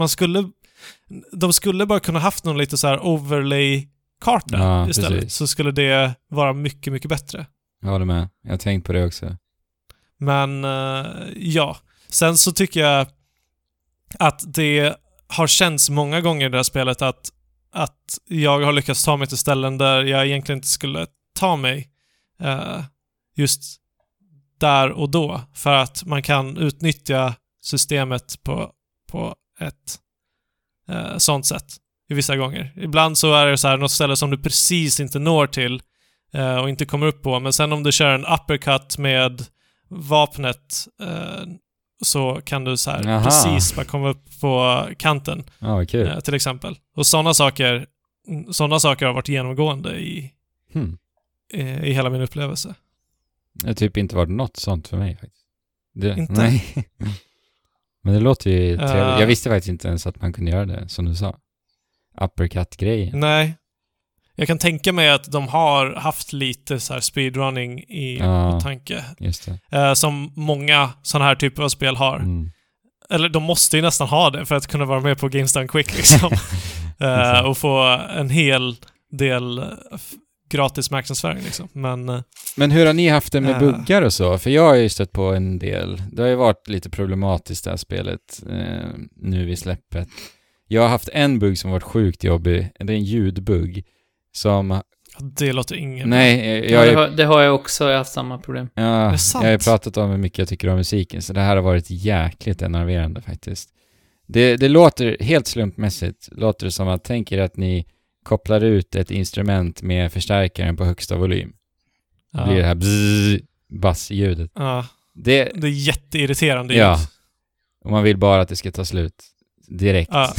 de skulle bara kunna haft någon lite så här overlay-karta istället. Precis. Så skulle det vara mycket, mycket bättre. Jag håller med. Jag har tänkt på det också. Men ja. Sen så tycker jag att det har känts många gånger i det här spelet att jag har lyckats ta mig till ställen där jag egentligen inte skulle ta mig just där och då. För att man kan utnyttja systemet på ett sånt sätt i vissa gånger. Ibland så är det så här något ställe som du precis inte når till och inte kommer upp på. Men sen om du kör en uppercut med vapnet så kan du så här precis bara komma upp på kanten. Kul. Till exempel. Och sådana saker har varit genomgående i hela min upplevelse. Det har typ inte varit något sånt för mig faktiskt. Inte? Nej. Men det låter ju trevligt. Jag visste faktiskt inte ens att man kunde göra det, som du sa. Uppercut-grejen. Nej. Jag kan tänka mig att de har haft lite så här speedrunning i tanke. Just det. Som många sådana här typer av spel har. Eller de måste ju nästan ha det för att kunna vara med på Games Done Quick liksom. Och få en hel del gratis marknadsföring liksom. Men hur har ni haft det med buggar och så? För jag har ju stött på en del. Det har ju varit lite problematiskt det här spelet nu vid släppet. Jag har haft en bugg som varit sjukt jobbig. Det är en ljudbugg som... Det låter ingen... Nej, det har jag också. Jag har haft samma problem. Ja, jag har ju pratat om hur mycket jag tycker om musiken. Så det här har varit jäkligt enerverande faktiskt. Det låter helt slumpmässigt. Låter det som att tänker att ni kopplar ut ett instrument med förstärkaren på högsta volym. Det blir det här bassljudet. Ja. Det är jätteirriterande ljud. Ja. Och man vill bara att det ska ta slut direkt. Ja.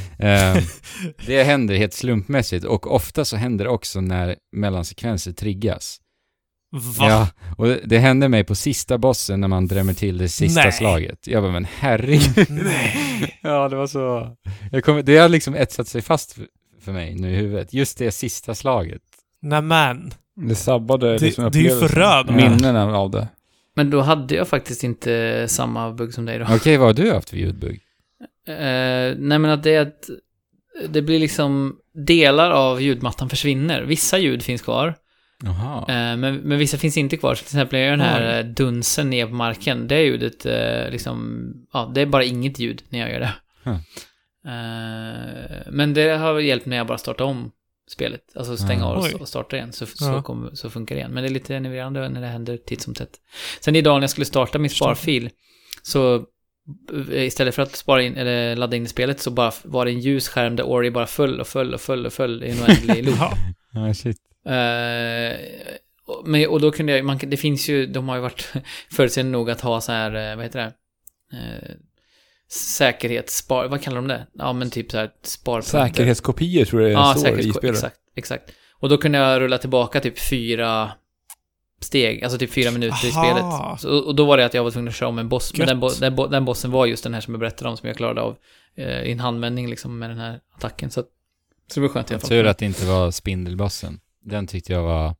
Det händer helt slumpmässigt och ofta så händer det också när mellansekvenser triggas. Va? Ja, och det hände mig på sista bossen när man drämmer till det sista slaget. Jag bara, men herregud. Nej. Ja, det var så... Det har liksom etsat sig fast för mig nu i huvudet. Just det sista slaget. Nämen. Det sabbade liksom det är ju förrödande. Minnena av det. Men då hade jag faktiskt inte samma bugg som dig då. Okej, vad har du haft för ljudbugg? Nej men att det blir liksom delar av ljudmattan försvinner. Vissa ljud finns kvar. Men vissa finns inte kvar. Så till exempel den här dunsen ner på marken. Det ljudet liksom, det är bara inget ljud när jag gör det. Men det har hjälpt när jag bara startar om spelet. Alltså stänga av och starta igen. Så funkar det igen. Men det är lite enerverande när det händer titt som tätt. Sen idag när jag skulle starta min sparfil, så istället för att spara in eller ladda in i spelet, så bara var det en ljus skärm där Ori bara föll i en oändlig loop. Shit. Men, och då kunde jag, det finns ju, de har ju varit förutseende nog att ha så här, vad heter det? Säkerhetsspar, vad kallar de det? Ja, men typ så här säkerhetskopior tror jag det står i spelet. Exakt. Och då kunde jag rulla tillbaka typ 4 steg, alltså typ 4 minuter i spelet. Och då var det att jag var tvungen att köra om en boss. Men den bossen var just den här som jag berättade om, som jag klarade av i en handvändning liksom med den här attacken. Så det var skönt i alla fall. Tur att det inte var spindelbossen. Den tyckte jag var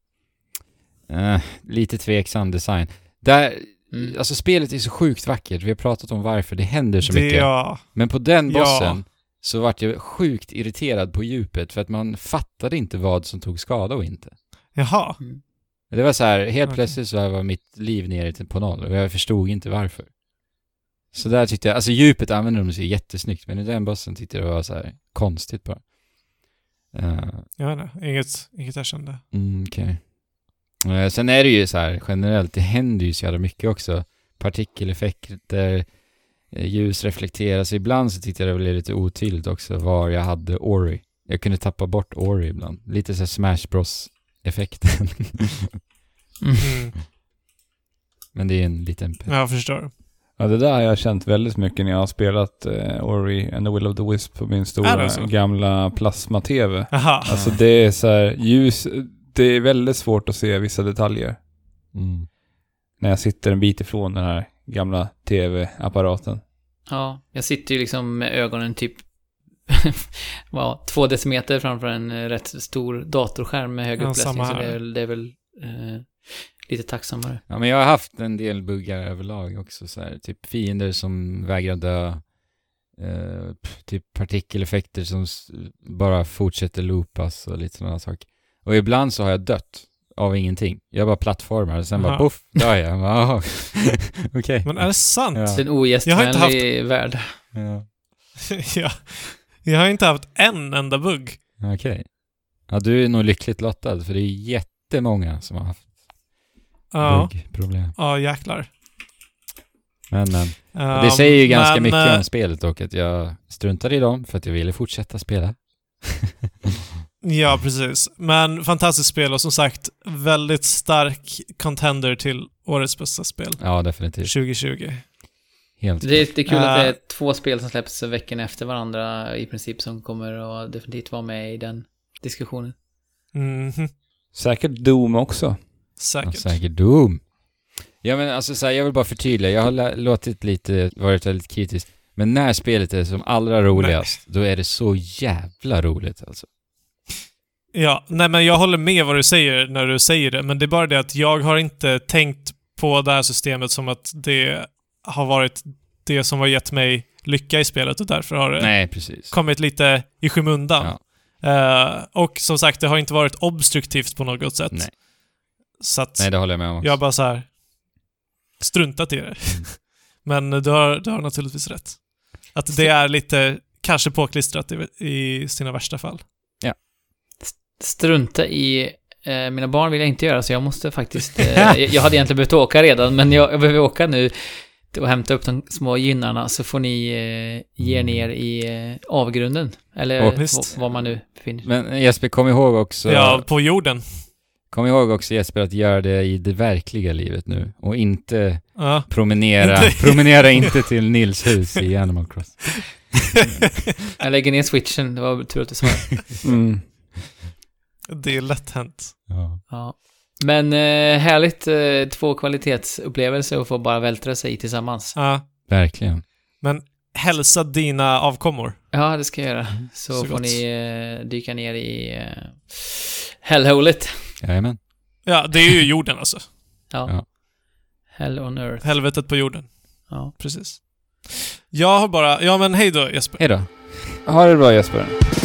lite tveksam design. Alltså spelet är så sjukt vackert. Vi har pratat om varför det händer så mycket. Men på den bossen så vart jag sjukt irriterad på djupet, för att man fattade inte vad som tog skada och inte. Jaha. Det var så här, helt plötsligt så var mitt liv nere på noll och jag förstod inte varför. Så där tyckte jag, alltså djupet använde de sig jättesnyggt, men i den bossen tyckte jag det var så här konstigt bara. Jag vet inte, inget jag kände. Okej. Sen är det ju så här, generellt, det händer ju så jävla mycket också. Partikeleffekter, ljus reflekteras. Ibland så tyckte jag det blev lite otydligt också var jag hade Ori. Jag kunde tappa bort Ori ibland. Lite så här Smash Bros-effekten. Men det är en liten... Jag förstår. Ja, det där har jag känt väldigt mycket när jag har spelat Ori and the Will of the Wisp på min stora gamla plasma-tv. Aha. Alltså det är så här ljus... Det är väldigt svårt att se vissa detaljer. När jag sitter en bit ifrån den här gamla tv-apparaten. Ja, jag sitter ju liksom med ögonen typ 2 decimeter framför en rätt stor datorskärm med hög upplösning. Så det är väl lite tacksammare. Ja, men jag har haft en del buggar överlag också. Så här, typ fiender som vägrar dö. Typ partikeleffekter som bara fortsätter loopas och lite sådana saker. Och ibland så har jag dött av ingenting. Jag bara plattformar och sen bara puff, dör jag. Okej. Men är det sant? Ja. Det är en ogästvänlig värld. Ja. Ja. Jag har inte haft en enda bugg. Okej. Ja, du är nog lyckligt lottad för det är jättemånga som har haft buggproblem. Ja, jäklar. Men det säger ju ganska mycket om spelet och att jag struntade i dem för att jag ville fortsätta spela. Ja, precis. Men fantastiskt spel och som sagt väldigt stark contender till årets bästa spel. Ja, definitivt. 2020. Helt det är kul att det är 2 spel som släpps veckan efter varandra i princip som kommer att definitivt vara med i den diskussionen. Säkert Doom också. Säkert. Ja, säkert Doom. Ja, men alltså så här, jag vill bara förtydliga. Jag har varit väldigt kritisk. Men när spelet är som allra roligast, då är det så jävla roligt alltså. Ja, nej men jag håller med vad du säger när du säger det, men det är bara det att jag har inte tänkt på det här systemet som att det har varit det som har gett mig lycka i spelet och därför har det kommit lite i skymundan. Ja. Och som sagt, det har inte varit obstruktivt på något sätt. Nej, så att det håller jag med om också. Jag har bara så här struntat i det. Men du har naturligtvis rätt. Att det är lite kanske påklistrat i sina värsta fall. Ja. Strunta i mina barn vill jag inte göra, så jag måste faktiskt jag hade egentligen behövt åka redan, men jag behöver åka nu och hämta upp de små gynnarna, så får ni ge ner i avgrunden eller vad man nu befinner sig. Men Jesper, kom ihåg också... Ja, på jorden. Kom ihåg också, Jesper, att göra det i det verkliga livet nu. Och inte promenera inte till Nils hus i Animal Cross. Jag lägger ner switchen, det var tur att du sa det. Det är lätt hänt. Ja. Men härligt 2 kvalitetsupplevelser och få bara vältra sig tillsammans. Ja. Verkligen. Men hälsa dina avkommor. Ja, det ska jag göra. Så får gott. Ni dyka ner i hellholet. Jajamän. Ja, det är ju jorden alltså. Ja. Hell on earth. Helvetet på jorden. Ja. Precis. Jag har bara... Ja, men hej då, Jesper. Hej då. Ha det bra, Jesper.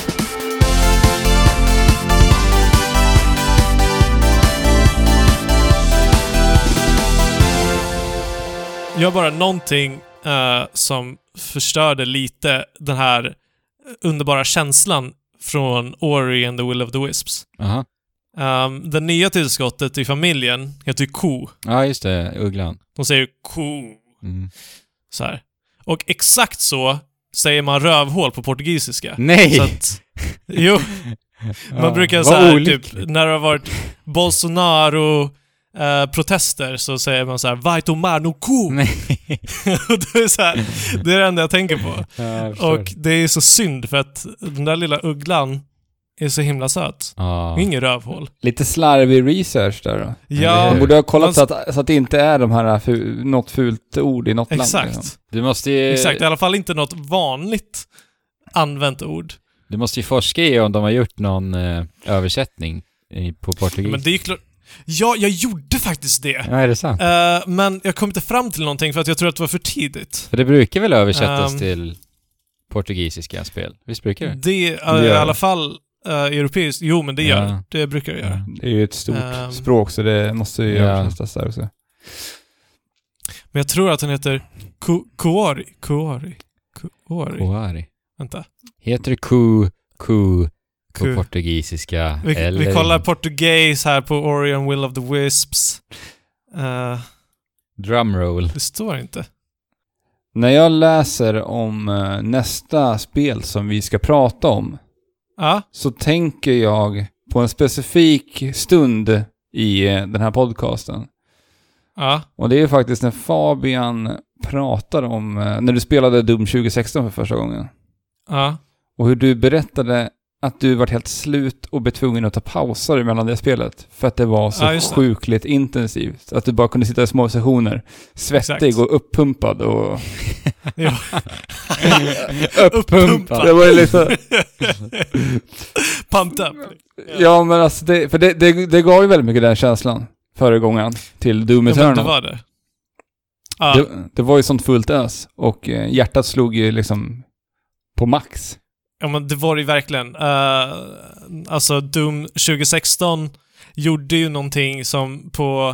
Jag har bara någonting som förstörde lite den här underbara känslan från Ori and the Will of the Wisps. Aha. Det nya tillskottet i familjen heter ju ko. Ja, just det. Ugglan. De säger ko. Så här. Och exakt så säger man rövhål på portugisiska. Nej! Så att, jo. Man brukar så här, typ, när det har varit Bolsonaro protester så säger man så här vai tomar no cu. Nej. Och det är så här, det är det enda jag tänker på. Ja, och det är så synd för att den där lilla ugglan är så himla söt. Ingen rövhål. Lite slarvig research där då. Ja. Man borde ha kollat så att det inte är de här något fult ord i något exakt. land. Liksom. Du måste ju... Exakt, i alla fall inte något vanligt använt ord. Du måste ju forska i om de har gjort någon översättning på portugis. Men det är ju klart. Ja, jag gjorde faktiskt det. Ja, är det sant? Men jag kom inte fram till någonting för att jag tror att det var för tidigt. För det brukar väl översättas till portugisiska spel? Visst brukar det? Det i alla fall europeiskt. Jo, men det gör det. Brukar det göra. Det är ju ett stort språk så det måste ju översättas där också. Men jag tror att den heter Kuori. Kuori. Vänta. Heter det på portugisiska. Vi kollar portugis här på Ori and Will of the Wisps. Drumroll. Det står inte. När jag läser om nästa spel som vi ska prata om, så tänker jag på en specifik stund i den här podcasten. Och det är faktiskt när Fabian pratar om när du spelade Doom 2016 för första gången. Och hur du berättade att du varit helt slut och betvungen att ta pauser mellan det spelet. För att det var så sjukligt intensivt. Att du bara kunde sitta i små sessioner. Svettig och uppumpad. Och uppumpad. Det var ju liksom... Pumped up. Ja, men alltså det gav ju väldigt mycket den känslan. Föregångaren till Doom Eternal. Det var det. Det var ju sånt fullt ös. Och hjärtat slog ju liksom på max. Ja, men det var det verkligen. Alltså Doom 2016 gjorde ju någonting som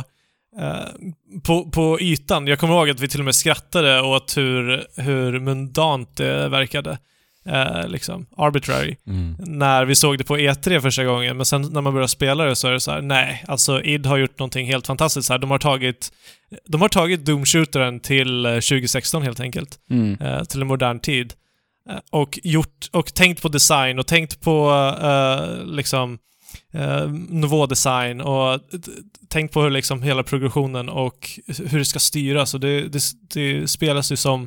på ytan. Jag kommer ihåg att vi till och med skrattade åt hur mundant det verkade. Liksom arbitrary. När vi såg det på E3 första gången. Men sen när man började spela det så är det så här: nej, alltså id har gjort någonting helt fantastiskt här. De har tagit Doom-shooteren till 2016 helt enkelt. Till en modern tid. Och tänkt på design och tänkt på nivådesign och tänkt på hur liksom hela progressionen och hur det ska styras. Och det spelas ju som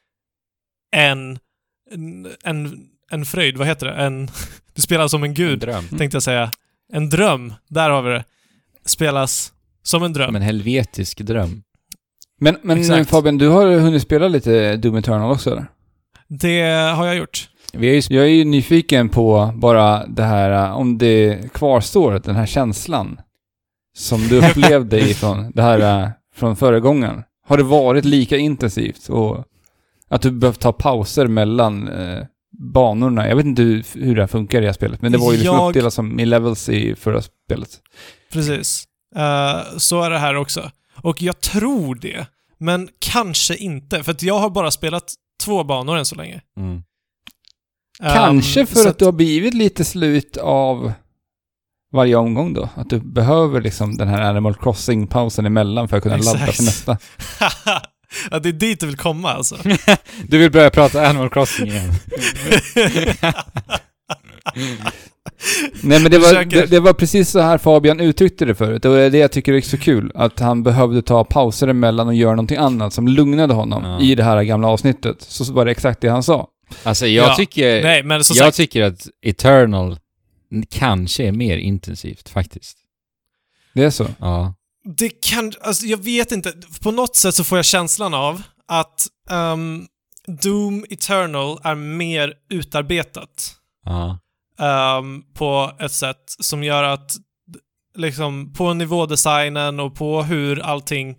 en fröjd, vad heter det? Det spelas som en gud, tänkte jag säga. En dröm, där har vi det. Spelas som en dröm. En helvetisk dröm. Men Fabian, du har hunnit spela lite Doom Eternal också, eller? Det har jag gjort. Jag är ju nyfiken på bara det här, om det kvarstår, den här känslan som du upplevde ifrån det här från förra gången. Har det varit lika intensivt och att du behövt ta pauser mellan banorna? Jag vet inte hur det funkar i det här spelet, men det var ju liksom uppdelat som i levels i förra spelet. Precis. Så är det här också. Och jag tror det, men kanske inte, för att jag har bara spelat 2 banor än så länge. Kanske för att du har blivit lite slut av varje omgång då. Att du behöver liksom den här Animal Crossing-pausen emellan för att kunna ladda för nästa. Ja, det är dit du vill komma alltså. Du vill börja prata Animal Crossing igen. Nej, men det var precis så här Fabian uttryckte det förut. Och det är det jag tycker är så kul. Att han behövde ta pauser emellan och göra någonting annat som lugnade honom i det här gamla avsnittet. Så var det exakt det han sa. Alltså jag tycker att Eternal kanske är mer intensivt faktiskt. Det är så? Ja. Det kan, alltså jag vet inte. På något sätt så får jag känslan av att Doom Eternal är mer utarbetat. Ja. På ett sätt som gör att liksom på nivådesignen och på hur allting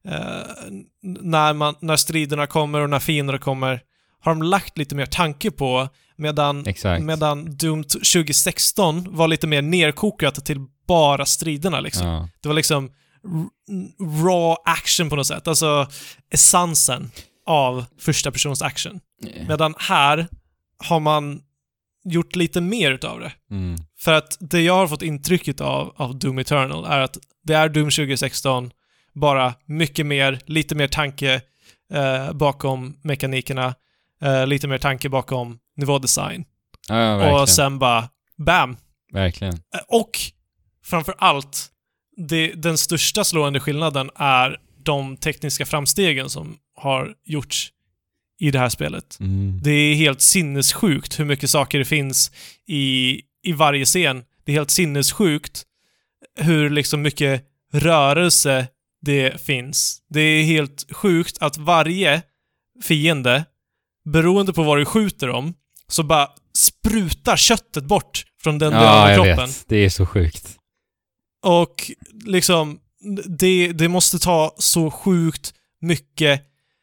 när striderna kommer och när fienderna kommer har de lagt lite mer tanke på, medan Doom 2016 var lite mer nerkokat till bara striderna liksom. Ja. Det var liksom raw action på något sätt, alltså essensen av första persons action. Medan här har man gjort lite mer utav det. För att det jag har fått intrycket av Doom Eternal är att det är Doom 2016, bara mycket mer, lite mer tanke bakom mekanikerna, lite mer tanke bakom nivådesign. Ja, och sen bara bam! Verkligen. Och framför allt den största slående skillnaden är de tekniska framstegen som har gjorts i det här spelet. Det är helt sinnessjukt hur mycket saker det finns i varje scen. Det är helt sinnessjukt hur liksom mycket rörelse det finns. Det är helt sjukt att varje fiende, beroende på vad du skjuter dem, så bara sprutar köttet bort från den delen av kroppen. Vet. Det är så sjukt. Och liksom det måste ta så sjukt mycket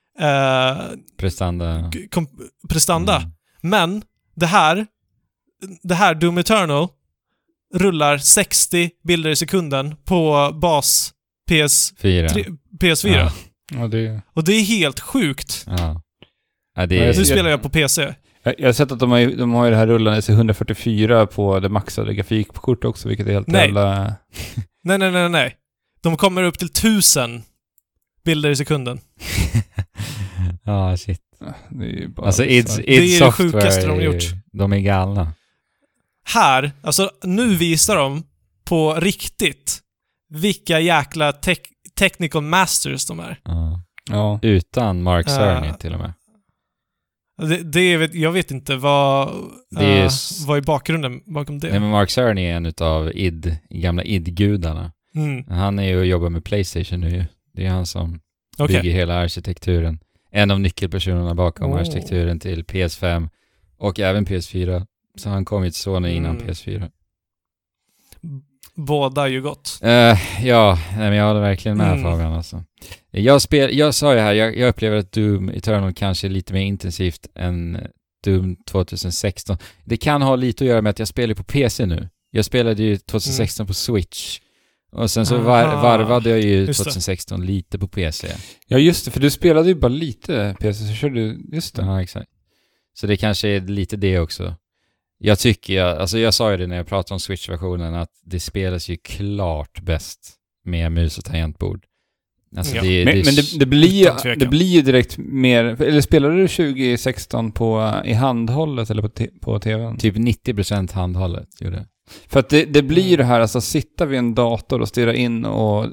prestanda. Men det här Doom Eternal rullar 60 bilder i sekunden på bas PS4. Ja, och det är helt sjukt. Ja, nu spelar jag på PC. Jag har sett att de har ju det här rullande i 144 på det maxade grafikkort också, vilket är helt Nej. jävla... Nej. De kommer upp till 1000 bilder i sekunden. Ja, shit. Det är ju bara Alltså det är id det sjukaste Software, de har gjort. De är galna. Här, alltså nu visar de på riktigt vilka jäkla technical masters de är. Ja. Utan Mark Cerny till och med. Jag vet inte vad är bakgrunden bakom det. Nej, men Mark Cerny är en utav gamla id-gudarna. Han är ju och jobbar med PlayStation nu ju. Det är han som bygger hela arkitekturen. En av nyckelpersonerna bakom arkitekturen till PS5 och även PS4. Så han kom ju till Sony innan PS4. Båda är ju gott. Ja, men jag håller verkligen med Fabian alltså. Jag sa ju här, jag upplever att Doom Eternal kanske är lite mer intensivt än Doom 2016. Det kan ha lite att göra med att jag spelar på PC nu. Jag spelade ju 2016 på Switch. Och sen så varvade jag ju 2016 lite på PC. Ja, just det, för du spelade ju bara lite PC, så körde du, just det. Ja, exakt. Så det kanske är lite det också. Jag tycker, alltså jag sa ju det när jag pratade om Switch-versionen, att det spelas ju klart bäst med mus och tangentbord. Alltså Ja. Men det blir ju direkt mer... Eller spelade du 2016 i handhållet eller på tvn? Typ 90% handhållet gjorde det. För att det blir det här, alltså sitta vid en dator och stirra in och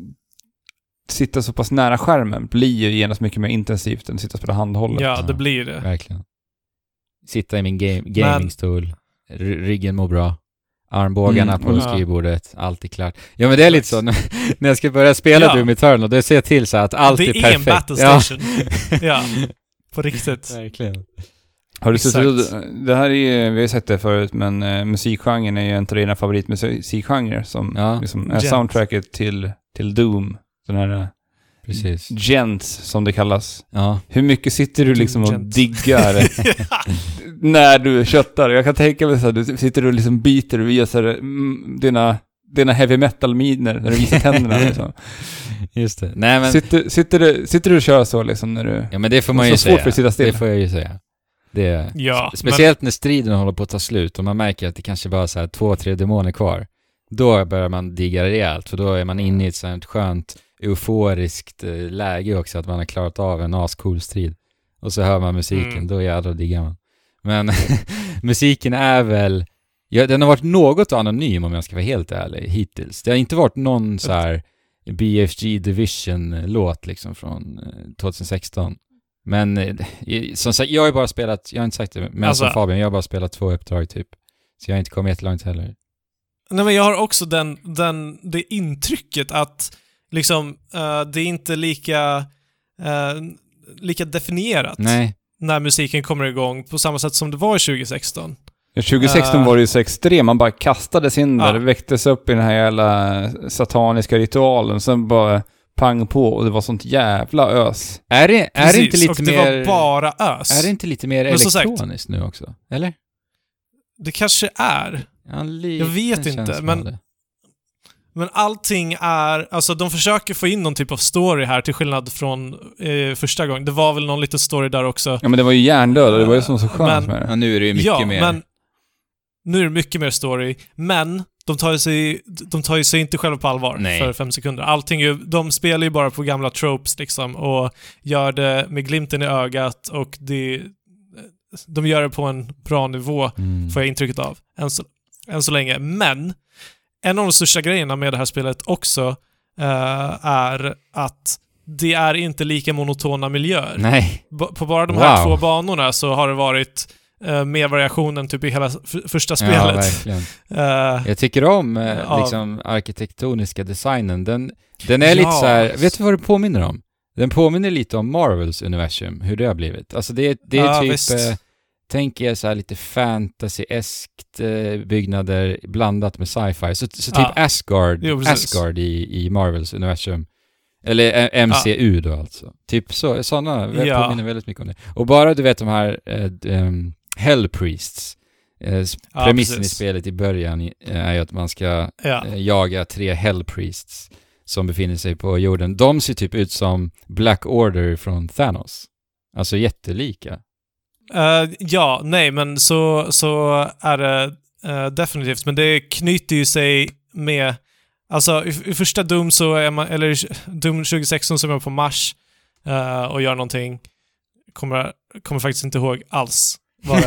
sitta så pass nära skärmen blir ju genast mycket mer intensivt än att sitta och spela handhållet. Ja, det blir det. Verkligen. Sitta i min gamingstol, ryggen mår bra. Armbågarna på skrivbordet, allt är klart. Ja, men det är lite så, när jag ska börja spela Doom Eternal, då ser jag till så att allt är perfekt. Det är en battle station. Ja, på riktigt. Verkligen. Har du sett, det här är, vi har sett det förut, men musikgenren är ju en av dina favoritmusikgenrer som liksom är soundtracket till Doom. Den här precis. Gents som det kallas. Ja. Hur mycket sitter du liksom och diggar när du köttar? Jag kan tänka mig så här, du sitter och liksom biter och visar dina heavy metal-miner när du visar tänderna liksom. Just det. Nej, men sitter du och kör så liksom när du... Ja, men det får man ju säga. Svårt för att sitta still. Det får jag ju säga. Det, speciellt när striden håller på att ta slut och man märker att det kanske bara är så här 2-3 demoner kvar. Då börjar man digga rejält, för då är man inne i ett sånt skönt euforiskt läge också, att man har klarat av en ascool strid. Och så hör man musiken, då jävlar diggar man. Men musiken är väl... Ja, den har varit något anonym om jag ska vara helt ärlig hittills. Det har inte varit någon så här BFG Division-låt liksom från 2016. Men som sagt, jag har inte sagt det, men som Fabian, jag har bara spelat 2 uppdrag typ. Så jag har inte kommit jättelångt heller. Nej, men jag har också det intrycket att liksom det är inte lika definierat. Nej. När musiken kommer igång på samma sätt som det var i 2016. Ja, 2016 var det ju så extremt. Man bara kastades in där, väcktes upp i den här jävla sataniska ritualen, sen bara pang på, och det var sånt jävla ös. Är det inte lite och mer... det var bara ös. Är det inte lite mer elektroniskt nu också? Eller? Det kanske är. Jag vet inte, men allting är... Alltså, de försöker få in någon typ av story här, till skillnad från första gången. Det var väl någon liten story där också. Ja, men det var ju hjärndöd, och det var ju så skönt med det. Ja, nu är det ju mycket mer. Men nu är det mycket mer story, men de tar ju sig inte själva på allvar för 5 sekunder. De spelar ju bara på gamla tropes liksom, och gör det med glimten i ögat, och de gör det på en bra nivå, får jag intrycket av än så länge. Men en av de största grejerna med det här spelet också är att det är inte lika monotona miljöer. Nej. På bara de här 2 banorna så har det varit mer variationen typ i hela första spelet. Ja, verkligen. Jag tycker om liksom arkitektoniska designen. Den är lite så här, vet du vad det påminner om? Den påminner lite om Marvels universum, hur det har blivit. Alltså det är typ... Tänk er så här lite fantasy-eskt byggnader blandat med sci-fi. Så typ Asgard i Marvels universum. Eller MCU då alltså. Typ sådana påminner väldigt mycket om det. Och bara du vet de här Hell Priests. Premissen i spelet i början är ju att man ska jaga 3 Hell Priests som befinner sig på jorden. De ser typ ut som Black Order från Thanos. Alltså jättelika. Ja, nej, men så är det definitivt. Men det knyter ju sig med... Alltså, i första Doom så är man... Eller Doom 2016 så är man på Mars och gör någonting. Kommer faktiskt inte ihåg alls vad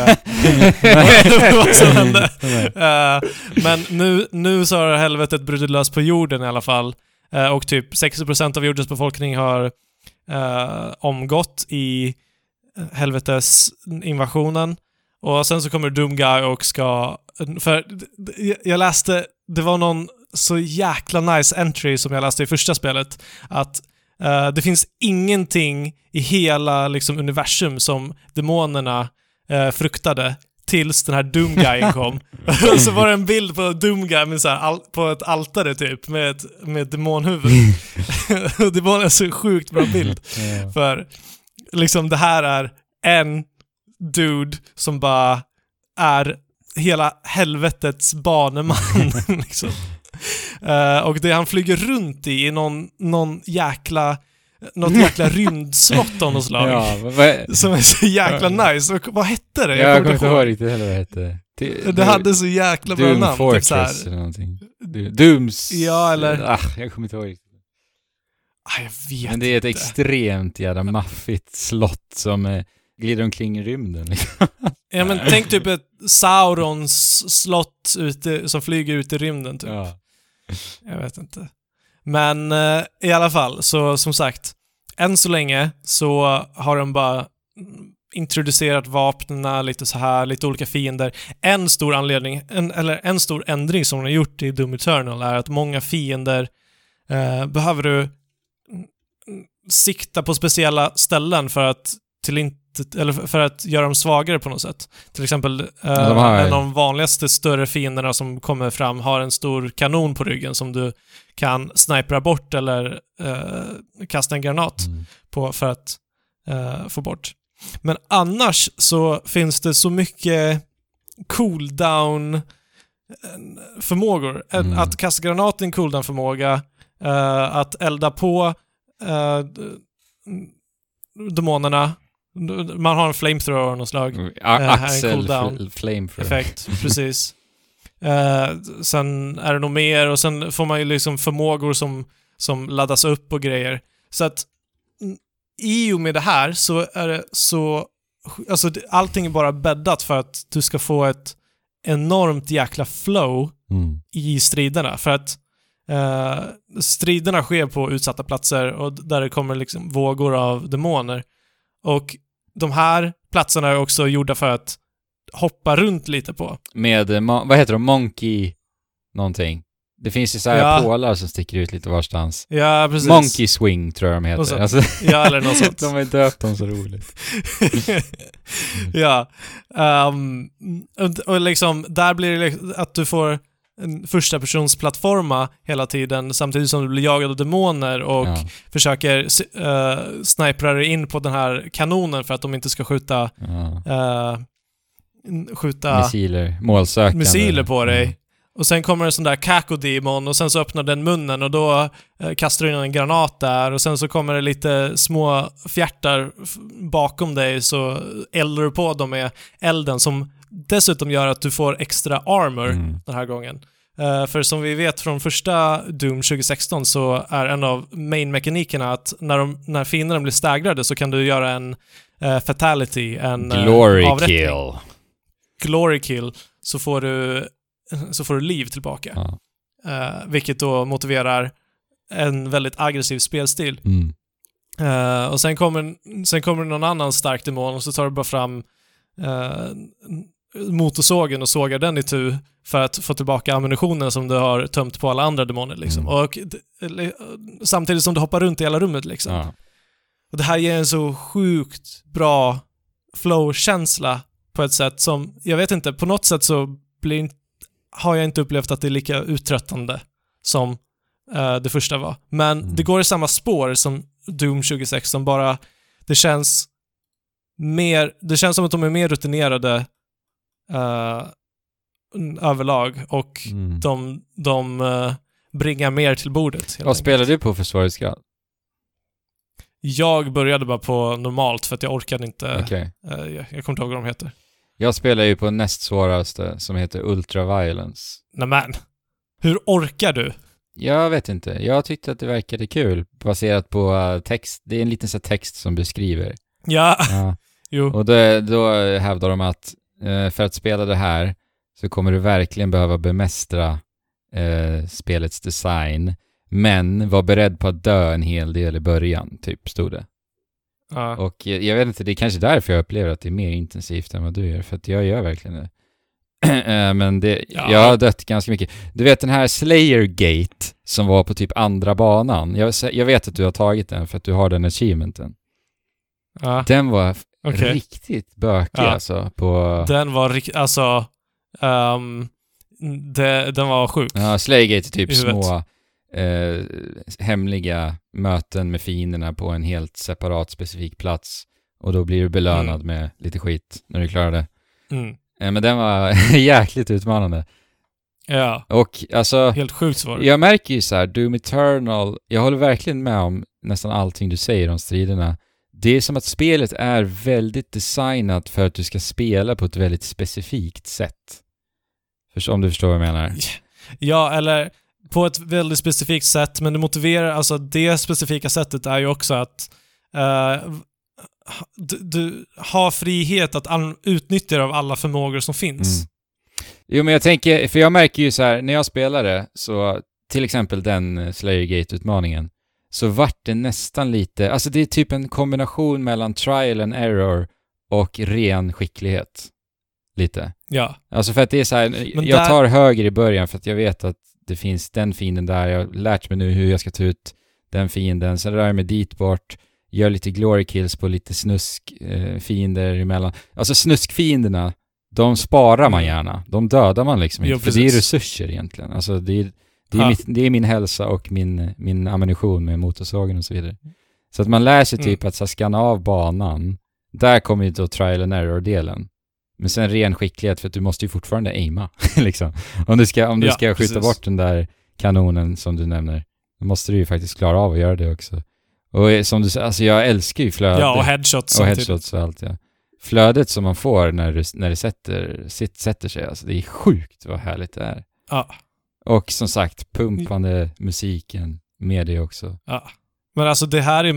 som hände. Men nu så har helvetet brutit lös på jorden i alla fall. Och typ 60% av jordens befolkning har omgått i helvetes invasionen. Och sen så kommer Doom Guy och ska... För jag läste... Det var någon så jäkla nice entry som jag läste i första spelet. Att det finns ingenting i hela liksom, universum som demonerna fruktade tills den här Doom Guyen kom. Och så var det en bild på Doom Guy med så här, på ett altare typ med ett demonhuvud. Det var en så sjukt bra bild. För liksom det här är en dude som bara är hela helvetets baneman liksom. Och det han flyger runt i något jäkla rymdslott av något slag. Som är så jäkla nice. Och vad hette det? Jag kommer inte ihåg riktigt heller vad det hette. Det hade så jäkla bra namn. Doom Fortress typ eller någonting. Dooms... Ja, eller... jag kommer inte ihåg riktigt. Jag vet. Men det är ett extremt jävla maffigt slott som glider omkring i rymden. Liksom. Ja, men tänk typ ett Saurons slott som flyger ut i rymden typ. Ja. Jag vet inte. Men i alla fall, så som sagt, än så länge så har de bara introducerat vapnena lite så här, lite olika fiender. En stor ändring som de har gjort i Doom Eternal är att många fiender behöver du sikta på speciella ställen för att för att göra dem svagare på något sätt. Till exempel en av de vanligaste större fienderna som kommer fram har en stor kanon på ryggen som du kan snipera bort eller kasta en granat på för att få bort. Men annars så finns det så mycket cooldown förmågor. Att kasta granat är en cooldown-förmåga. Att elda på demonerna. Man har en flamethrower av något slag. Axel flamethrower. Effekt, precis. Sen är det nog mer och sen får man ju liksom förmågor som laddas upp och grejer. Så att i och med det här så är det så... Alltså allting är bara bäddat för att du ska få ett enormt jäkla flow i striderna. För att striderna sker på utsatta platser och där det kommer liksom vågor av demoner. Och de här platserna är också gjorda för att hoppa runt lite på. Med, vad heter de? Monkey någonting. Det finns ju så här pålar som sticker ut lite varstans. Ja, precis. Monkey swing tror jag de heter. Alltså, ja, eller något sånt. De har döpt dem så roligt. Ja. Och liksom, där blir det att du får en första persons plattforma hela tiden samtidigt som du blir jagad av demoner och försöker snipra dig in på den här kanonen för att de inte ska skjuta missiler på dig. Och sen kommer en sån där kakodemon och sen så öppnar den munnen och då kastar du in en granat där och sen så kommer det lite små fjärtar bakom dig så eldar du på dem med elden som dessutom gör att du får extra armor den här gången. För som vi vet från första Doom 2016 så är en av main-mekanikerna att när fienderna blir staggrade så kan du göra en fatality, en glory kill. Glory kill, så får du liv tillbaka. Vilket då motiverar en väldigt aggressiv spelstil. Och sen kommer någon annan stark demon och så tar du bara fram motorsågen och sågar den i tu för att få tillbaka ammunitionen som du har tömt på alla andra demoner liksom. Och samtidigt som du hoppar runt i hela rummet liksom. Och det här ger en så sjukt bra flow-känsla på ett sätt som, jag vet inte, på något sätt så har jag inte upplevt att det är lika uttröttande som det första var. Men det går i samma spår som Doom 2016, bara det känns som att de är mer rutinerade överlag och de bringar mer till bordet. Vad spelar du på för svårighetsgrad? Jag började bara på normalt för att jag orkade inte. Okej. Jag kommer inte ihåg vad de heter. Jag spelar ju på näst svåraste som heter Ultra Violence. Nämen. Hur orkar du? Jag vet inte. Jag tyckte att det verkade kul baserat på text. Det är en liten sån text som beskriver. Ja. Jo. Och då hävdar de att för att spela det här så kommer du verkligen behöva bemästra spelets design. Men var beredd på att dö en hel del i början, typ, stod det. Ja. Och jag vet inte, det är kanske därför jag upplever att det är mer intensivt än vad du gör. För att jag gör verkligen det. Men jag har dött ganska mycket. Du vet den här Slayer Gate som var på typ andra banan. Jag vet att du har tagit den för att du har den achievementen. Ja. Den var riktigt bökig alltså. Den var riktigt, alltså... den var sjuk. Ja, Slayer Gate är typ små hemliga möten med fienderna på en helt separat specifik plats. Och då blir du belönad med lite skit när du klarar det. Men den var jäkligt utmanande. Ja. Och alltså... Helt sjukt svår. Jag märker ju så här, Doom Eternal... Jag håller verkligen med om nästan allting du säger om striderna. Det är som att spelet är väldigt designat för att du ska spela på ett väldigt specifikt sätt. Om du förstår vad jag menar. Ja, eller på ett väldigt specifikt sätt, men det motiverar, alltså det specifika sättet är ju också att du har frihet att utnyttja av alla förmågor som finns. Jo, men jag tänker, för jag märker ju så här, när jag spelade, så till exempel den Slayergate-utmaningen, så vart det nästan lite, alltså det är typ en kombination mellan trial and error och ren skicklighet. Lite. Ja. Alltså för att det är så här, jag tar höger i början för att jag vet att det finns den fienden där, jag har lärt mig nu hur jag ska ta ut den fienden, sen rör jag mig dit bort, gör lite glory kills på lite snusk fiender emellan. Alltså snuskfienderna, de sparar man gärna. De dödar man liksom inte, för det är resurser egentligen. Alltså det är min hälsa och min ammunition med motorsågen och så vidare. Så att man lär sig typ att så scanna av banan. Där kommer ju då trial and error-delen. Men sen ren skicklighet, för att du måste ju fortfarande aima liksom. Om du ska skjuta bort den där kanonen som du nämner, då måste du ju faktiskt klara av att göra det också. Och som du säger, alltså jag älskar ju flödet. Ja, och headshots. Och headshots och allt, ja. Flödet som man får när det sätter sig, alltså det är sjukt vad härligt det är. Ja. Och som sagt, pumpande musiken med det också. Ja. Men alltså det här är...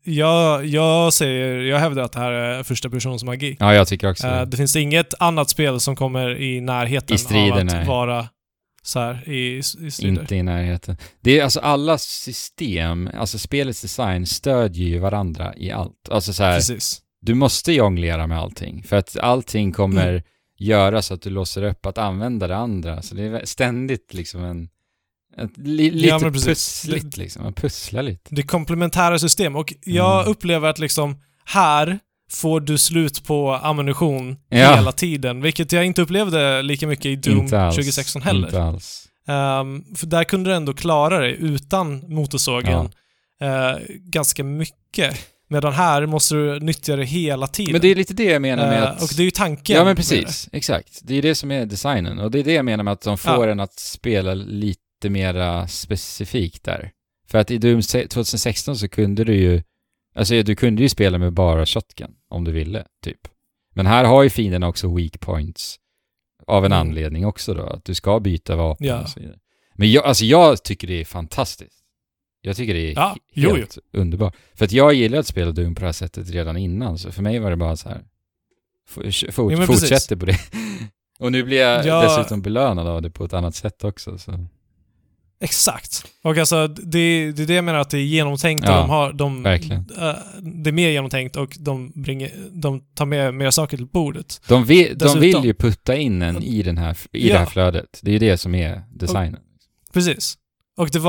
Jag hävdar att det här är första person som magi. Ja, jag tycker också det finns inget annat spel som kommer i närheten strider, av att vara så här i strider. Inte i närheten. Det är alltså alla system, alltså spelets design stödjer ju varandra i allt. Alltså så här, precis. Du måste jonglera med allting, för att allting kommer göra så att du låser upp att använda det andra. Så det är ständigt liksom lite pussligt liksom. Man pusslar lite. Det är komplementära system, och jag upplever att liksom här får du slut på ammunition hela tiden, vilket jag inte upplevde lika mycket i Doom 2016 heller. Inte alls. För där kunde du ändå klara dig utan motorsågen ganska mycket. Medan här måste du nyttja det hela tiden. Men det är lite det jag menar med att... Och det är ju tanken. Ja, men precis. Exakt. Det är det som är designen. Och det är det jag menar med att de får en att spela lite mera specifikt där. För att i Doom 2016 så kunde du ju... Alltså du kunde ju spela med bara shotgun om du ville, typ. Men här har ju fienden också weak points. Av en anledning också då. Att du ska byta vapen och så vidare. Men jag tycker det är fantastiskt. Jag tycker det är helt underbart. För att jag gillar att spela Doom på det här sättet redan innan. Så för mig var det bara så här... Fortsätter på det. Och nu blir jag dessutom belönad av det på ett annat sätt också. Så. Exakt. Och alltså, det är det jag menar, att det är genomtänkt. Och verkligen. Det är mer genomtänkt, och de tar med mer saker till bordet. De vill ju putta in en i det här flödet. Det är ju det som är designen. Precis. Och det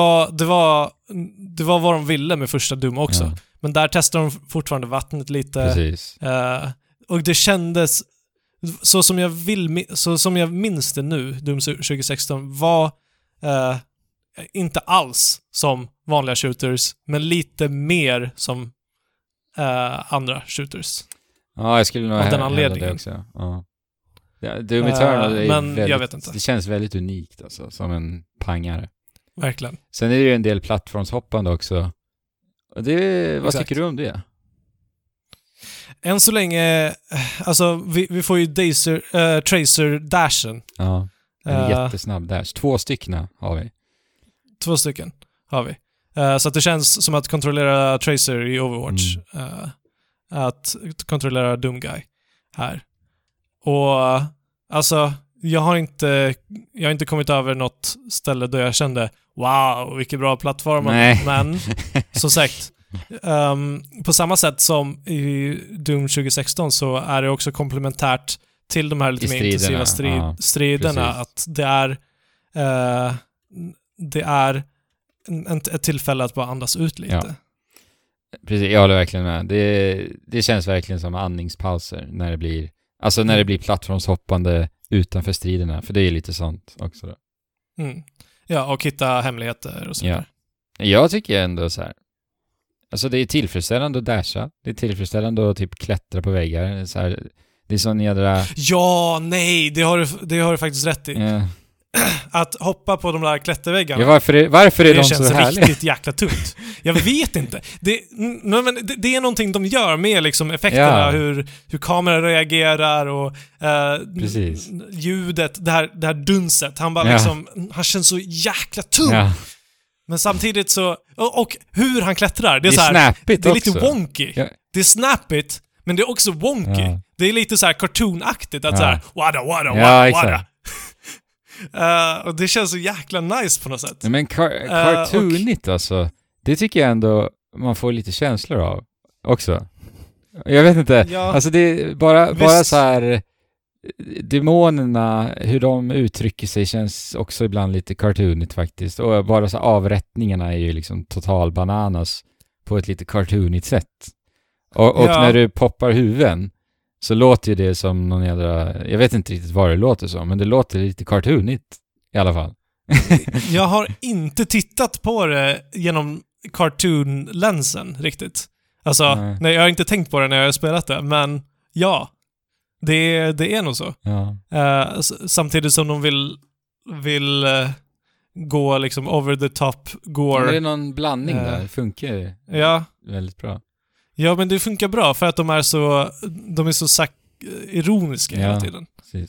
var vad de ville med första Doom också. Ja. Men där testar de fortfarande vattnet lite. Precis. Och det kändes så som jag minns det nu, Doom 2016 var inte alls som vanliga shooters, men lite mer som andra shooters. Ja, jag skulle nog av den anledningen det också. Ja, Doom Eternal är men väldigt, jag vet inte. Det känns väldigt unikt alltså, som en pangare. Verkligen. Sen är det ju en del plattformshoppande också. Vad Exakt. tycker du om det? Än så länge, alltså vi får ju Tracer-dashen. Ja, en Eh, jättesnabb dash. 2 stycken har vi. 2 stycken har vi. Så att det känns som att kontrollera Tracer i Overwatch. Att kontrollera Doomguy här. Och alltså, jag har inte kommit över något ställe där jag kände wow, vilken bra plattform. Men som sagt, på samma sätt som i Doom 2016 så är det också komplementärt till de här lite mer intensiva striderna. Att det är ett tillfälle att bara andas ut lite. Ja. Precis, jag håller verkligen med. Det känns verkligen som andningspauser när det blir plattformshoppande utanför striderna. För det är lite sånt också då. Ja, och hitta hemligheter och sådär. Ja. Jag tycker ändå så här. Alltså det är tillfredsställande att dasha. Det är tillfredsställande att typ klättra på väggar. Så här, det är sån jädra... Ja, nej, det har du faktiskt rätt i. Ja. Att hoppa på de där klätterväggarna. Ja, varför är de så härliga? Det känns riktigt jäkla tungt. Jag vet inte. Det är någonting de gör med liksom effekterna, hur kameran reagerar och ljudet, det här dunset. Han bara liksom, han känns så jäkla tung. Ja. Men samtidigt så, och hur han klättrar, det är så här, snappigt det är också. lite wonky. Ja. Det är snappigt, men det är också wonky. Ja. Det är lite så här cartoonaktigt att så här, wada. Och det känns så jäkla nice på något sätt. Men cartoonigt alltså, det tycker jag ändå man får lite känslor av också. Jag vet inte, alltså det är bara så här demonerna, hur de uttrycker sig känns också ibland lite cartoonigt faktiskt. Och bara så avrättningarna är ju liksom total bananas på ett lite cartoonigt sätt. Och när du poppar huvuden så låter ju det som någon jädra... Jag vet inte riktigt vad det låter som, men det låter lite cartoonigt i alla fall. Jag har inte tittat på det genom cartoon-länsen riktigt. Alltså, nej, jag har inte tänkt på det när jag har spelat det, men ja, det är nog så. Ja. Samtidigt som de vill gå liksom over the top gore. Det är någon blandning där, det funkar väldigt bra. Ja, men det funkar bra för att de är så ironiska hela tiden. Precis.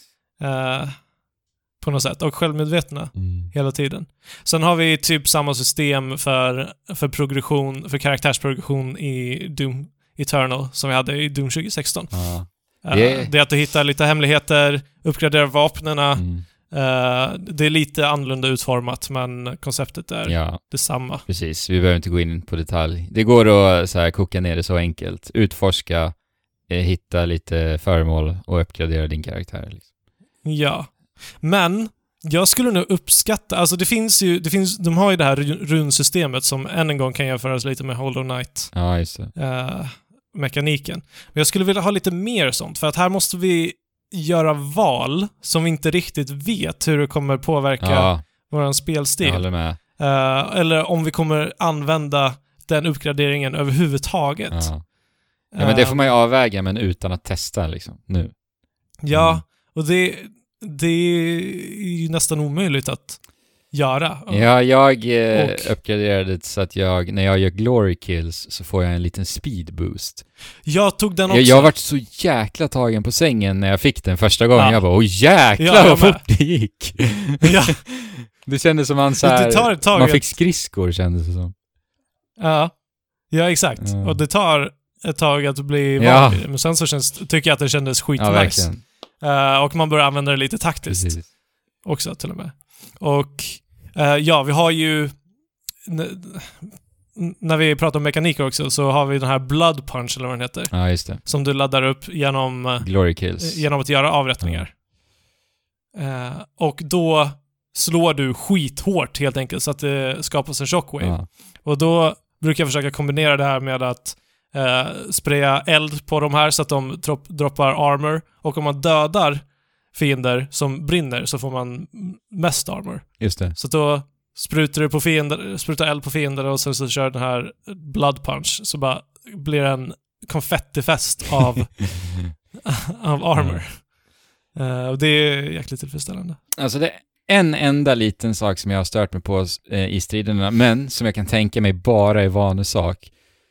På något sätt. Och självmedvetna hela tiden. Sen har vi typ samma system för progression, för karaktärsprogression i Doom Eternal som vi hade i Doom 2016. Det är att du hittar lite hemligheter, uppgraderar vapnena. Det är lite annorlunda utformat, men konceptet är detsamma. Precis, vi behöver inte gå in på detalj. Det går att så här, koka ner det så enkelt. Utforska, hitta lite föremål och uppgradera din karaktär. Liksom. Ja, men jag skulle nog uppskatta, alltså de har ju det här runsystemet som än en gång kan jämföras lite med Hollow Knight. Ja, just det. Mekaniken. Men jag skulle vilja ha lite mer sånt, för att här måste vi göra val som vi inte riktigt vet hur det kommer påverka våran spelstil. Jag håller med. Eller om vi kommer använda den uppgraderingen överhuvudtaget. Ja, men det får man ju avväga, men utan att testa liksom, nu. Ja, och det är ju nästan omöjligt att göra. Ja, jag uppgraderade så att när jag gör glory kills så får jag en liten speed boost. Jag tog den också. Jag varit så jäkla tagen på sängen när jag fick den första gången. Jag bara, jäklar vad fort det gick. Ja. Det kändes som man fick skridskor, kändes det som. Ja, exakt. Och det tar ett tag att bli van vid det. Men sen så tycker jag att det kändes skitnice. Och man börjar använda det lite taktiskt. Precis. Också till och med. Och vi har ju när vi pratar om mekaniker också så har vi den här blood punch eller vad den heter. Ja, just det. Som du laddar upp genom glory kills. Genom att göra avrättningar. Och då slår du skithårt helt enkelt så att det skapas en shockwave. Och då brukar jag försöka kombinera det här med att spraya eld på de här så att de droppar armor. Och om man dödar fiender som brinner så får man mest armor. Just det. Så då sprutar eld på fiender och sen så kör den här blood punch så bara blir det en konfettifest av armor. Och det är jäkligt tillfredsställande. Alltså det är en enda liten sak som jag har stört mig på i striderna, men som jag kan tänka mig bara är vanesak.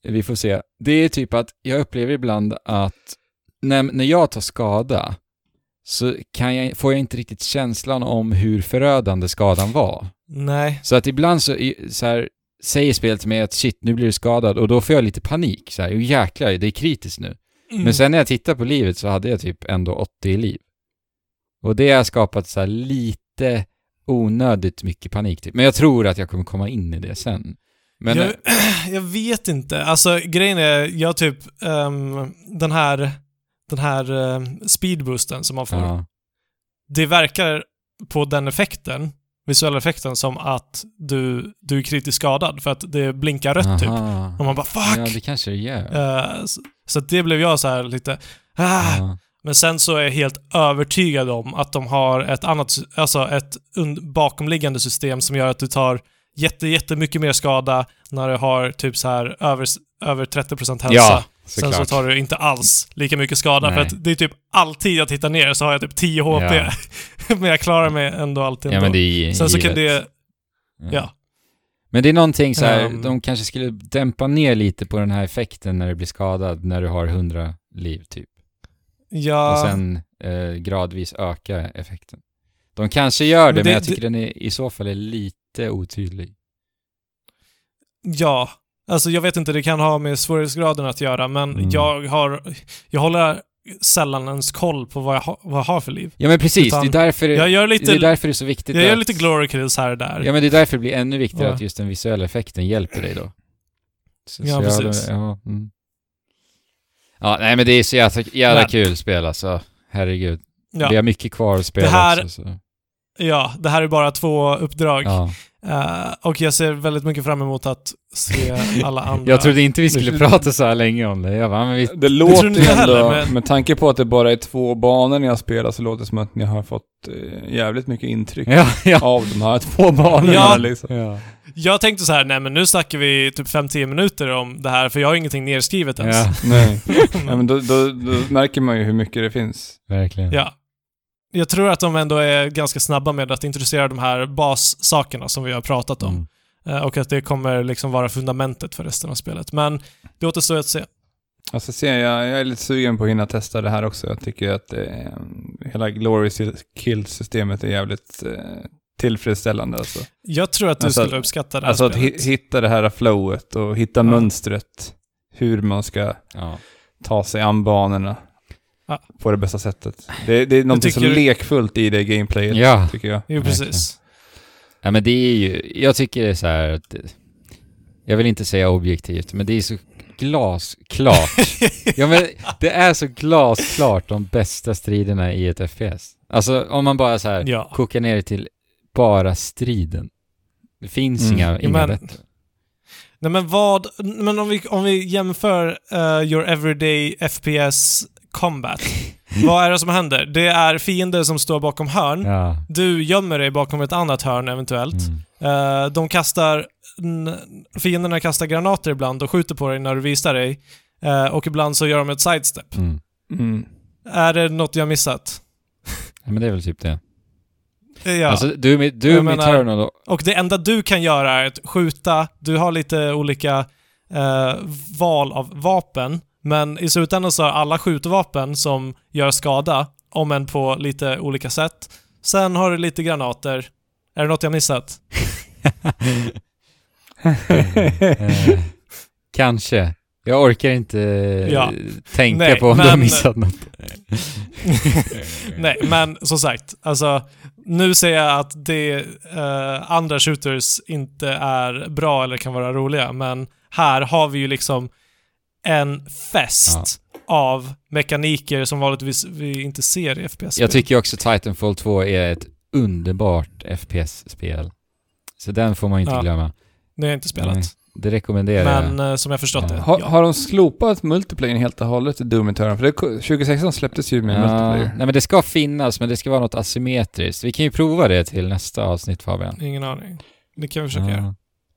Vi får se. Det är typ att jag upplever ibland att när jag tar skada så får jag inte riktigt känslan om hur förödande skadan var. Nej. Så att ibland så här, säger spelet till mig att shit, nu blir du skadad, och då får jag lite panik. Så här, jäklar, det är kritiskt nu. Men sen när jag tittar på livet så hade jag typ ändå 80 i liv. Och det har skapat så här lite onödigt mycket panik. Typ. Men jag tror att jag kommer komma in i det sen. Men jag vet inte. Alltså grejen är, jag typ den här speedboosten som man får. Ja. Det verkar på den effekten, visuella effekten, som att du är kritiskt skadad för att det blinkar rött typ. Och man bara fuck. Ja, det kanske det gör. Så det blev jag så här lite Men sen så är jag helt övertygad om att de har ett annat, alltså ett bakomliggande system som gör att du tar jättemycket mer skada när du har typ så här över 30% hälsa. Ja, sen så tar du inte alls lika mycket skada. Nej. För att det är typ alltid jag tittar ner så har jag typ 10 HP. Ja. Men jag klarar mig ändå alltid. Ja, men det är sen så kan det... Ja. Men det är någonting så här, de kanske skulle dämpa ner lite på den här effekten när du blir skadad när du har 100 liv typ. Ja. Och sen gradvis öka effekten. De kanske gör det, men jag tycker den i så fall är lite otydlig. Ja, alltså jag vet inte, det kan ha med svårighetsgraden att göra, men jag håller sällan ens koll på vad jag har för liv. Ja, men precis, det är därför det är så viktigt. Jag gör lite glory kills här och där. Ja, men det är därför det blir ännu viktigare att just den visuella effekten hjälper dig då. Precis. Ja, nej, men det är så jävla kul spel alltså. Herregud. Ja. Det är mycket kvar att spela det här, också. Så. Ja, det här är bara 2 uppdrag. Ja. Och jag ser väldigt mycket fram emot att se alla andra. Jag trodde inte vi skulle prata så här länge om det. Jag bara, men det låter ju ändå, med tanke på att det bara är 2 banor ni har spelat, så låter det som att ni har fått jävligt mycket intryck av de här 2 banorna. Ja. Liksom. Ja. Jag tänkte så här, nej men nu snackar vi typ 5-10 minuter om det här, för jag har ingenting nedskrivet ens. Ja. Nej. Ja, men då märker man ju hur mycket det finns. Verkligen. Ja. Jag tror att de ändå är ganska snabba med att introducera de här bassakerna som vi har pratat om. Och att det kommer liksom vara fundamentet för resten av spelet. Men det återstår att se. Alltså jag är lite sugen på att hinna testa det här också. Jag tycker att hela Glory Kill-systemet är jävligt tillfredsställande. Alltså. Jag tror att du skulle uppskatta det här alltså spelet. Att hitta det här flowet och hitta mönstret. Hur man ska ta sig an banorna. På det bästa sättet. Det är något så lekfullt i det gameplayet, tycker jag. Jo, precis. Ja, men det är ju... Jag tycker det är så här... Att, jag vill inte säga objektivt, men det är så glasklart. Ja, men det är så glasklart de bästa striderna i ett FPS. Alltså, om man bara så här kokar ner det till bara striden. Det finns inga rätt. Nej, men om vi jämför your everyday FPS combat. Vad är det som händer? Det är fiender som står bakom hörn. Ja. Du gömmer dig bakom ett annat hörn eventuellt. Fienderna kastar granater ibland och skjuter på dig när du visar dig. Och ibland så gör de ett sidestep. Är det något jag missat? Ja, men det är väl typ det. Ja. Alltså, du med Eternal då. Och det enda du kan göra är att skjuta. Du har lite olika val av vapen. Men i slutändan så har alla skjutvapen som gör skada, om än på lite olika sätt. Sen har du lite granater. Är det något jag missat? Kanske. Jag orkar inte tänka på om du har missat något. Nej, men som sagt, alltså nu säger jag att andra shooters inte är bra eller kan vara roliga, men här har vi ju liksom en fest av mekaniker som vanligtvis vi inte ser i FPS-spel. Jag tycker också Titanfall 2 är ett underbart FPS-spel. Så den får man inte glömma. Det har jag inte spelat. Nej, det rekommenderar jag. Men som jag förstått det. Har de slopat multiplayer helt och hållet i Doom Eternal? För 2016 släpptes ju med multiplayer. Nej, men det ska finnas, men det ska vara något asymmetriskt. Vi kan ju prova det till nästa avsnitt, Fabian. Ingen aning. Det kan vi försöka göra.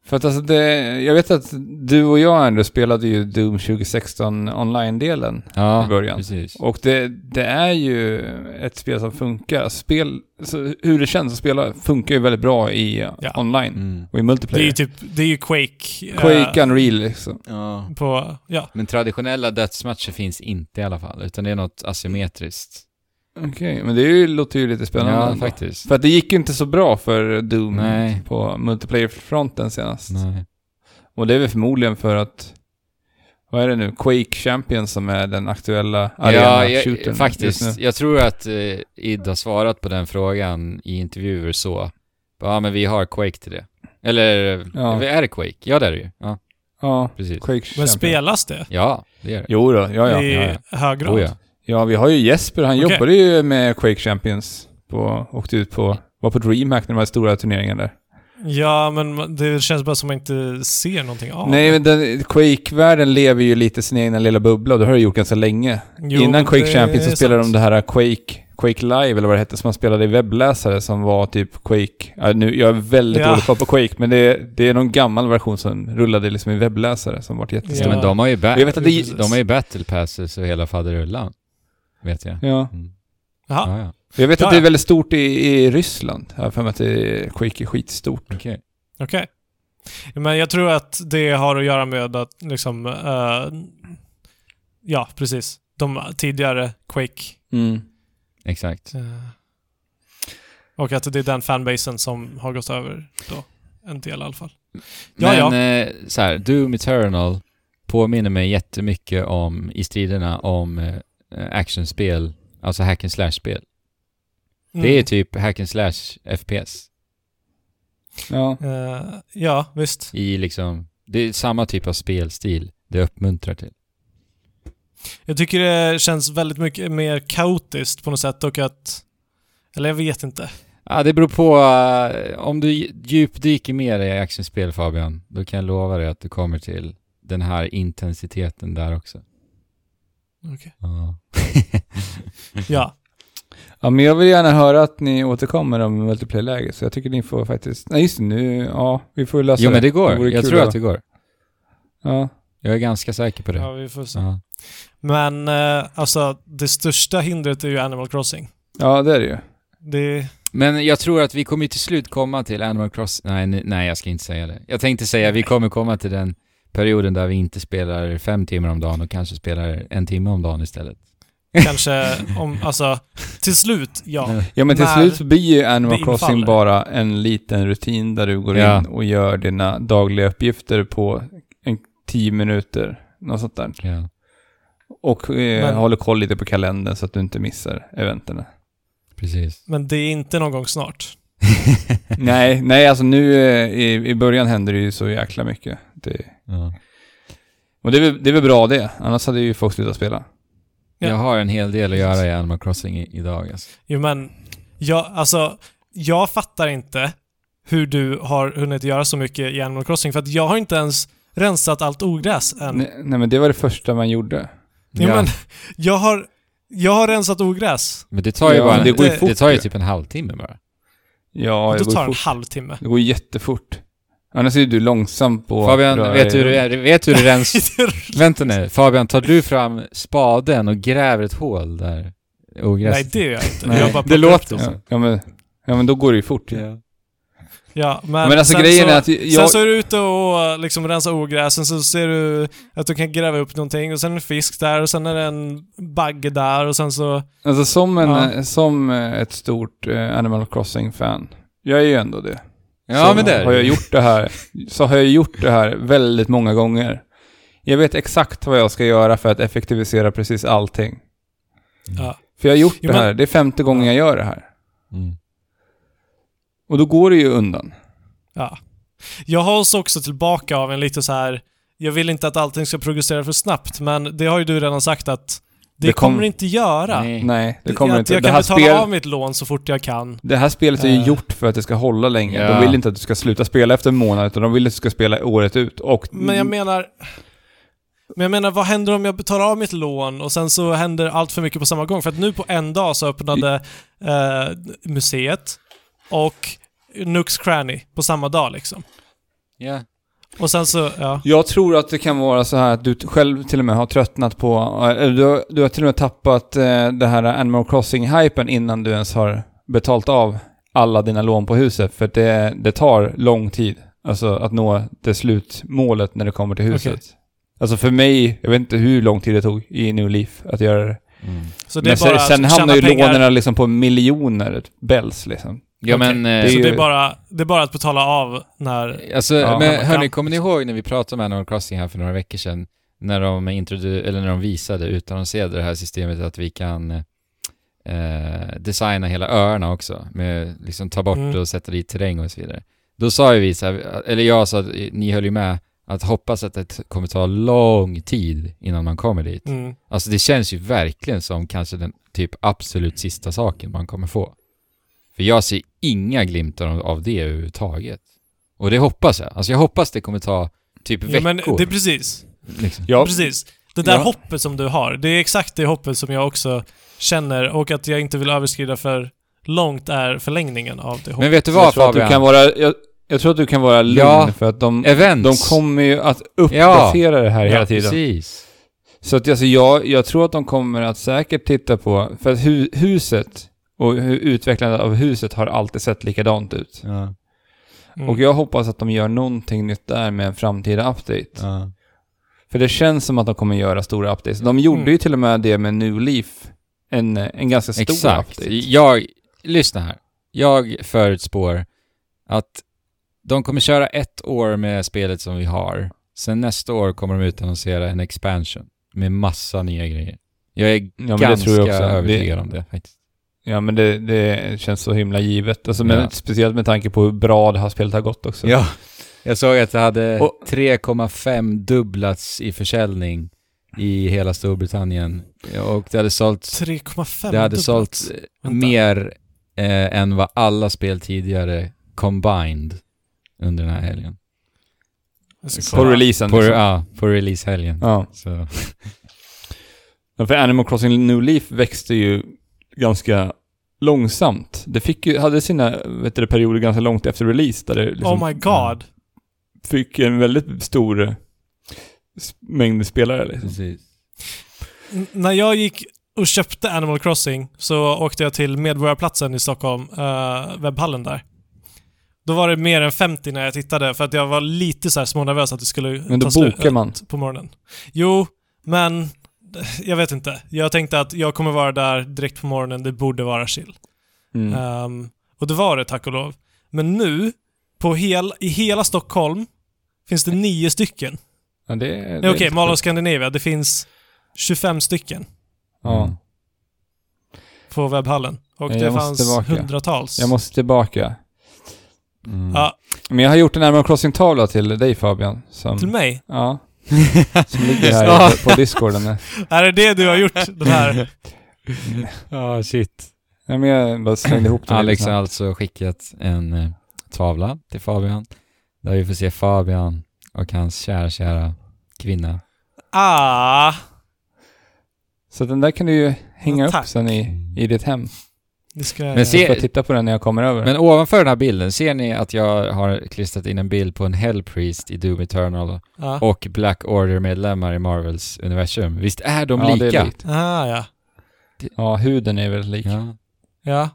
För att alltså jag vet att du och jag ändå spelade ju Doom 2016 online-delen i början. Precis. Och det är ju ett spel som funkar. Så hur det känns att spela funkar ju väldigt bra i online och i multiplayer. Det är ju Quake. Quake Unreal liksom. Ja. Men traditionella dödsmatcher finns inte i alla fall, utan det är något asymmetriskt. Okej, men det låter ju lite spännande. Ja, ändå. faktiskt. För att det gick ju inte så bra för Doom på multiplayer-fronten senast. Nej. Och det är väl förmodligen för att, vad är det nu? Quake Champions som är den aktuella arena-shootern. Faktiskt. Jag tror att Id har svarat på den frågan i intervjuer så. Ja, men vi har Quake till det. Eller är det Quake? Ja, det är det ju. Ja, precis. Quake Champions. Men spelas det? Ja, det är det. Jo då, ja. I hög grad? Oh, ja. Ja, vi har ju Jesper, han jobbade ju med Quake Champions åkte ut var på DreamHack när de här stora turneringarna där. Ja, men det känns bara som man inte ser någonting av. Nej, men Quake-världen lever ju lite sin egna lilla bubbla och det har det gjort ganska länge. Innan Quake Champions så spelade de det här Quake Live eller vad det hette som man spelade i webbläsare som var typ Quake. Jag är väldigt dålig på Quake, men det är någon gammal version som rullade liksom i webbläsare som var jättesnabbt. Men de har ju de har ju battle passes och hela faderullan. Vet jag. Ja. Jaha. Jag vet att det är väldigt stort i Ryssland. Jag har för mig att Quake är skitstort. Okej. Men jag tror att det har att göra med att liksom ja, precis. De tidigare Quake. Exakt. Och att det är den fanbasen som har gått över då. En del i alla fall. Men så här, Doom Eternal påminner mig jättemycket om i striderna om actionspel, alltså hack and slash-spel. Det är typ hack and slash FPS. Ja. Ja, visst. I liksom, det är samma typ av spelstil det uppmuntrar till. Jag tycker det känns väldigt mycket mer kaotiskt på något sätt och att, eller jag vet inte. Ja, det beror på om du djupdyker mer i actionspel, Fabian, då kan jag lova dig att du kommer till den här intensiteten där också. Okej. Ja. Ja, men jag vill gärna höra att ni återkommer om multiplayer-läge, så jag tycker ni får faktiskt... Nej, just nu, vi får lösa det. Jo, men det går. Jag tror att det går. Ja. Jag är ganska säker på det. Ja, vi får se. Men, alltså, det största hindret är ju Animal Crossing. Ja, det är det ju. Men jag tror att vi kommer till slut komma till Animal Crossing... Nej, jag ska inte säga det. Jag tänkte säga att vi kommer komma till den perioden där vi inte spelar 5 timmar om dagen och kanske spelar 1 timme om dagen istället. Kanske till slut, ja. Ja, men till slut blir ju Animal Crossing bara en liten rutin där du går in och gör dina dagliga uppgifter på 10 minuter, något sånt där. Ja. Och håller koll lite på kalendern så att du inte missar eventerna. Precis. Men det är inte någon gång snart. nej, alltså nu i början händer det ju så jäkla mycket. Och det är väl bra det, annars hade ju folk slutat spela. Ja. Jag har en hel del att göra i Animal Crossing idag. Alltså. Jo, men jag fattar inte hur du har hunnit göra så mycket i Animal Crossing, för att jag har inte ens rensat allt ogräs än. Nej, men det var det första man gjorde. Jo, men jag har rensat ogräs. Men det tar ju bara det tar ju typ en halvtimme bara. Ja, det tar en halvtimme. Det går jättefort. Annars är du långsam på... Fabian, vet du hur det rens... Vänta nu. Fabian, tar du fram spaden och gräver ett hål där ogräs? Nej, det gör jag inte. Nej, jag bara det låter så. Ja, men då går det ju fort. Ja, men alltså grejen är att sen så är du ute och liksom rensar ogräsen, så ser du att du kan gräva upp någonting och sen är en fisk där och sen är det en bagge där och sen så... Alltså som ett stort Animal Crossing-fan. Jag är ju ändå det. Ja, men det har jag gjort det här. Så har jag gjort det här väldigt många gånger. Jag vet exakt vad jag ska göra för att effektivisera precis allting. Ja. För jag har gjort det här. Det är 5:e gången jag gör det här. Och då går det ju undan. Ja. Jag hålls också tillbaka av en lite så här... Jag vill inte att allting ska progressera för snabbt, men det har ju du redan sagt att det kommer inte göra. Nej, det kommer inte. Jag kan betala av mitt lån så fort jag kan. Det här spelet är ju gjort för att det ska hålla länge. De vill inte att du ska sluta spela efter en månad, utan de vill att du ska spela året ut. Men jag menar, vad händer om jag betalar av mitt lån och sen så händer allt för mycket på samma gång? För att nu på en dag så öppnade museet och Nooks Cranny på samma dag liksom. Ja. Och sen så, ja. Jag tror att det kan vara så här att du själv till och med har tröttnat på, du har till och med tappat det här Animal Crossing-hypen innan du ens har betalt av alla dina lån på huset. För det tar lång tid, alltså att nå det slutmålet när det kommer till huset. Okay. Alltså för mig, jag vet inte hur lång tid det tog i New Leaf att göra det. Så det är bara sen hamnar ju lånerna liksom på miljoner bells liksom. Ja, okay. men... Så det är bara att betala av när... Alltså, men hörni, kommer ni ihåg när vi pratade om Animal Crossing här för några veckor sedan? När de visade utannonserade det här systemet att vi kan designa hela öarna också. Med liksom ta bort och sätta dit terräng och så vidare. Då sa ju vi så här, eller jag sa att ni höll ju med, att hoppas att det kommer ta lång tid innan man kommer dit. Alltså det känns ju verkligen som kanske den typ absolut sista saken man kommer få. För jag ser inga glimtar av det överhuvudtaget. Och det hoppas jag. Alltså jag hoppas det kommer ta typ veckor. Men det är precis. Liksom. Ja. Precis. Det där hoppet som du har, det är exakt det hoppet som jag också känner, och att jag inte vill överskrida för långt är förlängningen av det hoppet. Men vet du vad, Fabian? Jag tror att du kan vara lugn för att de kommer ju att uppdatera det här hela tiden. Precis. Så att alltså, jag tror att de kommer att säkert titta på, för att huset och utvecklandet av huset har alltid sett likadant ut. Ja. Och jag hoppas att de gör någonting nytt där med en framtida update. Ja. För det känns som att de kommer göra stora updates. De gjorde ju till och med det med New Leaf. En ganska stor update. Lyssna här. Jag förutspår att de kommer köra 1 år med spelet som vi har. Sen nästa år kommer de utannonsera en expansion med massa nya grejer. Jag är ganska övertygad om det faktiskt. Ja, men det känns så himla givet. Alltså, men speciellt med tanke på hur bra det här spelet har gått också. Ja, jag såg att det hade 3,5 dubblats i försäljning i hela Storbritannien. Och det hade sålt 3,5 det hade sålt mer än vad alla spel tidigare combined under den här helgen. På releasen. På release-helgen. Ja. Så. För Animal Crossing New Leaf växte ju ganska långsamt. Det hade sina perioder ganska långt efter release där det liksom, oh my god. Fick en väldigt stor mängd spelare liksom. Precis. När jag gick och köpte Animal Crossing så åkte jag till Medborgarplatsen i Stockholm, webbhallen där. Då var det mer än 50 när jag tittade, för att jag var lite så här smånervös att det skulle ta slut på morgonen. Jo, men jag vet inte. Jag tänkte att jag kommer vara där direkt på morgonen. Det borde vara chill. Och det var det, tack och lov. Men nu, i hela Stockholm finns det 9 stycken. Ja, okej, Mall of Scandinavia. Det finns 25 stycken. Ja. På webbhallen. Och det fanns hundratals. Jag måste tillbaka. Ja. Men jag har gjort en Animal Crossing-tavla till dig, Fabian. Till mig? Ja. Som ligger här på Discorden. Är det du har gjort, den här? Ja, shit. Ja, men jag bara slängde ihop det. Alex har alltså skickat en tavla till Fabian. Där vi får se Fabian och hans kära kvinna. Så den där kan du ju hänga upp sen i ditt hem. Men jag får titta på den när jag kommer över. Men ovanför den här bilden, ser ni att jag har klistrat in en bild på en Hellpriest i Doom Eternal och Black Order-medlemmar i Marvels universum? Visst är de lika? Det är likt. Ja. Ja, huden är väldigt lik. Ja.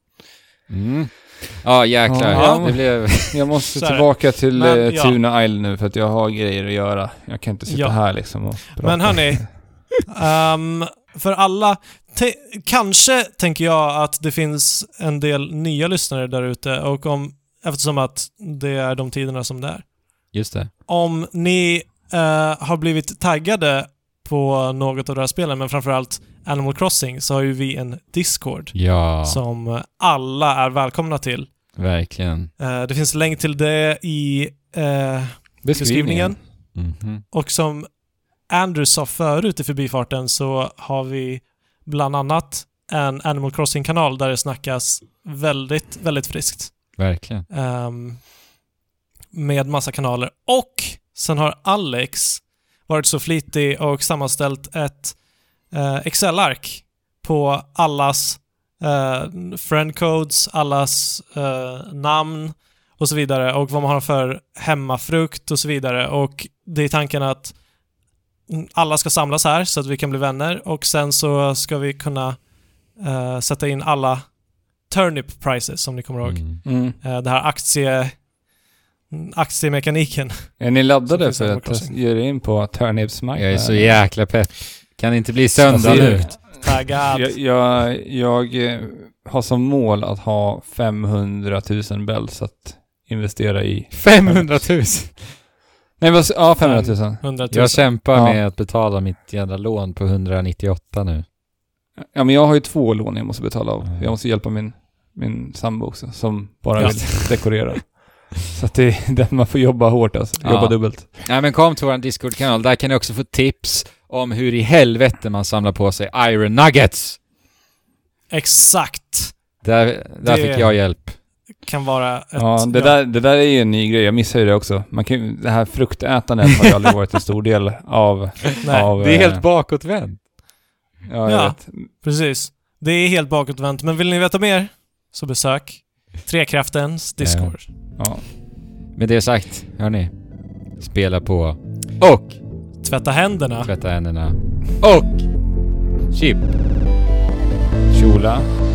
Ja, jäklar. Ja. Det blev... Jag måste tillbaka till Tuna Island nu för att jag har grejer att göra. Jag kan inte sitta här liksom och prata. Men hörni, för alla... Kanske tänker jag att det finns en del nya lyssnare där ute, och eftersom att det är de tiderna som det är. Just det. Om ni har blivit taggade på något av de här spelen, men framförallt Animal Crossing, så har ju vi en Discord som alla är välkomna till. Verkligen. Det finns länk till det i beskrivningen. Och som Andrew sa förut i förbifarten, så har vi bland annat en Animal Crossing-kanal där det snackas väldigt, väldigt friskt. Verkligen. Med massa kanaler. Och sen har Alex varit så flitig och sammanställt ett Excel-ark på allas friendcodes, allas namn och så vidare, och vad man har för hemmafrukt och så vidare. Och det är tanken att alla ska samlas här så att vi kan bli vänner, och sen så ska vi kunna sätta in alla turnip prices, som ni kommer ihåg. Det här aktiemekaniken. Är ni laddade för att ge er in på Turnips-marknaden? Jag är så jäkla pepp. Kan det inte bli söndag nu? Taggad. Jag har som mål att ha 500 000 bells att investera i. 500 000? Nej, ja, 500 000. 100 000. Jag kämpar med att betala mitt jävla lån på 198 nu. Ja, men jag har ju 2 lån jag måste betala av. Jag måste hjälpa min sambo också, som bara vill dekorera. Så att det är den man får jobba hårt, alltså. Jobba dubbelt. Nej, men kom till vår Discord-kanal. Där kan ni också få tips om hur i helvete man samlar på sig Iron Nuggets. Exakt. Där fick jag hjälp. Kan vara ett... Ja, det där är ju en ny grej. Jag missar ju det också. Det här fruktätandet har ju aldrig varit en stor del av... Nej, av det är helt bakåtvänt. Ja, jag vet. Precis. Det är helt bakåtvänt. Men vill ni veta mer, så besök Trekraftens Discord. Ja. Med det sagt, hörni. Spela på. Och Tvätta händerna. tvätta händerna. Och chip. Kjola.